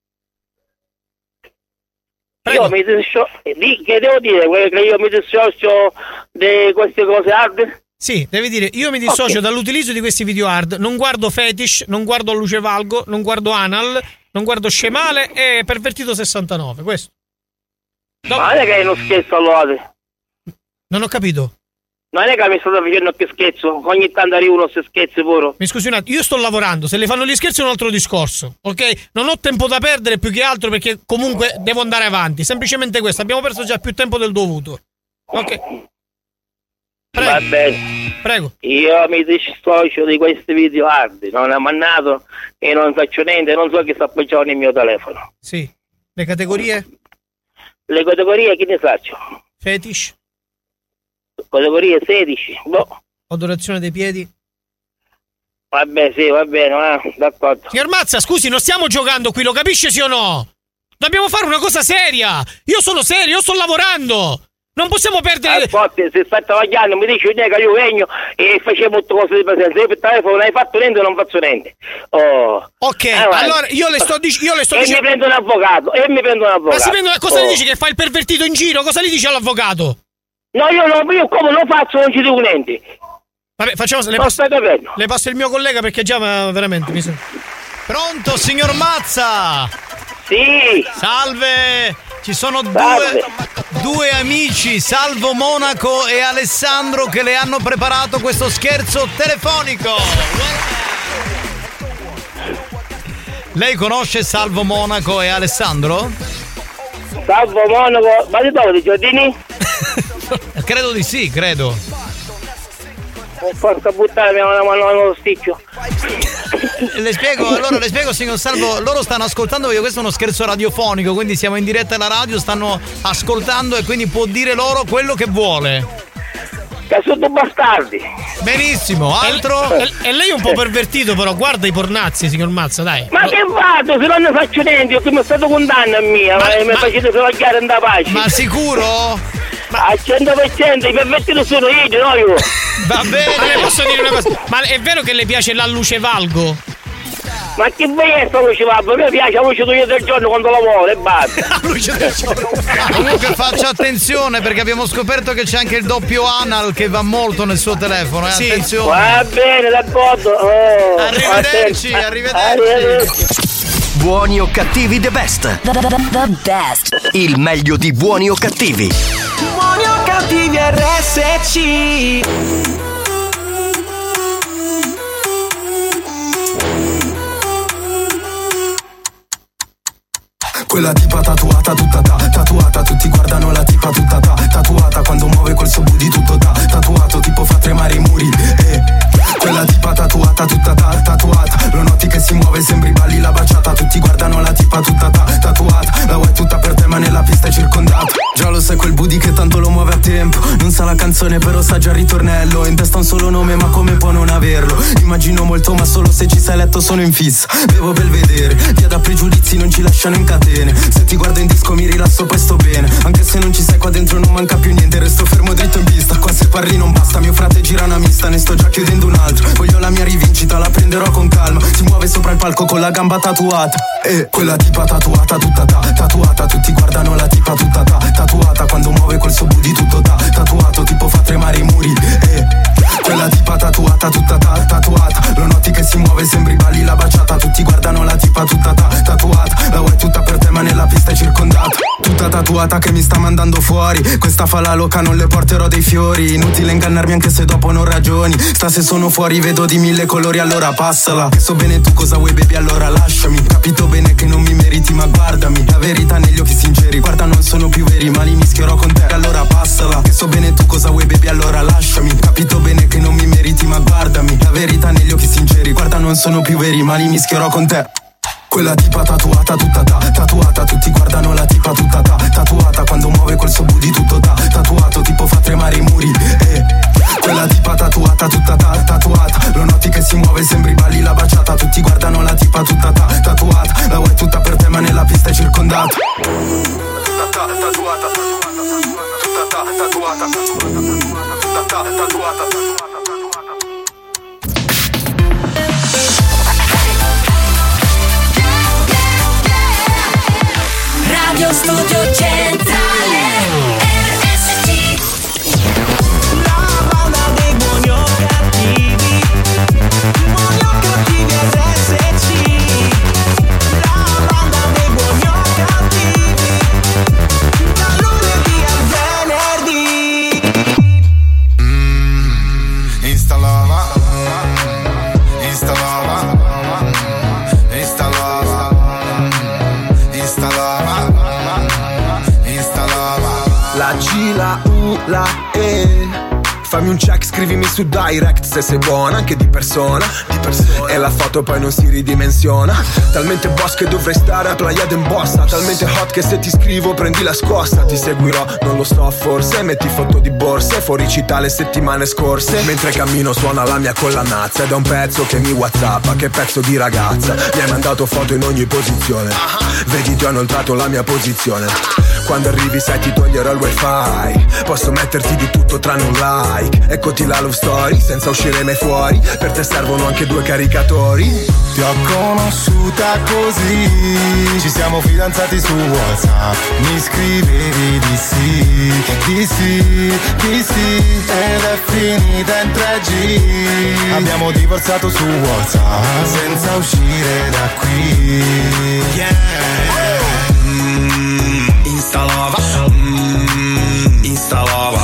Prego. Io mi dissocio, che devo dire? Che io mi dissocio di queste cose hard? Sì, devi dire, io mi dissocio okay. dall'utilizzo di questi video hard, non guardo fetish, non guardo luce valgo, non guardo anal, non guardo scemale e pervertito sessantanove, questo. Dopo... Ma non è che è uno scherzo allora? Non ho capito. Non è che mi state facendo più scherzo, ogni tanto arriva uno se scherzi pure. Mi scusi un attimo, io sto lavorando, se le fanno gli scherzi è un altro discorso, ok? Non ho tempo da perdere più che altro perché comunque devo andare avanti, semplicemente questo, abbiamo perso già più tempo del dovuto, ok? Prego. Va bene. Prego. Io mi dissocio di questi video hard, non ho mandato e non faccio niente, non so che sta appoggiato nel mio telefono. Sì. Le categorie? Le categorie che ne faccio? Fetish? Categorie sedici, boh. Odorazione dei piedi? Vabbè, sì, va bene, eh, d'accordo. Signor Mazza, scusi, non stiamo giocando qui, lo capisce sì o no? Dobbiamo fare una cosa seria. Io sono serio, io sto lavorando. Non possiamo perdere... Infatti, se stai travagliando, mi dici che io vengo e facevo tutte cose di presenza. Io per telefono non hai fatto niente, non faccio niente. Oh. Ok, eh, allora io le sto, dic- io le sto e dicendo... E mi prendo un avvocato, e mi prendo un avvocato. Ma si prende... cosa oh. le dici, che fa il pervertito in giro? Cosa gli dice all'avvocato? No, io, no, io come lo faccio non ci dico niente. Vabbè, facciamo... Le passo, le passo il mio collega perché già veramente mi sembra... Pronto, signor Mazza? Sì. Salve. Ci sono due, due amici, Salvo Monaco e Alessandro, che le hanno preparato questo scherzo telefonico. Lei conosce Salvo Monaco e Alessandro? Salvo Monaco, ma di dove, di Giordini? Credo di sì, credo. Oh, porca puttana, mi hanno mandato uno sticcio. Le spiego, allora le spiego, signor Salvo, loro stanno ascoltando perché questo è uno scherzo radiofonico, quindi siamo in diretta alla radio, stanno ascoltando e quindi può dire loro quello che vuole. Che sono bastardi. Benissimo, altro? E, e lei è un po' pervertito però, guarda i pornazzi, signor Mazza, dai. Ma che vado, se non ne faccio niente, io che mi è stato condanna mia, ma, ma mi facete travagliare in da pace. Ma sicuro? Ma al cento per cento i pervertiti sono io, no io. Va bene. Ma le posso dire una cosa? Ma è vero che le piace la luce valgo? Ma che bellezza luce valgo? A me piace la luce del giorno quando lavoro e basta. La luce del giorno. Comunque faccia attenzione perché abbiamo scoperto che c'è anche il doppio anal che va molto nel suo telefono, eh? Sì. Attenzione. Va bene, d'accordo. Oh, arrivederci, arrivederci. Arrivederci. Buoni o cattivi the best. The, the, the best. Il meglio di Buoni o cattivi. Buoni o cattivi R S C. Quella tipa tatuata tutta ta, tatuata, tutti guardano la tipa tutta ta, tatuata quando muove col suo booty tutto ta, tatuato tipo fa tremare i muri, eh. Quella tipa tatuata tutta ta, tatuata, lo noti che si muove, sembri balli la baciata, tutti guardano la tipa tutta ta, tatuata, la vuoi tutta per te ma nella pista è circondata. Già lo sai quel booty che tanto lo muove a tempo, non sa la canzone però sa già il ritornello, in testa un solo nome ma come può non averlo, immagino molto ma solo se ci sei letto sono in fissa, bevo per vedere, via da pregiudizi non ci lasciano in catene. Se ti guardo in disco mi rilasso poi sto bene, anche se non ci sei qua dentro non manca più niente, resto fermo dritto in pista, qua se parli non basta, mio frate gira una mista, ne sto già chiudendo un altro, voglio la mia rivincita, la prenderò con calma, si muove sopra il palco con la gamba tatuata, e quella tipa tatuata tutta ta, tatuata, tutti guardano la tipa tutta ta, tatuata quando muove col suo booty tutto ta, tatuato tipo fa tremare i muri, e quella tipa tatuata tutta ta, tatuata, lo noti che si muove, sembri balli la baciata, tutti guardano la tipa tutta ta, tatuata, la vuoi tutta per te ma nella pista è circondata, tutta tatuata tatuata che mi sta mandando fuori. Questa fa la loca, non le porterò dei fiori. Inutile ingannarmi anche se dopo non ragioni. Sta se sono fuori vedo di mille colori, allora passala. Che so bene tu cosa vuoi baby, allora lasciami. Capito bene che non mi meriti ma guardami. La verità negli occhi sinceri, guarda non sono più veri ma li mischierò con te, allora passala. Che so bene tu cosa vuoi baby, allora lasciami. Capito bene che non mi meriti ma guardami. La verità negli occhi sinceri, guarda non sono più veri ma li mischierò con te. Quella tipa tatuata tutta ta, tatuata, tutti guardano la tipa tutta ta, tatuata, quando muove quel suo booty tutto ta, tatuato, tipo fa tremare i muri, eh. Quella tipa tatuata tutta ta, tatuata, lo noti che si muove, sembri balli la baciata, tutti guardano la tipa tutta ta, tatuata, la vuoi tutta per te ma nella pista è circondata. Tutta ta, tatuata, tutta ta, tatuata, tutta ta, tatuata. Radio Studio Centrale R S C. La banda dei buoni o cattivi, buoni o cattivi R S C. La banda dei buoni o cattivi, da lunedì al venerdì. Mm, installava, installava, installava, installava. La G, la U, la E. Fammi un check, scrivimi su direct se sei buona, anche di persona, di persona. E la foto poi non si ridimensiona. Talmente boss che dovrei stare a Playa d'Embossa. Talmente hot che se ti scrivo prendi la scossa. Ti seguirò, non lo so forse. Metti foto di borse, fuori città le settimane scorse. Mentre cammino suona la mia collanazza. Ed è un pezzo che mi whatsappa, che pezzo di ragazza. Mi hai mandato foto in ogni posizione. Vedi ti ho inoltrato la mia posizione. Quando arrivi sai ti toglierò il wifi. Posso metterti di tutto tranne un like. Eccoti la love story, senza uscire mai fuori. Per te servono anche due caricatori. Ti ho conosciuta così, ci siamo fidanzati su WhatsApp. Mi scrivevi di sì, di sì, di sì. Ed è finita in tre G. Abbiamo divorziato su WhatsApp, senza uscire da qui. Yeah. Mm, installava, mm, installava,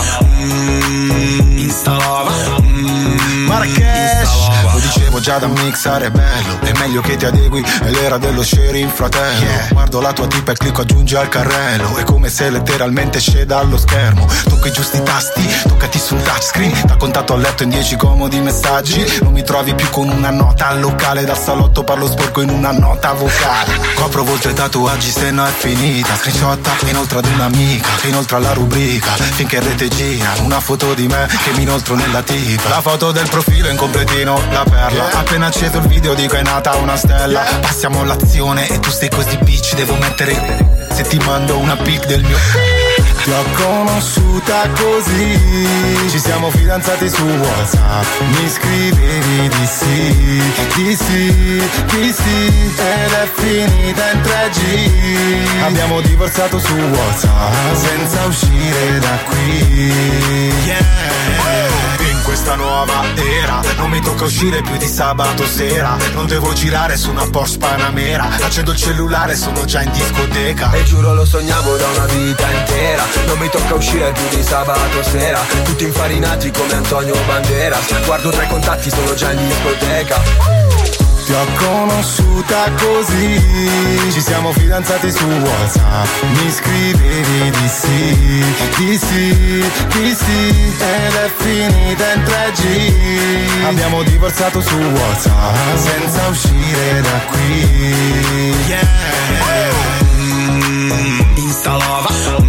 mm, installava, mm, Marrakesh. Lo dicevo già da mixare è bello, è meglio che ti adegui, è l'era dello sharing fratello. Yeah. Guardo la tua tipa e clicco aggiungi al carrello. È come se letteralmente sceda allo schermo. Tocco i giusti tasti, toccati sul touchscreen. Da contatto a letto in dieci comodi messaggi. Non mi trovi più con una nota al locale. Dal salotto parlo sporco in una nota vocale. Copro volte tatuaggi se no è finita. Screenshotta inoltre ad un'amica, che inoltre alla rubrica. Finché rete gira una foto di me che mi inoltro nella tipa. La foto del profilo in completino, la perla. Appena acceso il video dico è nata una stella. Passiamo all'azione e tu sei così bitch. Devo mettere, se ti mando una pic del mio. Ti ho conosciuta così, ci siamo fidanzati su WhatsApp. Mi scrivevi di sì, di sì, di sì. Ed è finita in tre G. Abbiamo divorziato su WhatsApp, senza uscire da qui. Yeah. In questa nuova era non mi tocca uscire più di sabato sera. Non devo girare su una Porsche Panamera. Accendo il cellulare, sono già in discoteca. E giuro lo sognavo da una vita intera. Non mi tocca uscire più di sabato sera. Tutti infarinati come Antonio Banderas. Guardo tra i contatti, sono già in discoteca. Ti ho conosciuta così, ci siamo fidanzati su WhatsApp. Mi scrivevi di sì, di sì, di sì. Ed è finita in tre G. Abbiamo divorziato su WhatsApp, senza uscire da qui. Yeah. Mm, installava,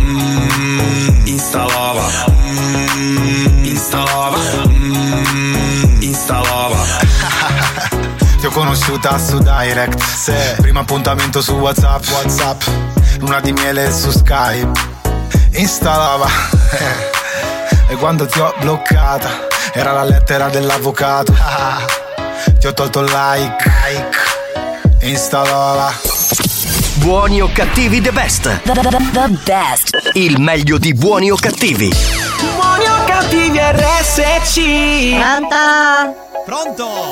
mm, installava, mm, installava, mm, installava. Ti ho conosciuta su direct, se primo appuntamento su WhatsApp, WhatsApp, luna di miele su Skype, installava. E quando ti ho bloccata era la lettera dell'avvocato. Ti ho tolto il like, like, installava. Buoni o cattivi the best. The, the, the, the best. Il meglio di Buoni o cattivi. Buoni o cattivi R S C. Pronto? Pronto?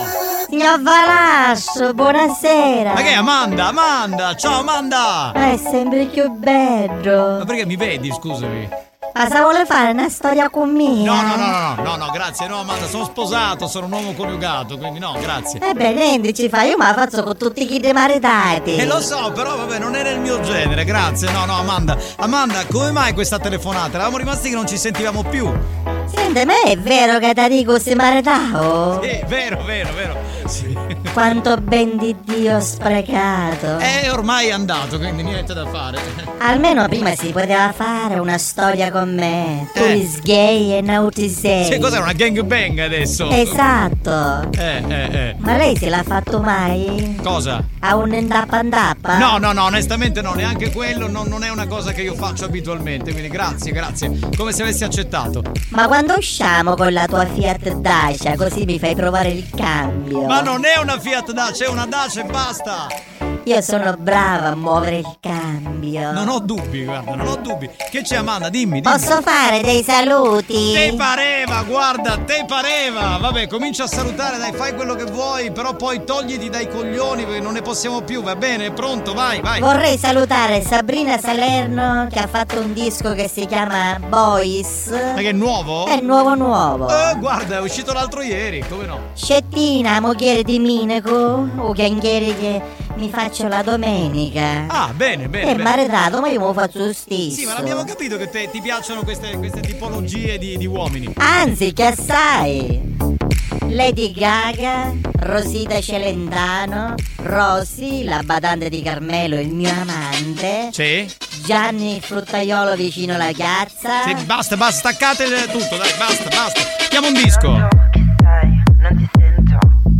Signor Valasso, buonasera. Ma che è Amanda? Amanda, ciao Amanda. È sempre più bello. Ma perché mi vedi, scusami? Ma se vuole fare una storia con me? No, no, no, no, no, no, grazie, no Amanda, sono sposato, sono un uomo coniugato, quindi no, grazie. E beh, niente ci fa, io me la faccio con tutti i kid maritati. E lo so, però vabbè, non era il mio genere, grazie, no, no, Amanda. Amanda, come mai questa telefonata? Eravamo rimasti che non ci sentivamo più. Senti, ma è vero che Tarico si maritavo? Sì, vero, vero, vero, sì. Quanto ben di Dio sprecato. È ormai andato, quindi niente da fare. Almeno prima si poteva fare una storia con me. Tu Eh. is gay e non ti sei. Sì, cos'è una gangbang adesso? Esatto. Eh, eh, eh. Ma lei se l'ha fatto mai? Cosa? A un indappa andappa? No, no, no, onestamente no, neanche quello non, non è una cosa che io faccio abitualmente, quindi grazie, grazie, come se avessi accettato. Ma quando usciamo con la tua Fiat Dacia, così mi fai provare il cambio? Ma non è una Fiat Dacia, è una Dacia e basta. Io sono brava a muovere il cambio. Non ho dubbi, guarda, non ho dubbi. Che c'è Amanda? Dimmi, dimmi. Posso fare dei saluti? Te pareva, guarda, te pareva. Vabbè, comincia a salutare, dai, fai quello che vuoi, però poi togliti dai coglioni perché non ne possiamo più, va bene? Pronto, vai, vai. Vorrei salutare Sabrina Salerno che ha fatto un disco che si chiama Boys. Ma che è nuovo? È nuovo nuovo. Eh, guarda, è uscito l'altro ieri, come no? Scettina, moglie di Minaco, o chianghieri che mi faccio la domenica. Ah, bene, bene. È bene. maritato, ma io me lo faccio lo stesso. Sì, ma l'abbiamo capito che te, ti piacciono queste, queste tipologie di, di uomini. Anzi, che assai. Lady Gaga, Rosita Celentano, Rosy, la badante di Carmelo, il mio amante. Sì. Gianni Fruttaiolo vicino alla piazza. Sì, basta, basta, staccate tutto, dai, basta, basta. Chiamo un disco. Non ti sento.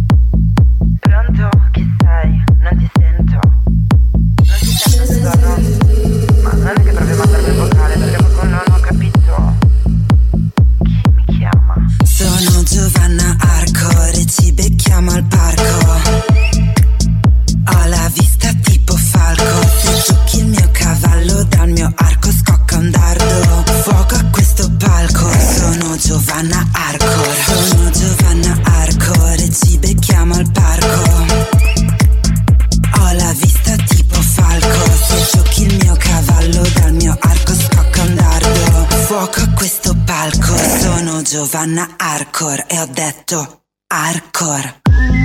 Pronto? Chi sei? Non ti sento. Non ti sento, no. Ma non è che proviamo a darmi il vocale perché proprio non ho capito. Chi mi chiama? Sono Giovanna Arcore, ci becchiamo al parco. Ho la vista tipo falco. Se tocchi il mio cavallo dal mio arco scocca un dardo. Fuoco a questo palco. Sono Giovanna Arcore. Sono Giovanna Arcore, ci becchiamo al parco. Ho la vista tipo falco. Se tocchi il mio cavallo dal mio arco scocca un dardo. Fuoco a questo palco. Sono Giovanna Arcore e ho detto hardcore.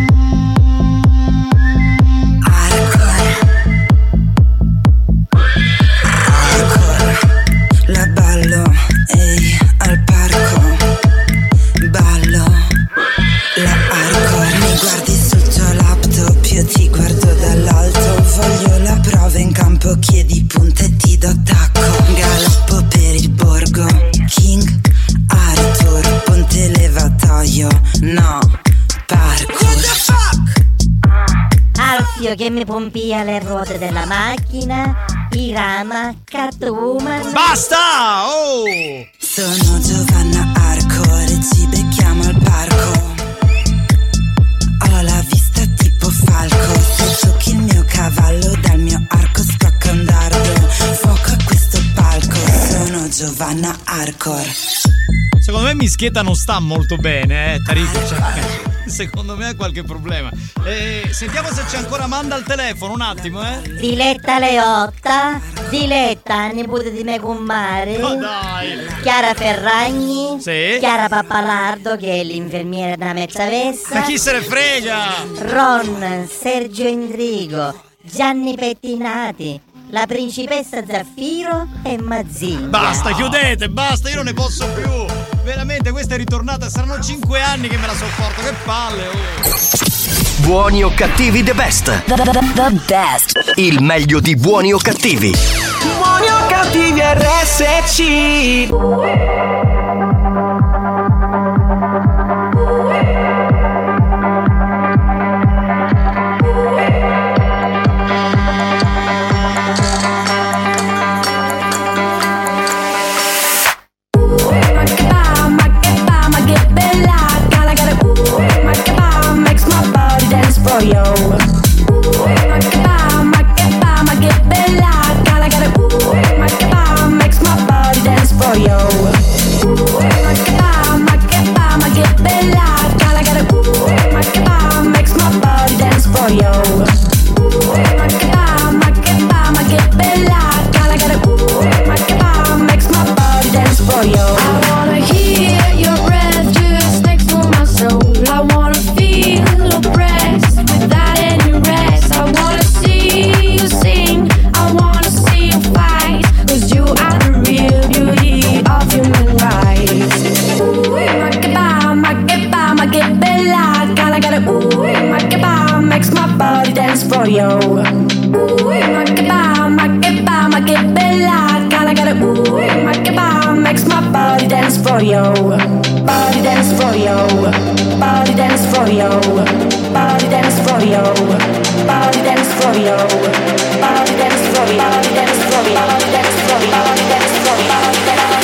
La ballo, ehi, al parco. Ballo, la hardcore. Mi guardi sul tuo laptop, io ti guardo dall'alto. Voglio la prova in campo, chiedi punte e ti do tacco. Galoppo per il borgo, King Arthur. Ponte levatoio, no, parkour. What the fuck? Alfio che mi pompia le ruote della macchina. Irama, Catwoman. Basta! Oh! Sono Giovanna Arcore, ci becchiamo al parco. Ho la vista tipo falco. Se tocchi il mio cavallo dal mio arco scocca un dardo. Fuoco a questo palco. Sono Giovanna Arcore. Secondo me Mischietta non sta molto bene, eh, Tarico. Cioè, secondo me ha qualche problema. Eh, sentiamo se c'è ancora Amanda al telefono, un attimo, eh. Diletta Leotta, Diletta, nipote di me Cummari. Oh, dai. Chiara Ferragni. Sì. Chiara Pappalardo, che è l'infermiera della Mezzavessa. Ma chi se ne frega? Ron, Sergio Indrigo, Gianni Pettinati, la principessa Zaffiro e Mazzini. Basta, chiudete, basta, io non ne posso più. Veramente, questa è ritornata, saranno cinque anni che me la sopporto, che palle, oh. Buoni o cattivi the best. The, the, the, the best. Il meglio di buoni o cattivi. Buoni o cattivi R S C. For you, my kebab, my kebab, my get bella, gotta gotta. My kebab makes my body dance for you. for you. Ooh, ma che ba, ma che ba, ma che bella. Gotta gotta, ooh, ma che ba, makes my body dance for you. Body dance for you. Body dance for you. Body dance for you. Body dance for you. Body dance for you. Body dance for you. Body dance for you. Body dance for you. Body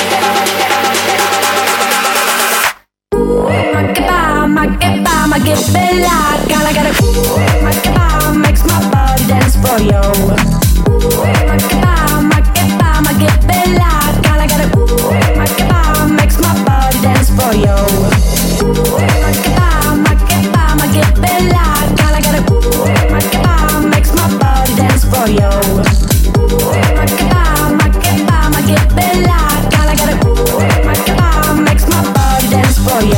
dance. Ma che ba, ma che ba, ma che bella. Gotta gotta, ooh, ma che ba, makes my body dance for you. Ma che ba, ma che ba, ma che bella. Gotta gotta, ooh, ma che ba, makes my body dance for you. Ma che ba, ma che ba, ma che bella. Gotta gotta, ooh, ma che ba, makes my body dance for you. Ma che ba, ma che ba, ma che bella. Gotta gotta, ooh, ma che ba, makes my body dance for you.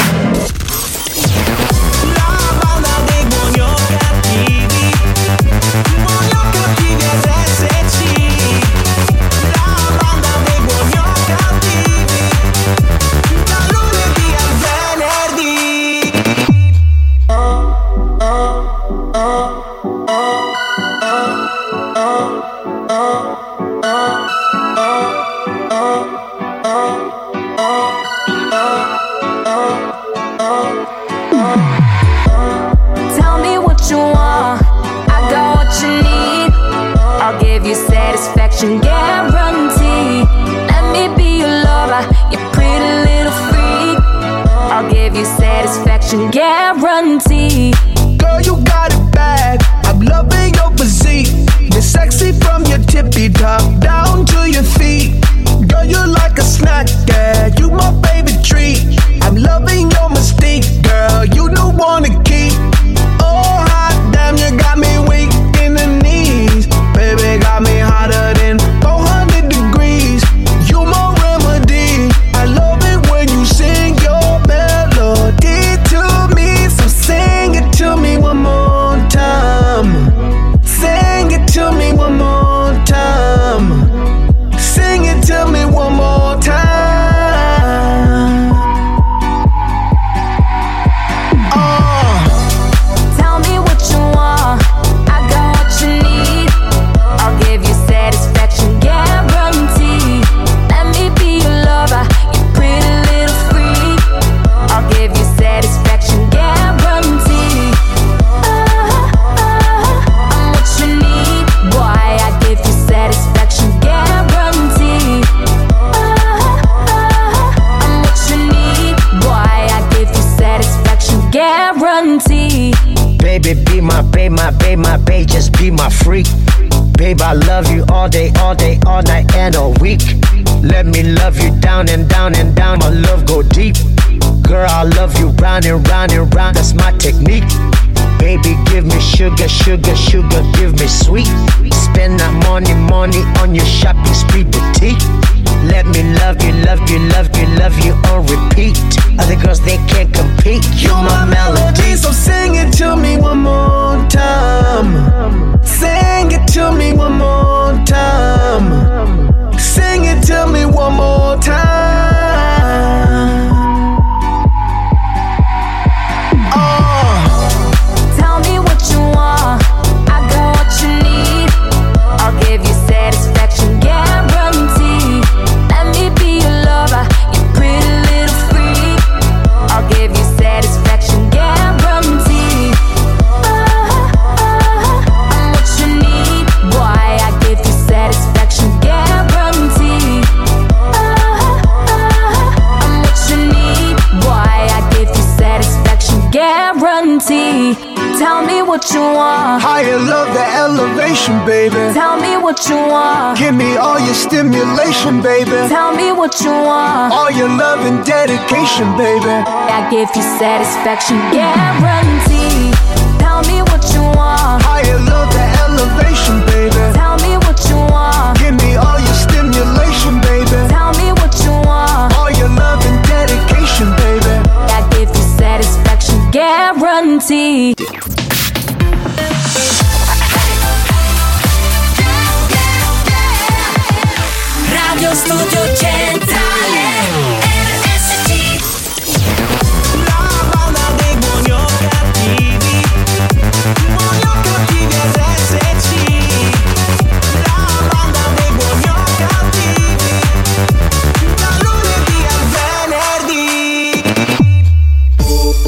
Tell me what you want, I got what you need. I'll give you satisfaction guarantee. Let me be your lover, you pretty little freak. I'll give you satisfaction guarantee. Girl, you got it bad, I'm loving your physique. You're sexy from your tippy top down to your feet. Girl, you're like a snack, yeah, you my favorite treat. I'm loving your mystique, girl, you don't wanna keep. Oh, hot damn, you got me weak in the knees. Baby, got me hotter than four hundred degrees. You my remedy, I love it when you sing your melody to me. So sing it to me one more time. Sing it to me one more time. Sing it to me one more time. Uh. Tell me what you want, I got what you need. I'll give you satisfaction guarantee. Let me be your lover, you pretty little freak. I'll give you satisfaction guarantee. Uh, uh, I'm what you need, boy. I give you satisfaction guarantee. Uh, uh, I'm what you need, boy. I give you satisfaction guarantee. Baby, be my babe, my babe, my babe, just be my freak. Babe, I love you all day, all day, all night and all week. Let me love you down and down and down, my love go deep. Girl, I love you round and round and round, that's my technique. Baby, give me sugar, sugar, sugar, give me sweet. Spend that money, money on your shopping spree boutique. Let me love you, love you, love you, love you on repeat. Other girls, they can't compete. You my melody, so sing it to me one more time. Sing it to me one more time. Sing it to me one more time. Uh. Tell me what you want, I got what you need. I'll give you satisfaction guarantee. Let me be your lover, you pretty little freak. I'll give you satisfaction guarantee. Uh, uh, I'm what you need, boy. I give you satisfaction guarantee. Uh, uh, I'm what you need, boy. I give you satisfaction guarantee. Tell me what you want. Higher love, the elevation, baby. Tell me what you want. Give me all your stimulation, baby. Tell me what you want. All your love and dedication, baby. I give you satisfaction guarantee. Tell me what you want. Higher love, the elevation, baby. Tell me what you want. Give me all your stimulation, baby. Tell me what you want. All your love and dedication, baby. I give you satisfaction guarantee. Radio Studio Centrale R S C. La banda dei buoni o cattivi. Buoni o cattivi R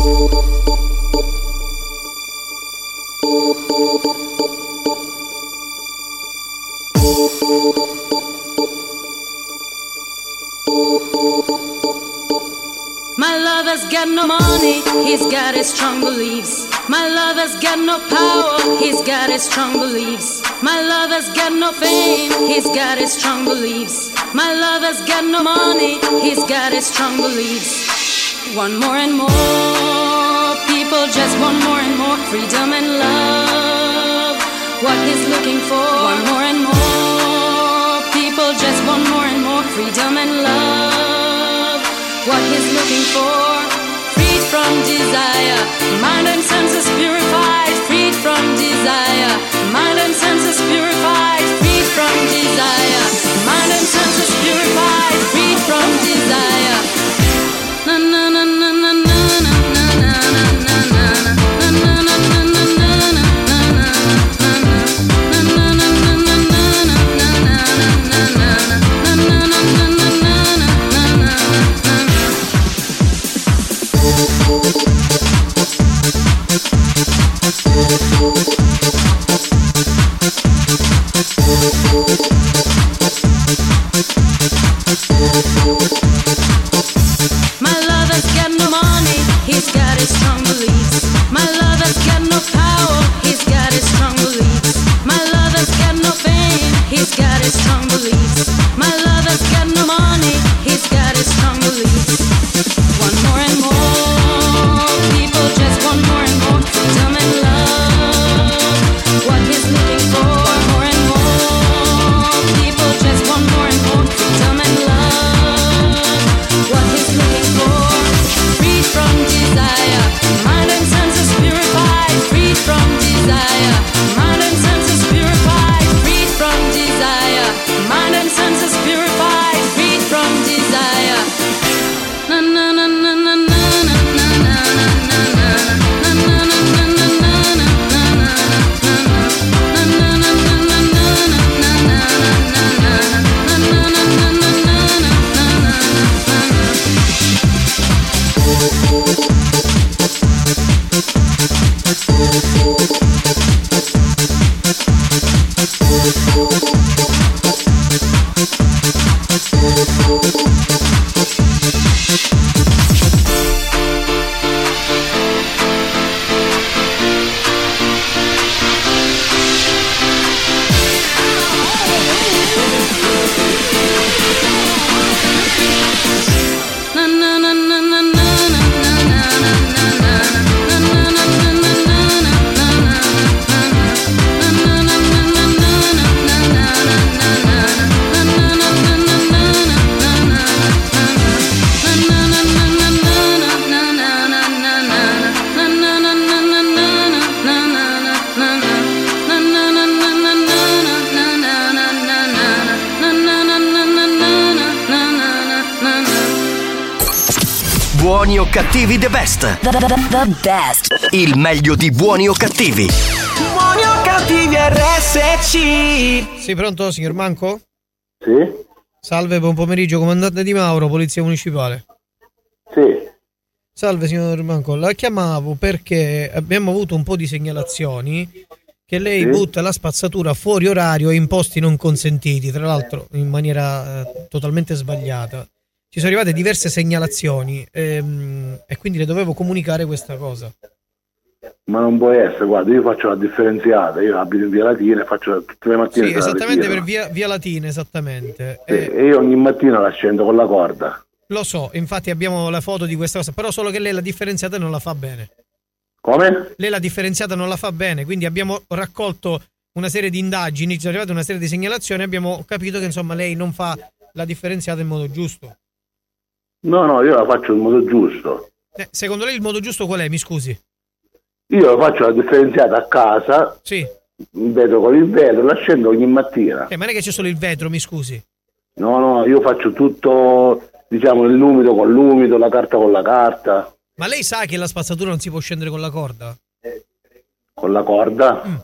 My lover's got no money, he's got his strong beliefs. My lover's got no power, he's got his strong beliefs. My lover's got no fame, he's got his strong beliefs. My lover's got no money, he's got his strong beliefs. One more and more, people just want more and more freedom and love. What he's looking for, one more and more, people just want more and more freedom and love. What he's looking for, freed from desire, mind and senses purified, freed from desire, mind and senses purified, freed from desire, mind and senses purified, freed from desire. Na na na na na na na na na na na na na na. My lover's got no money, he's got his strong beliefs. My lover's got no power, he's got his strong beliefs. My lover's got no fame, he's got his strong beliefs. My lover's got no money, he's got his strong beliefs. One more and more, people just want more and more freedom and love. What he's looking for, one more and more, people just want more and more freedom and love. What he's looking for, freed from desire, mind and senses purified, freed from desire, mind and senses purified, freed from desire, mind and senses purified, freed from desire. Na na na na na na na na na na na na na na Buoni o cattivi the best. The, the, the best. Il meglio di buoni o cattivi. Buoni o cattivi R S C. Sì, pronto, signor Manco? Sì. Salve, buon pomeriggio, comandante Di Mauro, Polizia Municipale. Sì. Salve, signor Manco, la chiamavo perché abbiamo avuto un po' di segnalazioni che lei sì. butta la spazzatura fuori orario e in posti non consentiti, tra l'altro in maniera eh, totalmente sbagliata. Ci sono arrivate diverse segnalazioni ehm, e quindi le dovevo comunicare questa cosa. Ma non può essere, guarda, io faccio la differenziata, io abito in Via Latina e faccio tutte le mattine. Sì, esattamente per via, via Latina, esattamente. Sì, e... e io ogni mattina la scendo con la corda. Lo so, infatti abbiamo la foto di questa cosa, però solo che lei la differenziata non la fa bene. Come? Lei la differenziata non la fa bene, quindi abbiamo raccolto una serie di indagini, ci sono arrivate una serie di segnalazioni e abbiamo capito che insomma lei non fa la differenziata in modo giusto. No, no, io la faccio in modo giusto. Eh, secondo lei il modo giusto qual è? Mi scusi. Io faccio la differenziata a casa, sì. Vedo con il vetro, la scendo ogni mattina. Eh, ma non è che c'è solo il vetro, mi scusi. No, no, io faccio tutto, diciamo, l'umido con l'umido, la carta con la carta. Ma lei sa che la spazzatura non si può scendere con la corda? Con la corda? Mm.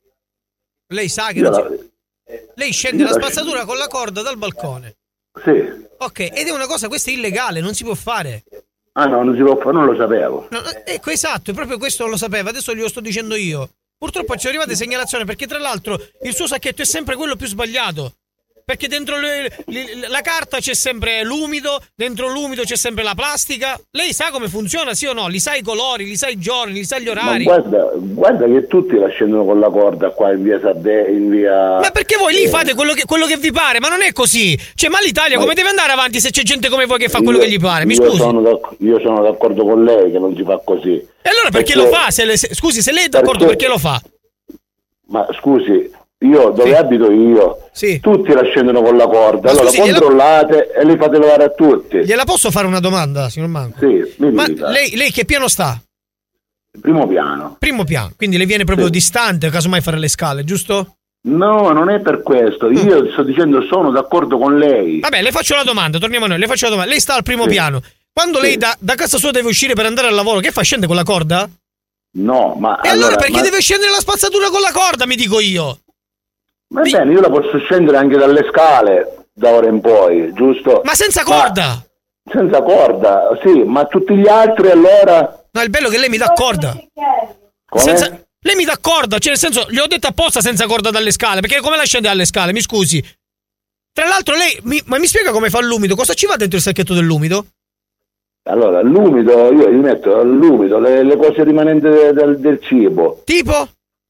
Lei sa che non la... si... Lei scende io la spazzatura scendo. Con la corda dal balcone? Sì. Ok, ed è una cosa, questa è illegale, non si può fare. Ah no, non si può fare, non lo sapevo. No, ecco, esatto, è proprio questo non lo sapeva, adesso glielo sto dicendo io. Purtroppo ci è arrivata segnalazione perché tra l'altro il suo sacchetto è sempre quello più sbagliato. Perché dentro le, le, la carta c'è sempre l'umido, dentro l'umido c'è sempre la plastica. Lei sa come funziona, sì o no? Li sa i colori, li sa i giorni, li sa gli orari. Ma guarda, guarda che tutti la scendono con la corda qua in via Sabè, in via... Ma perché voi lì eh. fate quello che, quello che vi pare? Ma non è così. Cioè, ma l'Italia ma come deve andare avanti se c'è gente come voi che fa quello io, che gli pare? Mi io scusi. Sono io sono d'accordo con lei che non si fa così. E allora perché, perché lo fa? Se le, se, scusi, se lei è d'accordo perché, perché lo fa? Ma scusi... Io dove sì. abito io, sì. tutti la scendono con la corda, ma allora scusi, controllate gliela... e li fate levare a tutti. Gliela posso fare una domanda, signor Manco? Sì, mi ma lei, lei che piano sta? Primo piano. Primo piano, quindi le viene proprio sì. distante, casomai fare le scale, giusto? No, non è per questo, io mm. sto dicendo sono d'accordo con lei. Vabbè, le faccio la domanda, torniamo a noi, le faccio la domanda. Lei sta al primo sì. piano, quando sì. lei da, da casa sua deve uscire per andare al lavoro, che fa? Scende con la corda? No, ma... E allora, allora perché ma... deve scendere la spazzatura con la corda, mi dico io? Va bene, io la posso scendere anche dalle scale da ora in poi, giusto? Ma senza corda! Ma senza corda, sì, ma tutti gli altri allora... No, il bello è che lei mi dà corda. Come? Senza... Lei mi dà corda, cioè nel senso, gli ho detto apposta senza corda dalle scale, perché come la scende dalle scale, mi scusi? Tra l'altro lei, mi... ma mi spiega come fa l'umido? Cosa ci va dentro il sacchetto dell'umido? Allora, l'umido, io gli metto l'umido, le, le cose rimanenti del, del, del cibo. Tipo?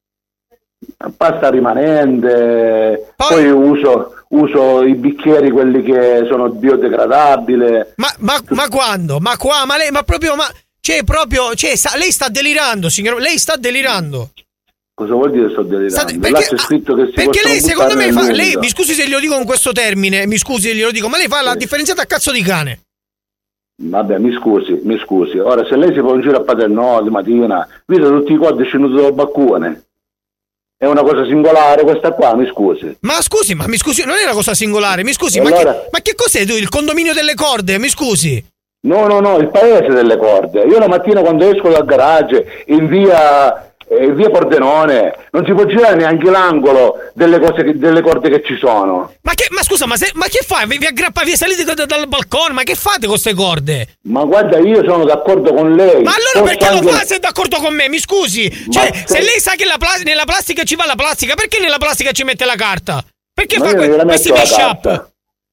Pasta rimanente, poi, poi uso, uso i bicchieri, quelli che sono biodegradabili. Ma, ma, ma quando? Ma qua? Ma lei, ma proprio, ma c'è proprio, c'è, sta, lei sta delirando, signor, lei sta delirando. Cosa vuol dire sto delirando? Sta, perché, là c'è scritto che si perché lei secondo me fa, lei, mi scusi se glielo dico con questo termine, mi scusi se glielo dico, ma lei fa sì. la differenziata a cazzo di cane. Vabbè, mi scusi, mi scusi. Ora, se lei si fa un giro a Paternò di mattina, vedo tutti i codi scenuti dal baccone. È una cosa singolare questa qua, mi scusi. Ma scusi, ma mi scusi, non è una cosa singolare, mi scusi, ma, allora... che, ma che cos'è tu, il condominio delle corde, mi scusi? No, no, no, il paese delle corde. Io la mattina quando esco dal garage in via... Eh, via Pordenone non si può girare neanche l'angolo delle cose che, delle corde che ci sono. Ma che ma scusa, ma, se, ma che fai? Vi, vi aggrappa via salite da, dal balcone, ma che fate con queste corde? Ma guarda, io sono d'accordo con lei. Ma allora perché anche... lo fa se è d'accordo con me? Mi scusi. Cioè, se... se lei sa che la pla- nella plastica ci va la plastica, perché nella plastica ci mette la carta? Perché ma fa que- questi mashup?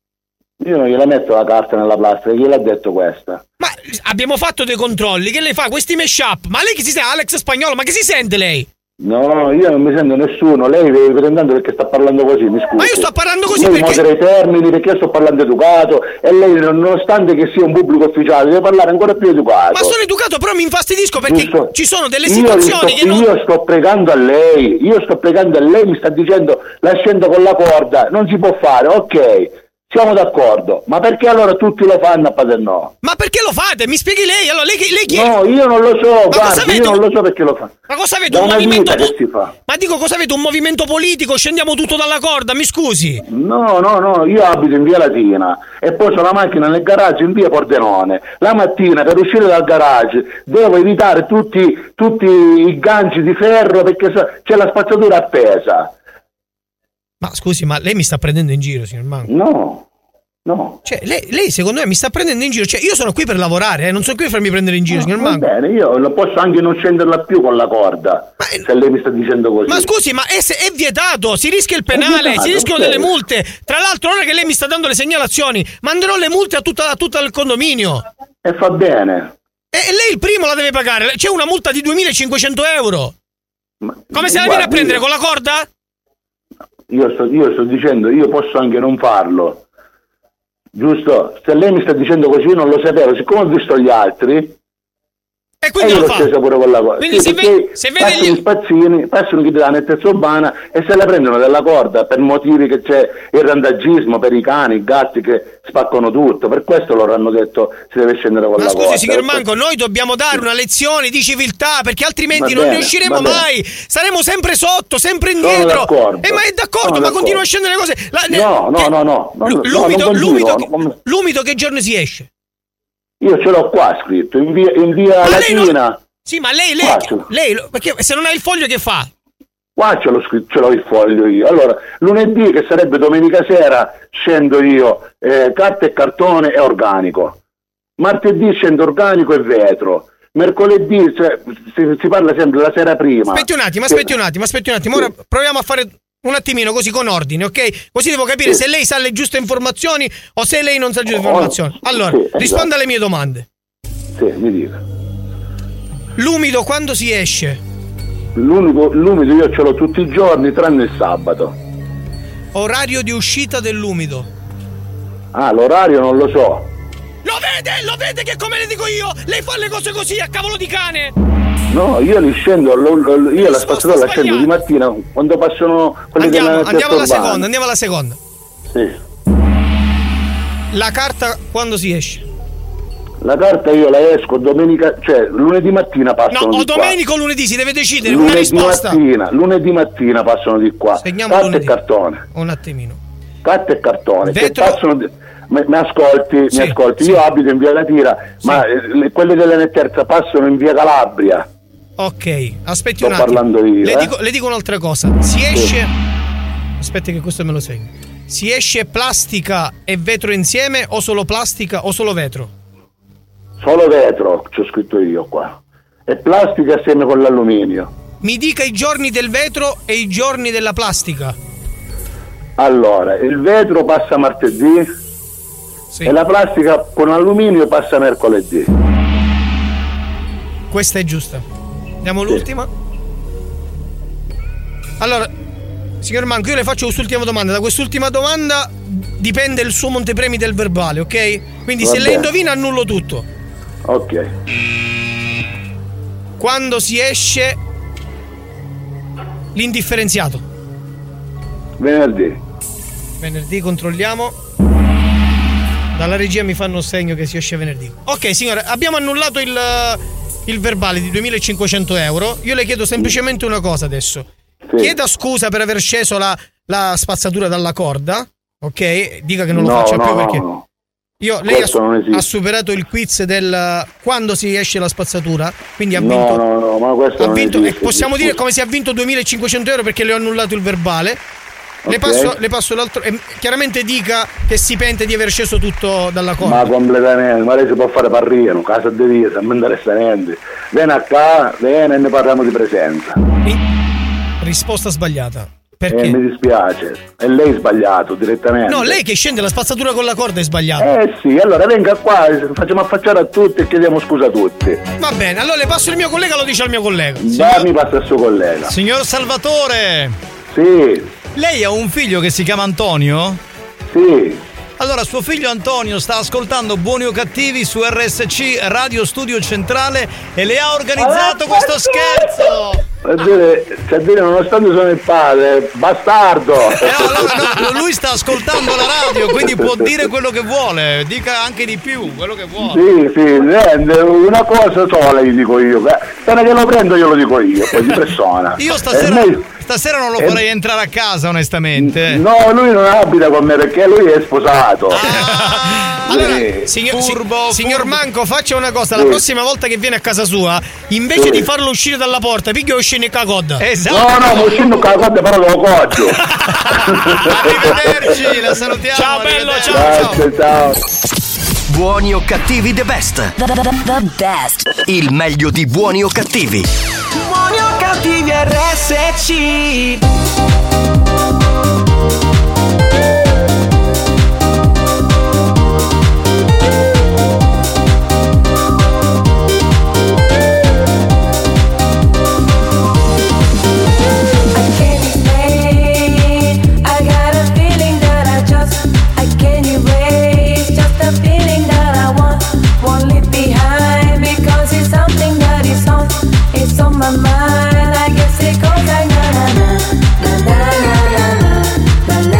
Io non gliela metto la carta nella plastica, gliel'ha detto questa. Ma abbiamo fatto dei controlli, che lei fa questi mashup? Ma lei che si sente? Alex Spagnolo, ma che si sente lei? No, io non mi sento nessuno, lei deve pretendere perché sta parlando così, mi scusi. Ma io sto parlando così lei perché... modera i termini, perché io sto parlando educato e lei, nonostante che sia un pubblico ufficiale, deve parlare ancora più educato. Ma sono educato, però mi infastidisco perché Giusto. Ci sono delle situazioni io sto, che non... Io sto pregando a lei, io sto pregando a lei, mi sta dicendo la scendo con la corda, non si può fare, ok. Siamo d'accordo, ma perché allora tutti lo fanno a Paternò? Ma perché lo fate? Mi spieghi lei? Allora lei, lei chi è? No, io non lo so, guarda, io non lo so perché lo fa. Ma cosa avete da un una movimento vita che si fa. Ma dico, cosa avete un movimento politico? Scendiamo tutto dalla corda, mi scusi? No, no, no, io abito in via Latina e poso la macchina nel garage in via Pordenone. La mattina per uscire dal garage devo evitare tutti, tutti i ganci di ferro perché c'è la spazzatura appesa. Ma scusi, ma lei mi sta prendendo in giro, signor Manco? No. No. Cioè, lei, lei secondo me mi sta prendendo in giro. Cioè, io sono qui per lavorare, eh, non sono qui per farmi prendere in giro, no, signor Manco. Va bene, io lo posso anche non scenderla più con la corda. Ma, se lei mi sta dicendo così. Ma scusi, ma è, è vietato, si rischia il penale, vietato, si rischiano okay. delle multe. Tra l'altro, ora che lei mi sta dando le segnalazioni, manderò le multe a tutta, a tutto il condominio. E fa bene. E, e lei il primo la deve pagare. C'è una multa di duemilacinquecento euro. Ma, come se la viene a prendere io, con la corda? Io sto, io sto dicendo, io posso anche non farlo. Giusto? Se lei mi sta dicendo così io non lo sapevo, siccome ho visto gli altri e quindi e io lo l'ho fa. scesa pure con la corda. Quindi sì, se, ve- se vede passano gli spazzini, passano chi della nettezza urbana e se la prendono della corda per motivi che c'è il randagismo per i cani, i gatti che spaccano tutto, per questo loro hanno detto si deve scendere con ma la scusi, corda. Ma scusi signor Manco, noi dobbiamo dare una lezione di civiltà perché altrimenti va non bene, ne usciremo mai, saremo sempre sotto, sempre Sono indietro. d'accordo. Eh, ma è d'accordo, Sono ma d'accordo. continua a scendere le cose. La, no, no, no, no, no, l'umido, no, non l'umido, continuo, che, l'umido che giorno si esce? Io ce l'ho qua scritto, in via, in via Latina. Non... Sì, ma lei, lei, lei, perché se non ha il foglio che fa? Qua ce l'ho scritto, ce l'ho il foglio io. Allora, lunedì, che sarebbe domenica sera, scendo io, eh, carta e cartone e organico. martedì scende organico e vetro, mercoledì cioè, si, si parla sempre la sera prima. Aspetti un attimo, aspetti un attimo, aspetti un attimo. Ora proviamo a fare un attimino così con ordine, ok? Così devo capire sì. se lei sa le giuste informazioni o se lei non sa le giuste oh, informazioni. Allora, sì, esatto. risponda alle mie domande. Sì, mi dica. L'umido quando si esce? L'unico, l'umido io ce l'ho tutti i giorni tranne il sabato. Orario di uscita dell'umido? Ah, l'orario non lo so. Lo vede? Lo vede che come le dico io? Lei fa le cose così a cavolo di cane? No, io li scendo, lo, lo, io la spazzatura la scendo di mattina quando passano quelli andiamo, della andiamo alla urbana. seconda, andiamo alla seconda. Sì. La carta quando si esce? La carta io la esco domenica, cioè lunedì mattina passano no, di o domenica qua. o lunedì, si deve decidere lunedì una risposta. Mattina, lunedì mattina passano di qua. Segniamo carta lunedì. e cartone. Un attimino. Carta e cartone. Vetro... Che passano di... mi, mi ascolti, sì, mi ascolti. sì. Io abito in via Latira, sì. ma eh, quelle della terza passano in via Calabria. Ok, aspetti Sto un attimo. parlando io. Le, eh? dico, le dico un'altra cosa. Si esce. Sì. Aspetti che questo me lo segno. Si esce plastica e vetro insieme o solo plastica o solo vetro? Solo vetro, ci ho scritto io qua. E plastica assieme con l'alluminio. Mi dica i giorni del vetro e i giorni della plastica. Allora, il vetro passa martedì sì. e la plastica con alluminio passa mercoledì. Questa è giusta. Andiamo all'ultima. Sì. Allora, signor Manco, io le faccio quest'ultima domanda. Da quest'ultima domanda dipende il suo montepremi del verbale, ok? Quindi Va se bene. lei indovina annullo tutto. Ok. Quando si esce l'indifferenziato? Venerdì. Venerdì, controlliamo. Dalla regia mi fanno segno che si esce venerdì. Ok, signore, abbiamo annullato il, il verbale di duemilacinquecento euro. Io le chiedo semplicemente una cosa adesso. Sì. Chieda scusa per aver sceso la, la spazzatura dalla corda, ok? Dica che non lo no, faccia no, più no, perché... No. Io, lei ha, ha superato il quiz del quando si esce la spazzatura, quindi ha vinto. No, no, no, ma questo ha non vinto, esiste, possiamo dire come si è vinto duemilacinquecento euro perché le ho annullato il verbale. Okay. Le passo, le passo l'altro. E chiaramente dica che si pente di aver sceso tutto dalla corda. Ma completamente, ma lei si può fare parrino, casa di vita, non mi interessa niente. Vieni a casa, vieni e ne parliamo di presenza. Risposta sbagliata. Perché? Eh, mi dispiace, è lei sbagliato direttamente. No, lei che scende la spazzatura con la corda è sbagliato. Eh sì, allora venga qua, facciamo affacciare a tutti e chiediamo scusa a tutti. Va bene, allora le passo il mio collega, lo dice al mio collega. Signor... mi passa il suo collega. Signor Salvatore. Sì. Lei ha un figlio che si chiama Antonio? Sì. Allora, suo figlio Antonio sta ascoltando Buoni o Cattivi su R S C Radio Studio Centrale e le ha organizzato allora, questo scherzo. A dire, cioè dire, nonostante sono il padre, bastardo. Eh, allora, no, lui sta ascoltando la radio, quindi può dire quello che vuole, dica anche di più, quello che vuole. Sì, sì, una cosa sola gli dico io, appena che lo prendo io lo dico io, poi di persona. Io stasera, me... stasera non lo farei eh... entrare a casa, onestamente. No, lui non abita con me perché lui è sposato. Ah, allora, signor, furbo, signor furbo. Manco, faccia una cosa, la sì. prossima volta che viene a casa sua, invece sì. di farlo uscire dalla porta, picchio scende con la coda. Esatto. No, no, non scendo con la coda, però lo coggio. Arrivederci, la salutiamo. Ciao bello, ciao, ciao. Ciao. Buoni o Cattivi the best. The, the, the best. Il meglio di Buoni o Cattivi. Buoni o Cattivi R S C. My mind, I guess it goes like na na na na na na na na.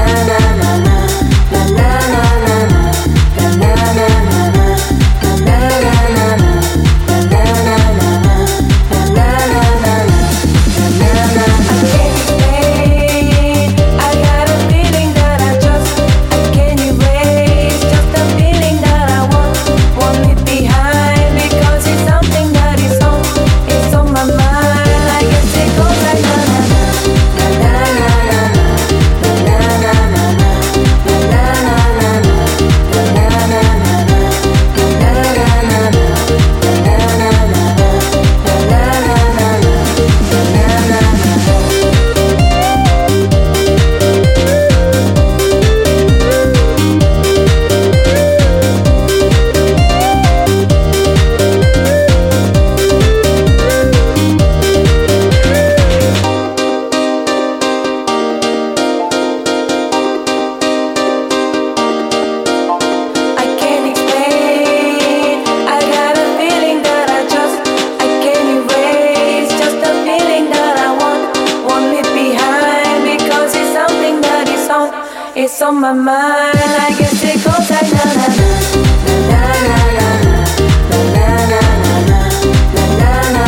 on my mind. I guess it goes like na na na na na na na na na na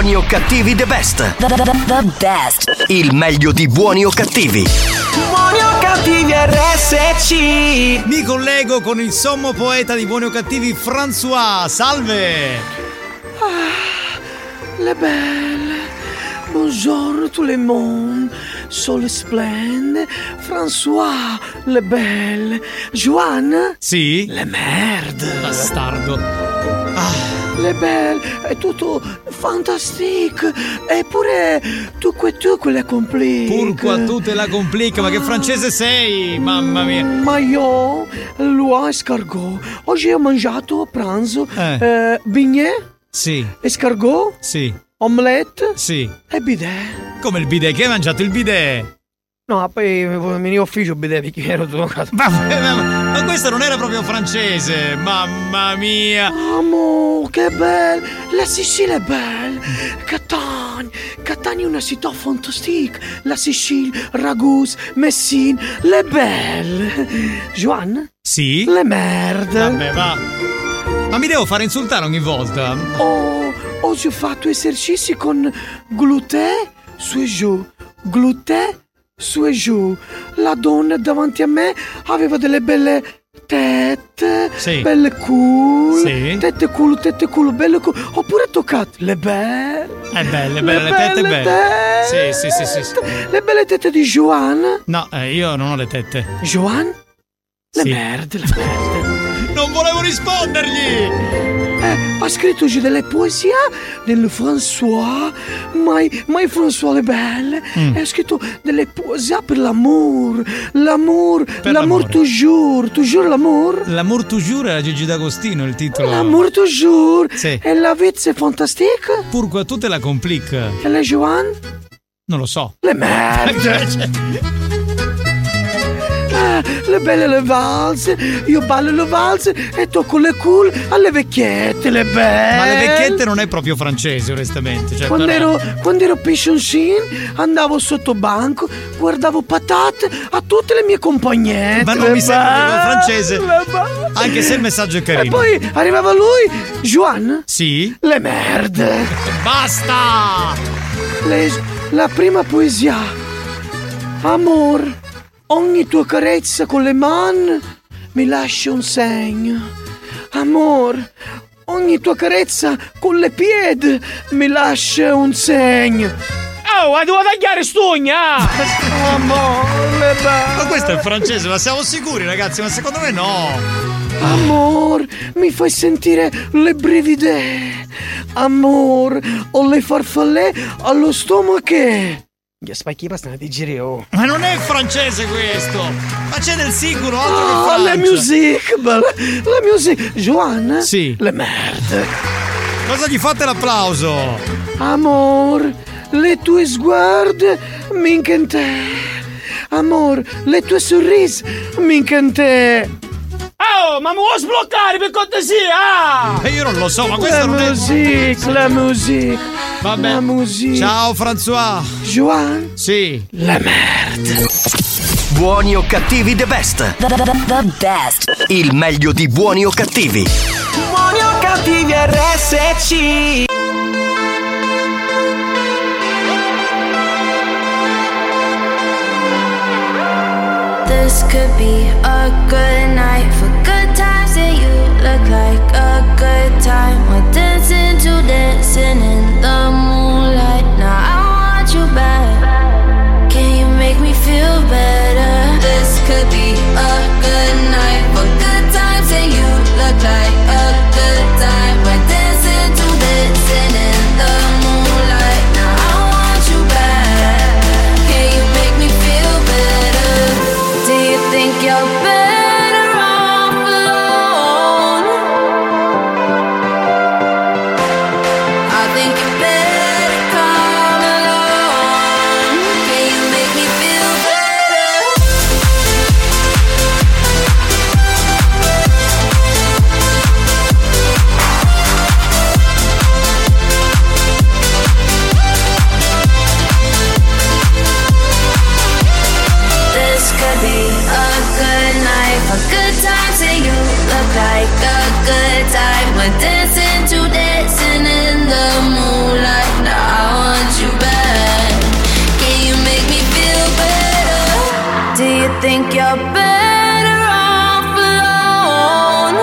Buoni o cattivi the best. The, the, the, the best. Il meglio di Buoni o cattivi. Buoni o cattivi R S C. Mi collego con il sommo poeta di Buoni o cattivi, François. Salve. Ah, le belle. Buongiorno tout le monde. Sole splende. François, le belle. Joanne. Sì. Le merde. Bastardo. Ah. Le belle, è tutto fantastique. Eppure tu que tu quelle complique. Pourquoi tu te la complica? Ma che francese sei? Mamma mia. Ma io, l'oie escargot. Oggi ho mangiato a pranzo Eh. eh, bignè, Sì. escargot, Sì. omelette Sì. e bidet. Come il bidet? Che hai mangiato il bidet? No, poi mi ne ufficio bidet perché ero drogato. Vabbè, ma, ma questo non era proprio francese. Mamma mia. Amore, che belle. La Sicilia è bella. Catania. Catania è una città fantastique. La Sicilia, Raguse, Messine, le belle. Joanne? Sì? Le merde. Vabbè, va. Ma mi devo fare insultare ogni volta? Oh, oggi ho fatto esercizi con glutè su e giù. Glutè su e giù. La donna davanti a me aveva delle belle tette, Sì. belle culo, Sì. tette culo, tette culo, belle culo. Oppure toccato le belle. È belle, belle, le tette belle. tette. Sì, sì, sì, sì, sì. Le belle tette di Joanne. No, eh, io non ho le tette. Joanne? Le Sì. merde, le merde. Non volevo rispondergli! Eh, ha scritto oggi delle poesie del François, mai, mai François le belle. Mm. E ha scritto delle poesie per l'amour, l'amour, Per l'amour l'amore. toujours, toujours l'amour. L'amour toujours era Gigi D'Agostino il titolo. L'amour toujours. Sì. E la vie c'est fantastique. Pourquoi tu te la complique? E le Joanne? Non lo so. Le merde. Ah, le belle le valse, io ballo le valse e tocco le cool alle vecchiette, le belle. Ma le vecchiette non è proprio francese, onestamente. Cioè, Quando però- ero, quando ero pensioncino andavo sotto banco, guardavo patate a tutte le mie compagnette. Ma non le mi sembra belle, proprio francese. le belle. Anche se il messaggio è E carino. poi arrivava lui, Joanne. Sì? Le merde. Basta! Le- la prima poesia. Amor, ogni tua carezza con le mani mi lascia un segno. Amor, ogni tua carezza con le piedi mi lascia un segno. Oh, la devo tagliare stugna! Amore, Ma questo è francese, ma siamo sicuri, ragazzi? Ma secondo me no. amor, mi fai sentire le brivide. Amor, ho le farfalle allo stomaco. Gli spacchi pasta di giro. Ma non è francese questo! Ma c'è del sicuro, altro che Ah, Francia. la music, bella. La music. Joanne? Sì. Le merde. Cosa gli fate l'applauso? Amor, le tue sguarde mi incantano. Amor, le tue sorrisi mi incantano. Oh, ma mi vuoi sbloccare per cortesia? E io non lo so, ma questa La non è. music, la music. Vabbè. La music. Ciao François. Joanne? Sì. La merda. Buoni o cattivi the best. The, the, the, the best. Il meglio di Buoni o cattivi. Buoni o cattivi R S C. This could be a good night for good times, and you look like a good time. We're dancing to dancing in the moonlight. Now I want you back. Can you make me feel better? This could be a good night for good times, and you look like a good time. We're dancing to dancing in the moonlight. Now I want you back. Can you make me feel better? Do you think you're better off alone? I think you're better think you're better off alone,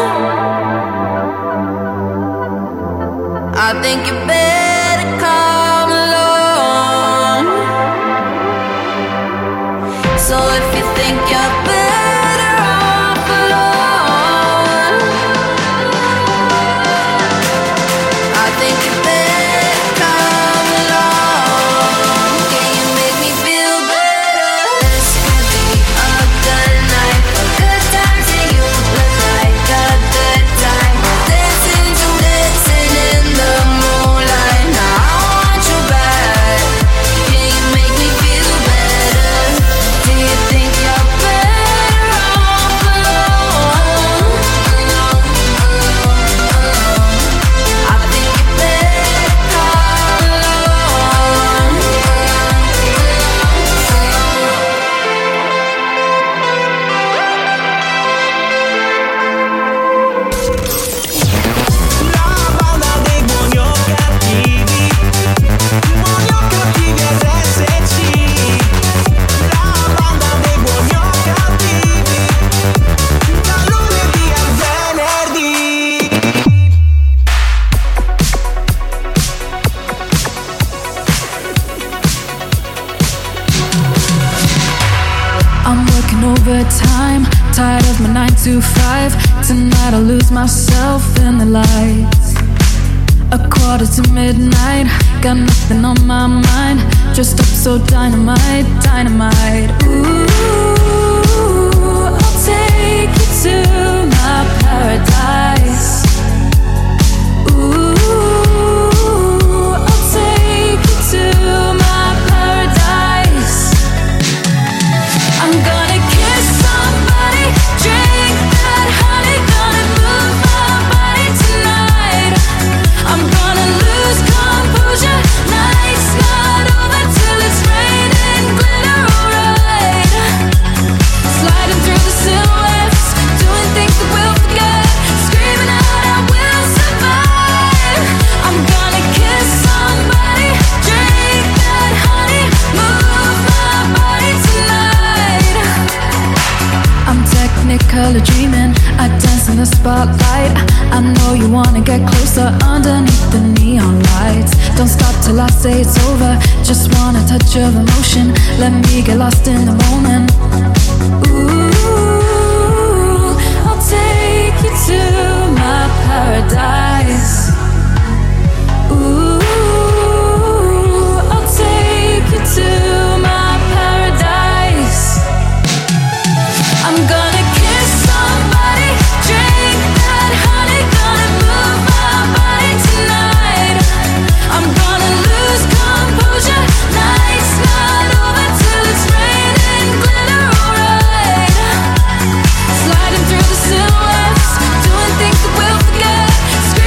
I think you better come along. So if you think you're better off alone, I think you better come along. Can you make me feel better? This could be a good night, a good time to you. Look like a good time. Dancing to dancing in the moonlight. Now I want you back. Can you make me feel better? Do you think you're better off alone? I think you better come along. La banda dei buoni o cattivi, buoni o cattivi R S C. La banda dei buoni o cattivi, da lunedì al venerdì. I'm working overtime, tired of my nine to five. Tonight I'll lose myself in the lights. A quarter to midnight, got nothing on my mind. Dressed up so dynamite, dynamite. Ooh, I'll take you to my paradise. Ooh, I'll take you to my paradise. I'm gonna kiss somebody, drink that honey, gonna move my body tonight. I'm gonna lose composure, night's not over till it's raining glitter, alright. Sliding through the silhouettes, doing things that we'll forget, screaming out I will survive. I'm gonna kiss somebody, drink that honey, move my body tonight. I'm technicolor dreaming, I dance in the spotlight. I know you wanna get closer underneath the neon lights. Don't stop till I say it's over, just want a touch of emotion. Let me get lost in the moment. Ooh, I'll take you to my paradise. Ooh, I'll take you to my paradise. I'm gonna kiss somebody, drink that honey, gonna move my body tonight. I'm gonna lose composure, night's not over till it's raining glitter, alright. Sliding through the silhouettes, doing things that we'll forget,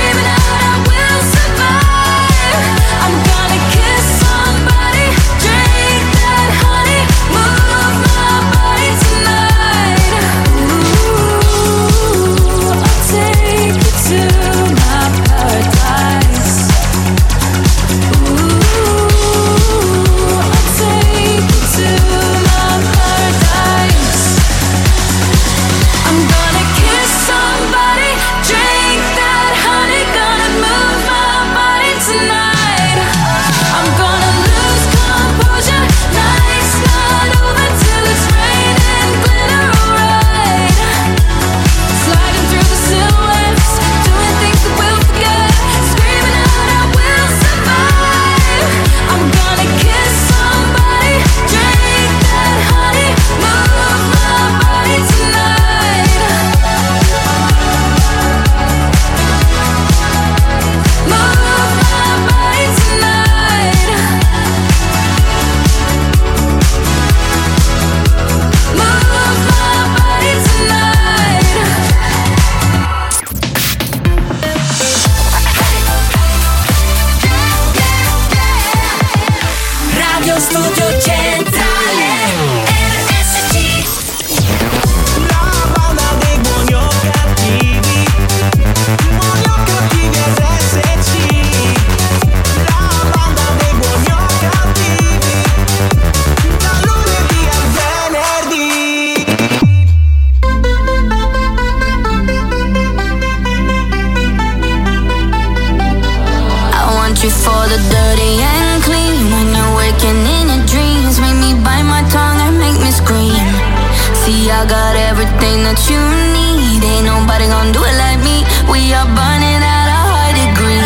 gon' do it like me. We are burning at a high degree.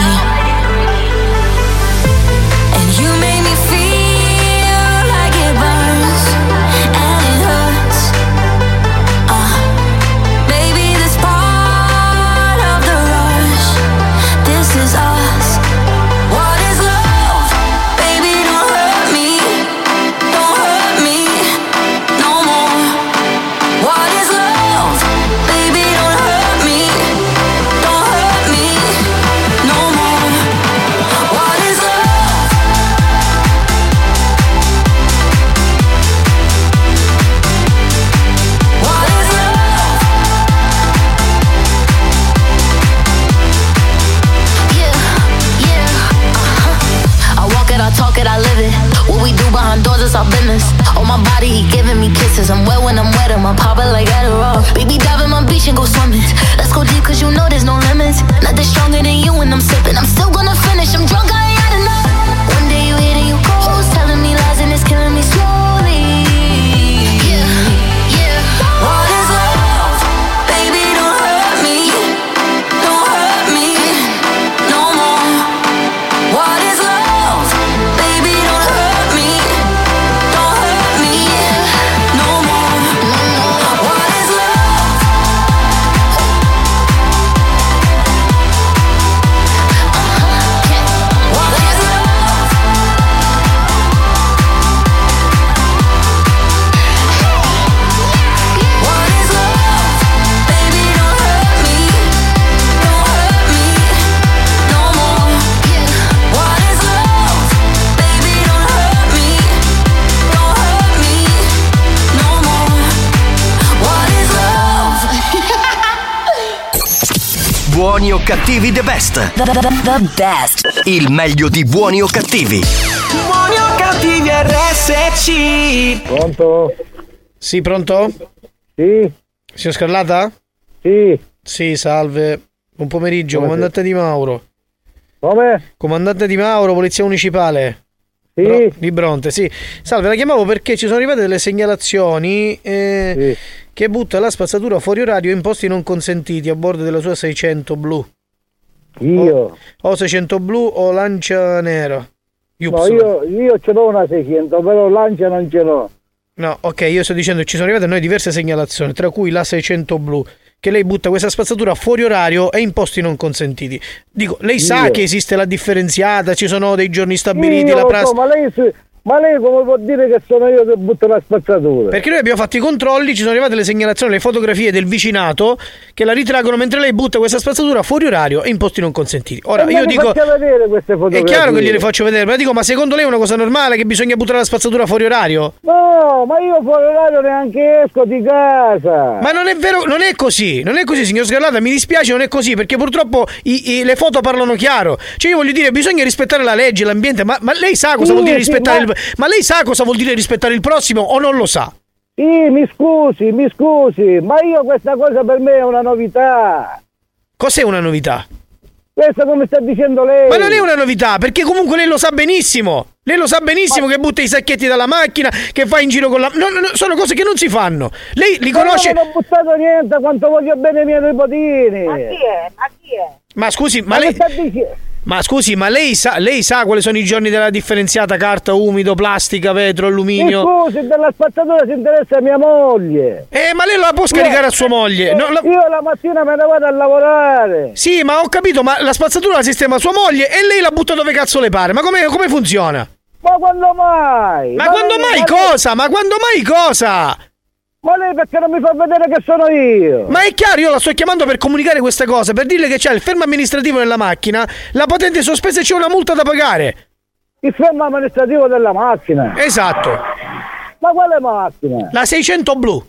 And you make me feel like it burns and it hurts. Uh, baby, this part of the rush. This is us. What is love? Baby, don't hurt me. Don't hurt me no more. What is love? Baby, don't hurt me. Don't hurt me no more. What is love? What is love? Yeah, yeah, uh-huh. I walk it, I talk it, I live it. What we do behind doors is our business. On my body, he giving me kisses. I'm wet when I'm wet, I'm popping like Adderall. Baby, dive in my beach and go swimming. Let's go deep, cause you know there's no limits. Nothing stronger than you when I'm sipping. I'm still gonna finish, I'm drunk, I ain't had enough. One day you hit and you ghost, telling me lies and it's killing me slowly. Yeah, yeah. What is love? Baby, don't hurt me. Don't hurt me no more. What is love? Baby, don't hurt me. Don't hurt me no more. What is love? What is love? What is love? Baby, don't hurt me. Don't hurt me no more. What is love? Baby, don't hurt me. Don't hurt me no more. What is love? Buoni o cattivi the best. The, the, the, the best. Il meglio di buoni o cattivi. Buoni o cattivi R S C. Pronto? Sì, pronto? Sì. Signor Scarlata? Sì. Sì, salve. Buon pomeriggio, Come comandante Di Mauro. Come? Comandante Di Mauro, Polizia Municipale. Sì. Bro- di Bronte, sì. Salve, la chiamavo perché ci sono arrivate delle segnalazioni eh, che butta la spazzatura fuori orario in posti non consentiti a bordo della sua seicento blu. Io? O, o seicento blu o Lancia Nera. No, io, io ce l'ho una seicento, però Lancia non ce l'ho. No, ok, io sto dicendo che ci sono arrivate a noi diverse segnalazioni, tra cui la seicento blu, che lei butta questa spazzatura fuori orario e in posti non consentiti. Dico, lei sa Io. che esiste la differenziata, ci sono dei giorni stabiliti, Io la lo prassi... so, ma lei, ma lei come può dire che sono io che butto la spazzatura? Perché noi abbiamo fatto i controlli, ci sono arrivate le segnalazioni, le fotografie del vicinato che la ritraggono mentre lei butta questa spazzatura fuori orario e in posti non consentiti. Ora, E io me le dico... faccia vedere queste fotografie. È chiaro che gliele faccio vedere, ma dico, ma secondo lei è una cosa normale che bisogna buttare la spazzatura fuori orario? No, ma io fuori orario neanche esco di casa. Ma non è vero, non è così, non è così, signor Scarlata, mi dispiace, non è così, perché purtroppo i, i, le foto parlano chiaro. Cioè io voglio dire, bisogna rispettare la legge, l'ambiente, ma, ma lei sa cosa Sì, vuol dire sì, rispettare ma- il... Ma lei sa cosa vuol dire rispettare il prossimo o non lo sa? Sì, mi scusi, mi scusi, ma io questa cosa per me è una novità. Cos'è una novità? Questo come sta dicendo lei. Ma non è una novità, perché comunque lei lo sa benissimo. Lei lo sa benissimo che butta i sacchetti dalla macchina, che fa in giro con la... No, no, no, sono cose che non si fanno. Lei li Ma conosce... io non ho buttato niente, quanto voglio bene i miei nipotini. Ma chi è? Ma chi è? Ma scusi, ma, Ma lei... che sta dicendo? Ma scusi, ma lei sa, lei sa quali sono i giorni della differenziata carta, umido, plastica, vetro, Mi alluminio? scusi, della spazzatura si interessa mia moglie. Eh, ma lei la può scaricare Io- a sua moglie? No, la- Io la mattina me ne vado a lavorare. Sì, ma ho capito, ma la spazzatura la sistema sua moglie e lei la butta dove cazzo le pare. Ma come, come funziona? Ma quando mai? Ma quando lei- mai ma lei- cosa? Ma quando mai cosa? Ma lei perché non mi fa vedere che sono io? Ma è chiaro, io la sto chiamando per comunicare questa cosa, per dirle che c'è il fermo amministrativo nella macchina, la patente è sospesa e c'è una multa da pagare. Il fermo amministrativo della macchina. Esatto. Ma quale macchina? La seicento blu.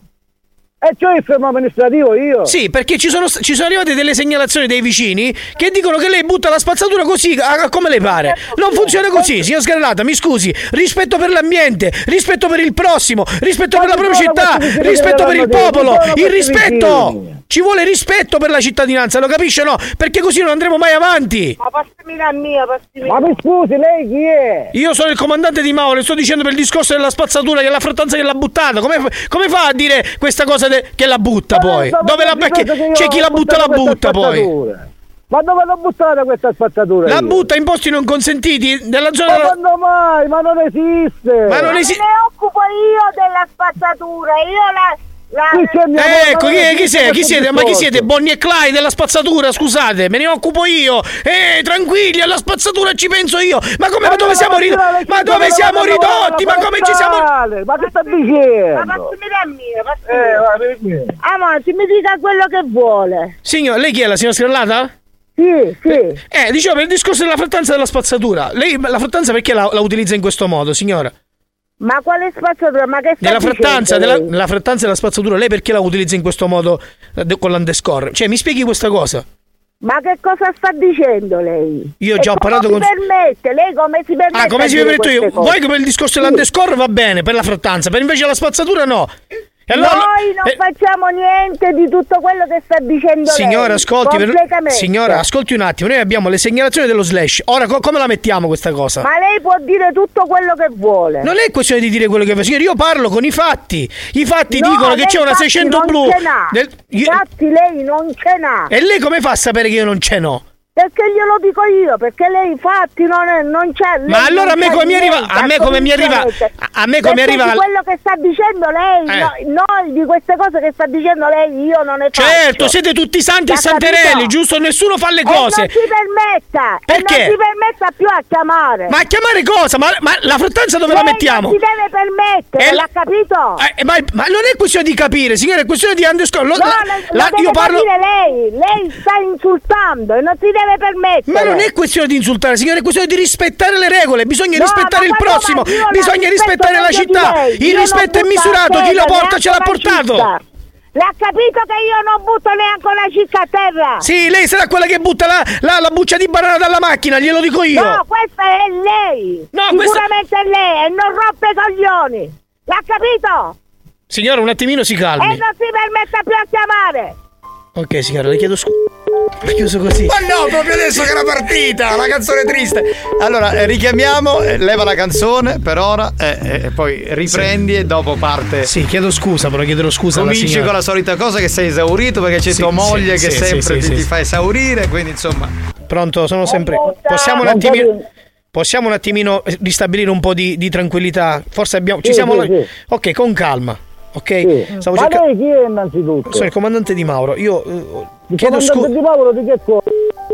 E c'ho il fermo amministrativo io? Sì, perché ci sono, ci sono arrivate delle segnalazioni dei vicini che dicono che lei butta la spazzatura così, a, a come le pare. Non funziona così, signor Scarlata, mi scusi. Rispetto per l'ambiente, rispetto per il prossimo, rispetto per la propria città, rispetto per il popolo, il rispetto. Ci vuole rispetto per la cittadinanza, lo capisce no? Perché così non andremo mai avanti. Ma passami la mia, passami. Ma mi scusi, lei chi è? Io sono il comandante Di Mauro, le sto dicendo per il discorso della spazzatura, che è la frattanza che l'ha buttata. Come, come fa a dire questa cosa de, che la butta ma poi? Dove la perché c'è chi la butta la butta poi? Ma dove l'ho buttata questa spazzatura? La io? butta in posti non consentiti nella zona. Ma quando mai? Ma non esiste. Ma non esiste. Me ne occupo io della spazzatura, io la La... Ecco, chi, chi, siete, chi siete? Ma chi siete? Bonnie e Clyde della spazzatura? Scusate, me ne occupo io. Eh, tranquilli, alla spazzatura ci penso io. Ma come? Ma dove siamo ridotti? Ma dove siamo ridotti? Ma come ci siamo? Ma che sta dicendo? Ma passami la mia, passami. Ah, ma si mi dica quello che vuole. Signor, lei chi è? La signora Scarlata? Sì, sì. Eh, diciamo per il discorso della frattanza della spazzatura. Lei la frattanza perché la, la utilizza in questo modo, signora? Ma quale spazzatura? Ma che sta Nella frattanza, della, lei? la frattanza della spazzatura, lei perché la utilizza in questo modo eh, con l'undescore? Cioè, mi spieghi questa cosa? Ma che cosa sta dicendo lei? Io già e ho parlato come con... si permette? Lei come si permette? Ah, come si permette io? Cose? Voi che per il discorso dell'undescore va bene, per la frattanza, per invece la spazzatura no. E allora, noi non eh, facciamo niente di tutto quello che sta dicendo signora, lei. Ascolti, per, signora, ascolti un attimo. Noi abbiamo le segnalazioni dello slash. Ora, co- come la mettiamo questa cosa? Ma lei può dire tutto quello che vuole. Non è questione di dire quello che vuole. Signora, io parlo con i fatti. I fatti no, dicono che c'è una seicento non blu. Ce n'ha. Del, io... Infatti lei non ce n'ha. E lei come fa a sapere che io non ce n'ho? Perché glielo dico io, perché lei infatti non, è, non c'è. Ma allora a me come mi arriva? A me come mi arriva? A me come arriva? Di quello che sta dicendo lei, eh. no, noi di queste cose che sta dicendo lei, io non ne faccio. Certo, siete tutti santi e santerelli, giusto? Nessuno fa le cose. E non si permetta. Perché? E non si permetta più a chiamare. Ma a chiamare cosa? Ma, ma la frattanza dove lei la mettiamo? Non si deve permettere, e l'ha capito? Eh, ma, ma non è questione di capire, signore, è questione di underscore. No, la, la, la, io parlo. lei, lei sta insultando e non si deve permettere. Ma non è questione di insultare, signore, è questione di rispettare le regole. Bisogna no, rispettare il prossimo, bisogna rispettare la città. Il rispetto è misurato, chi lo porta ce l'ha portato. L'ha capito che io non butto neanche una cicca a terra? Sì, lei sarà quella che butta la, la, la buccia di banana dalla macchina, glielo dico io. No, questa è lei. No, sicuramente questa... è lei e non rompe i coglioni. L'ha capito? Signora, un attimino si calmi. E non si permetta più a chiamare. Ok, signora, le chiedo scusa. Ha chiuso così. Ma no, proprio adesso che era partita la canzone triste. Allora, eh, richiamiamo, eh, leva la canzone per ora e eh, eh, poi riprendi sì. E dopo parte. Sì, chiedo scusa, però chiederò scusa alla cominci signora. Con la solita cosa che sei esaurito perché c'è sì, tua moglie sì, che sì, sempre sì, ti, sì. ti fa esaurire, quindi insomma. Pronto, sono sempre. Possiamo un attimino Possiamo un attimino ristabilire un po' di, di tranquillità. Forse abbiamo ci sì, siamo sì, sì. Ok, con calma. Ok, sì. stavo Ma cercando. lei chi è innanzitutto? Sono il comandante Di Mauro. Io uh, il chiedo scusa. comandante Di Mauro di che cosa?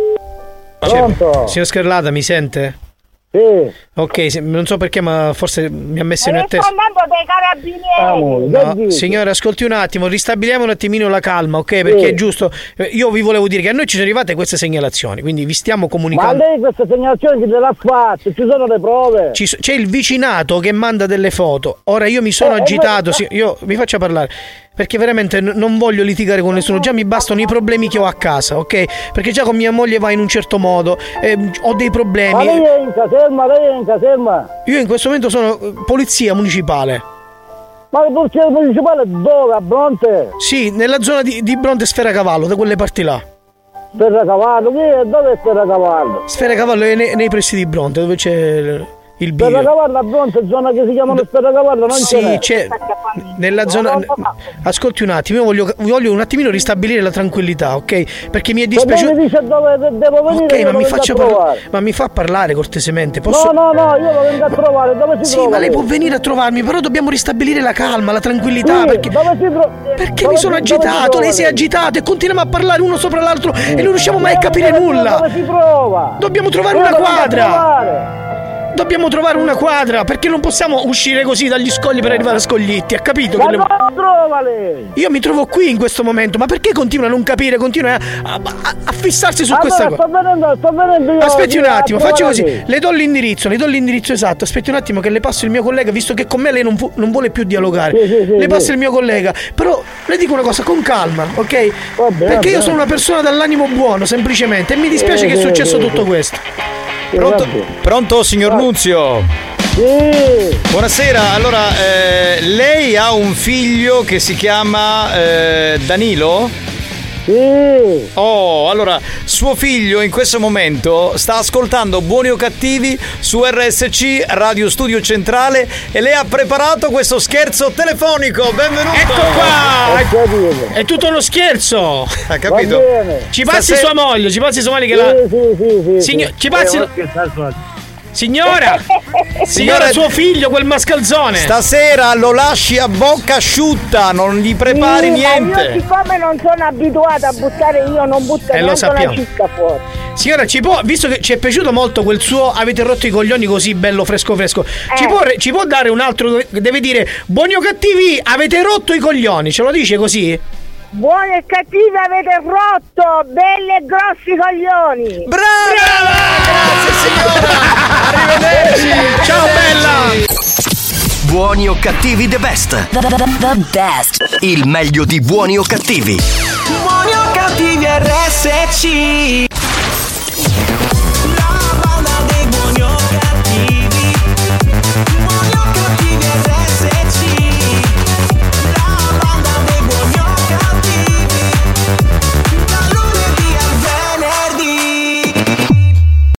Pronto? Signor Scarlata, mi sente? Sì. Ok, non so perché, ma forse mi ha messo in attesa. Sto andando dei carabinieri. No, signora, ascolti un attimo, ristabiliamo un attimino la calma, ok? Perché sì. È giusto. Io vi volevo dire che a noi ci sono arrivate queste segnalazioni, quindi vi stiamo comunicando. Ma lei queste segnalazioni che le ha fatte? Ci sono le prove? Ci, c'è il vicinato che manda delle foto. Ora io mi sono eh, agitato, eh, sì, io mi faccia parlare. Perché veramente n- non voglio litigare con nessuno, già mi bastano i problemi che ho a casa, ok? Perché già con mia moglie va in un certo modo, eh, ho dei problemi. Ma lei è in caserma, lei è in caserma? Io in questo momento sono polizia municipale. Ma la polizia municipale dove? A Bronte? Sì, nella zona di, di Bronte Sfera-Cavallo, da quelle parti là. Sfera-Cavallo? Dove è Sfera-Cavallo? Sfera-Cavallo è nei, nei pressi di Bronte, dove c'è... il bio. Sfera-Cavallo a Bronte, zona che si chiamano Sfera-Cavallo, non sì, c'è. c'è nella zona. Ascolti un attimo, io voglio, voglio un attimino ristabilire la tranquillità, ok? Perché mi è dispiaciuto. Mi dice dove devo venire. Ok, ma mi faccia parlare. Ma mi fa parlare cortesemente. Posso... No, no, no, io lo vengo a trovare. Dove si sì, trova? Sì, ma lei può venire a trovarmi, però dobbiamo ristabilire la calma, la tranquillità. Sì, perché dove si tro... perché dove mi sono si... agitato, lei si è agitato e continuiamo a parlare uno sopra l'altro sì. E non riusciamo mai a capire dove nulla. Dove si trova? Dobbiamo trovare io una quadra. Dobbiamo trovare una quadra, perché non possiamo uscire così dagli scogli per arrivare a Scoglitti, ha capito? Ma che non le... trova lei? Io mi trovo qui in questo momento, ma perché continua a non capire, continua a, a, a fissarsi su allora, questa cosa? Sto venendo, sto venendo io. Aspetti un attimo, faccio così, lì. Le do l'indirizzo, le do l'indirizzo esatto, aspetti un attimo che le passo il mio collega, visto che con me lei non, fu, non vuole più dialogare. Sì, sì, sì, le passo sì. il mio collega, però le dico una cosa con calma, ok? Vabbè, perché vabbè. io sono una persona dall'animo buono, semplicemente, e mi dispiace eh, che è successo eh, tutto questo. Eh, Pronto, vabbè. pronto signor Nunzio? Sì. Buonasera, allora eh, lei ha un figlio che si chiama eh, Danilo? Sì. Oh, allora, suo figlio in questo momento sta ascoltando Buoni o Cattivi su R S C Radio Studio Centrale e lei ha preparato questo scherzo telefonico. Benvenuto. Ecco qua. È tutto uno scherzo. Ha capito? Ci passi Stasera... sua moglie, ci passi sua moglie che sì, la Sì, sì, sì. Signor... sì. Ci passi Eh, Signora! Signora, suo figlio, quel mascalzone! Stasera lo lasci a bocca asciutta, non gli prepari sì, niente. Ma io siccome non sono abituata a buttare, io non butto eh, neanche una cicca fuori. Signora, ci può, visto che ci è piaciuto molto quel suo avete rotto i coglioni così bello fresco fresco, eh. ci, può, ci può dare un altro, deve dire Buoni o Cattivi, avete rotto i coglioni, ce lo dice così? Buoni e cattivi, avete rotto belli e grossi coglioni. Brava! Brava! Grazie signora. Arrivederci. Ciao bella. Buoni o Cattivi the best. The, the, the best. Il meglio di Buoni o Cattivi. Buoni o Cattivi R S C.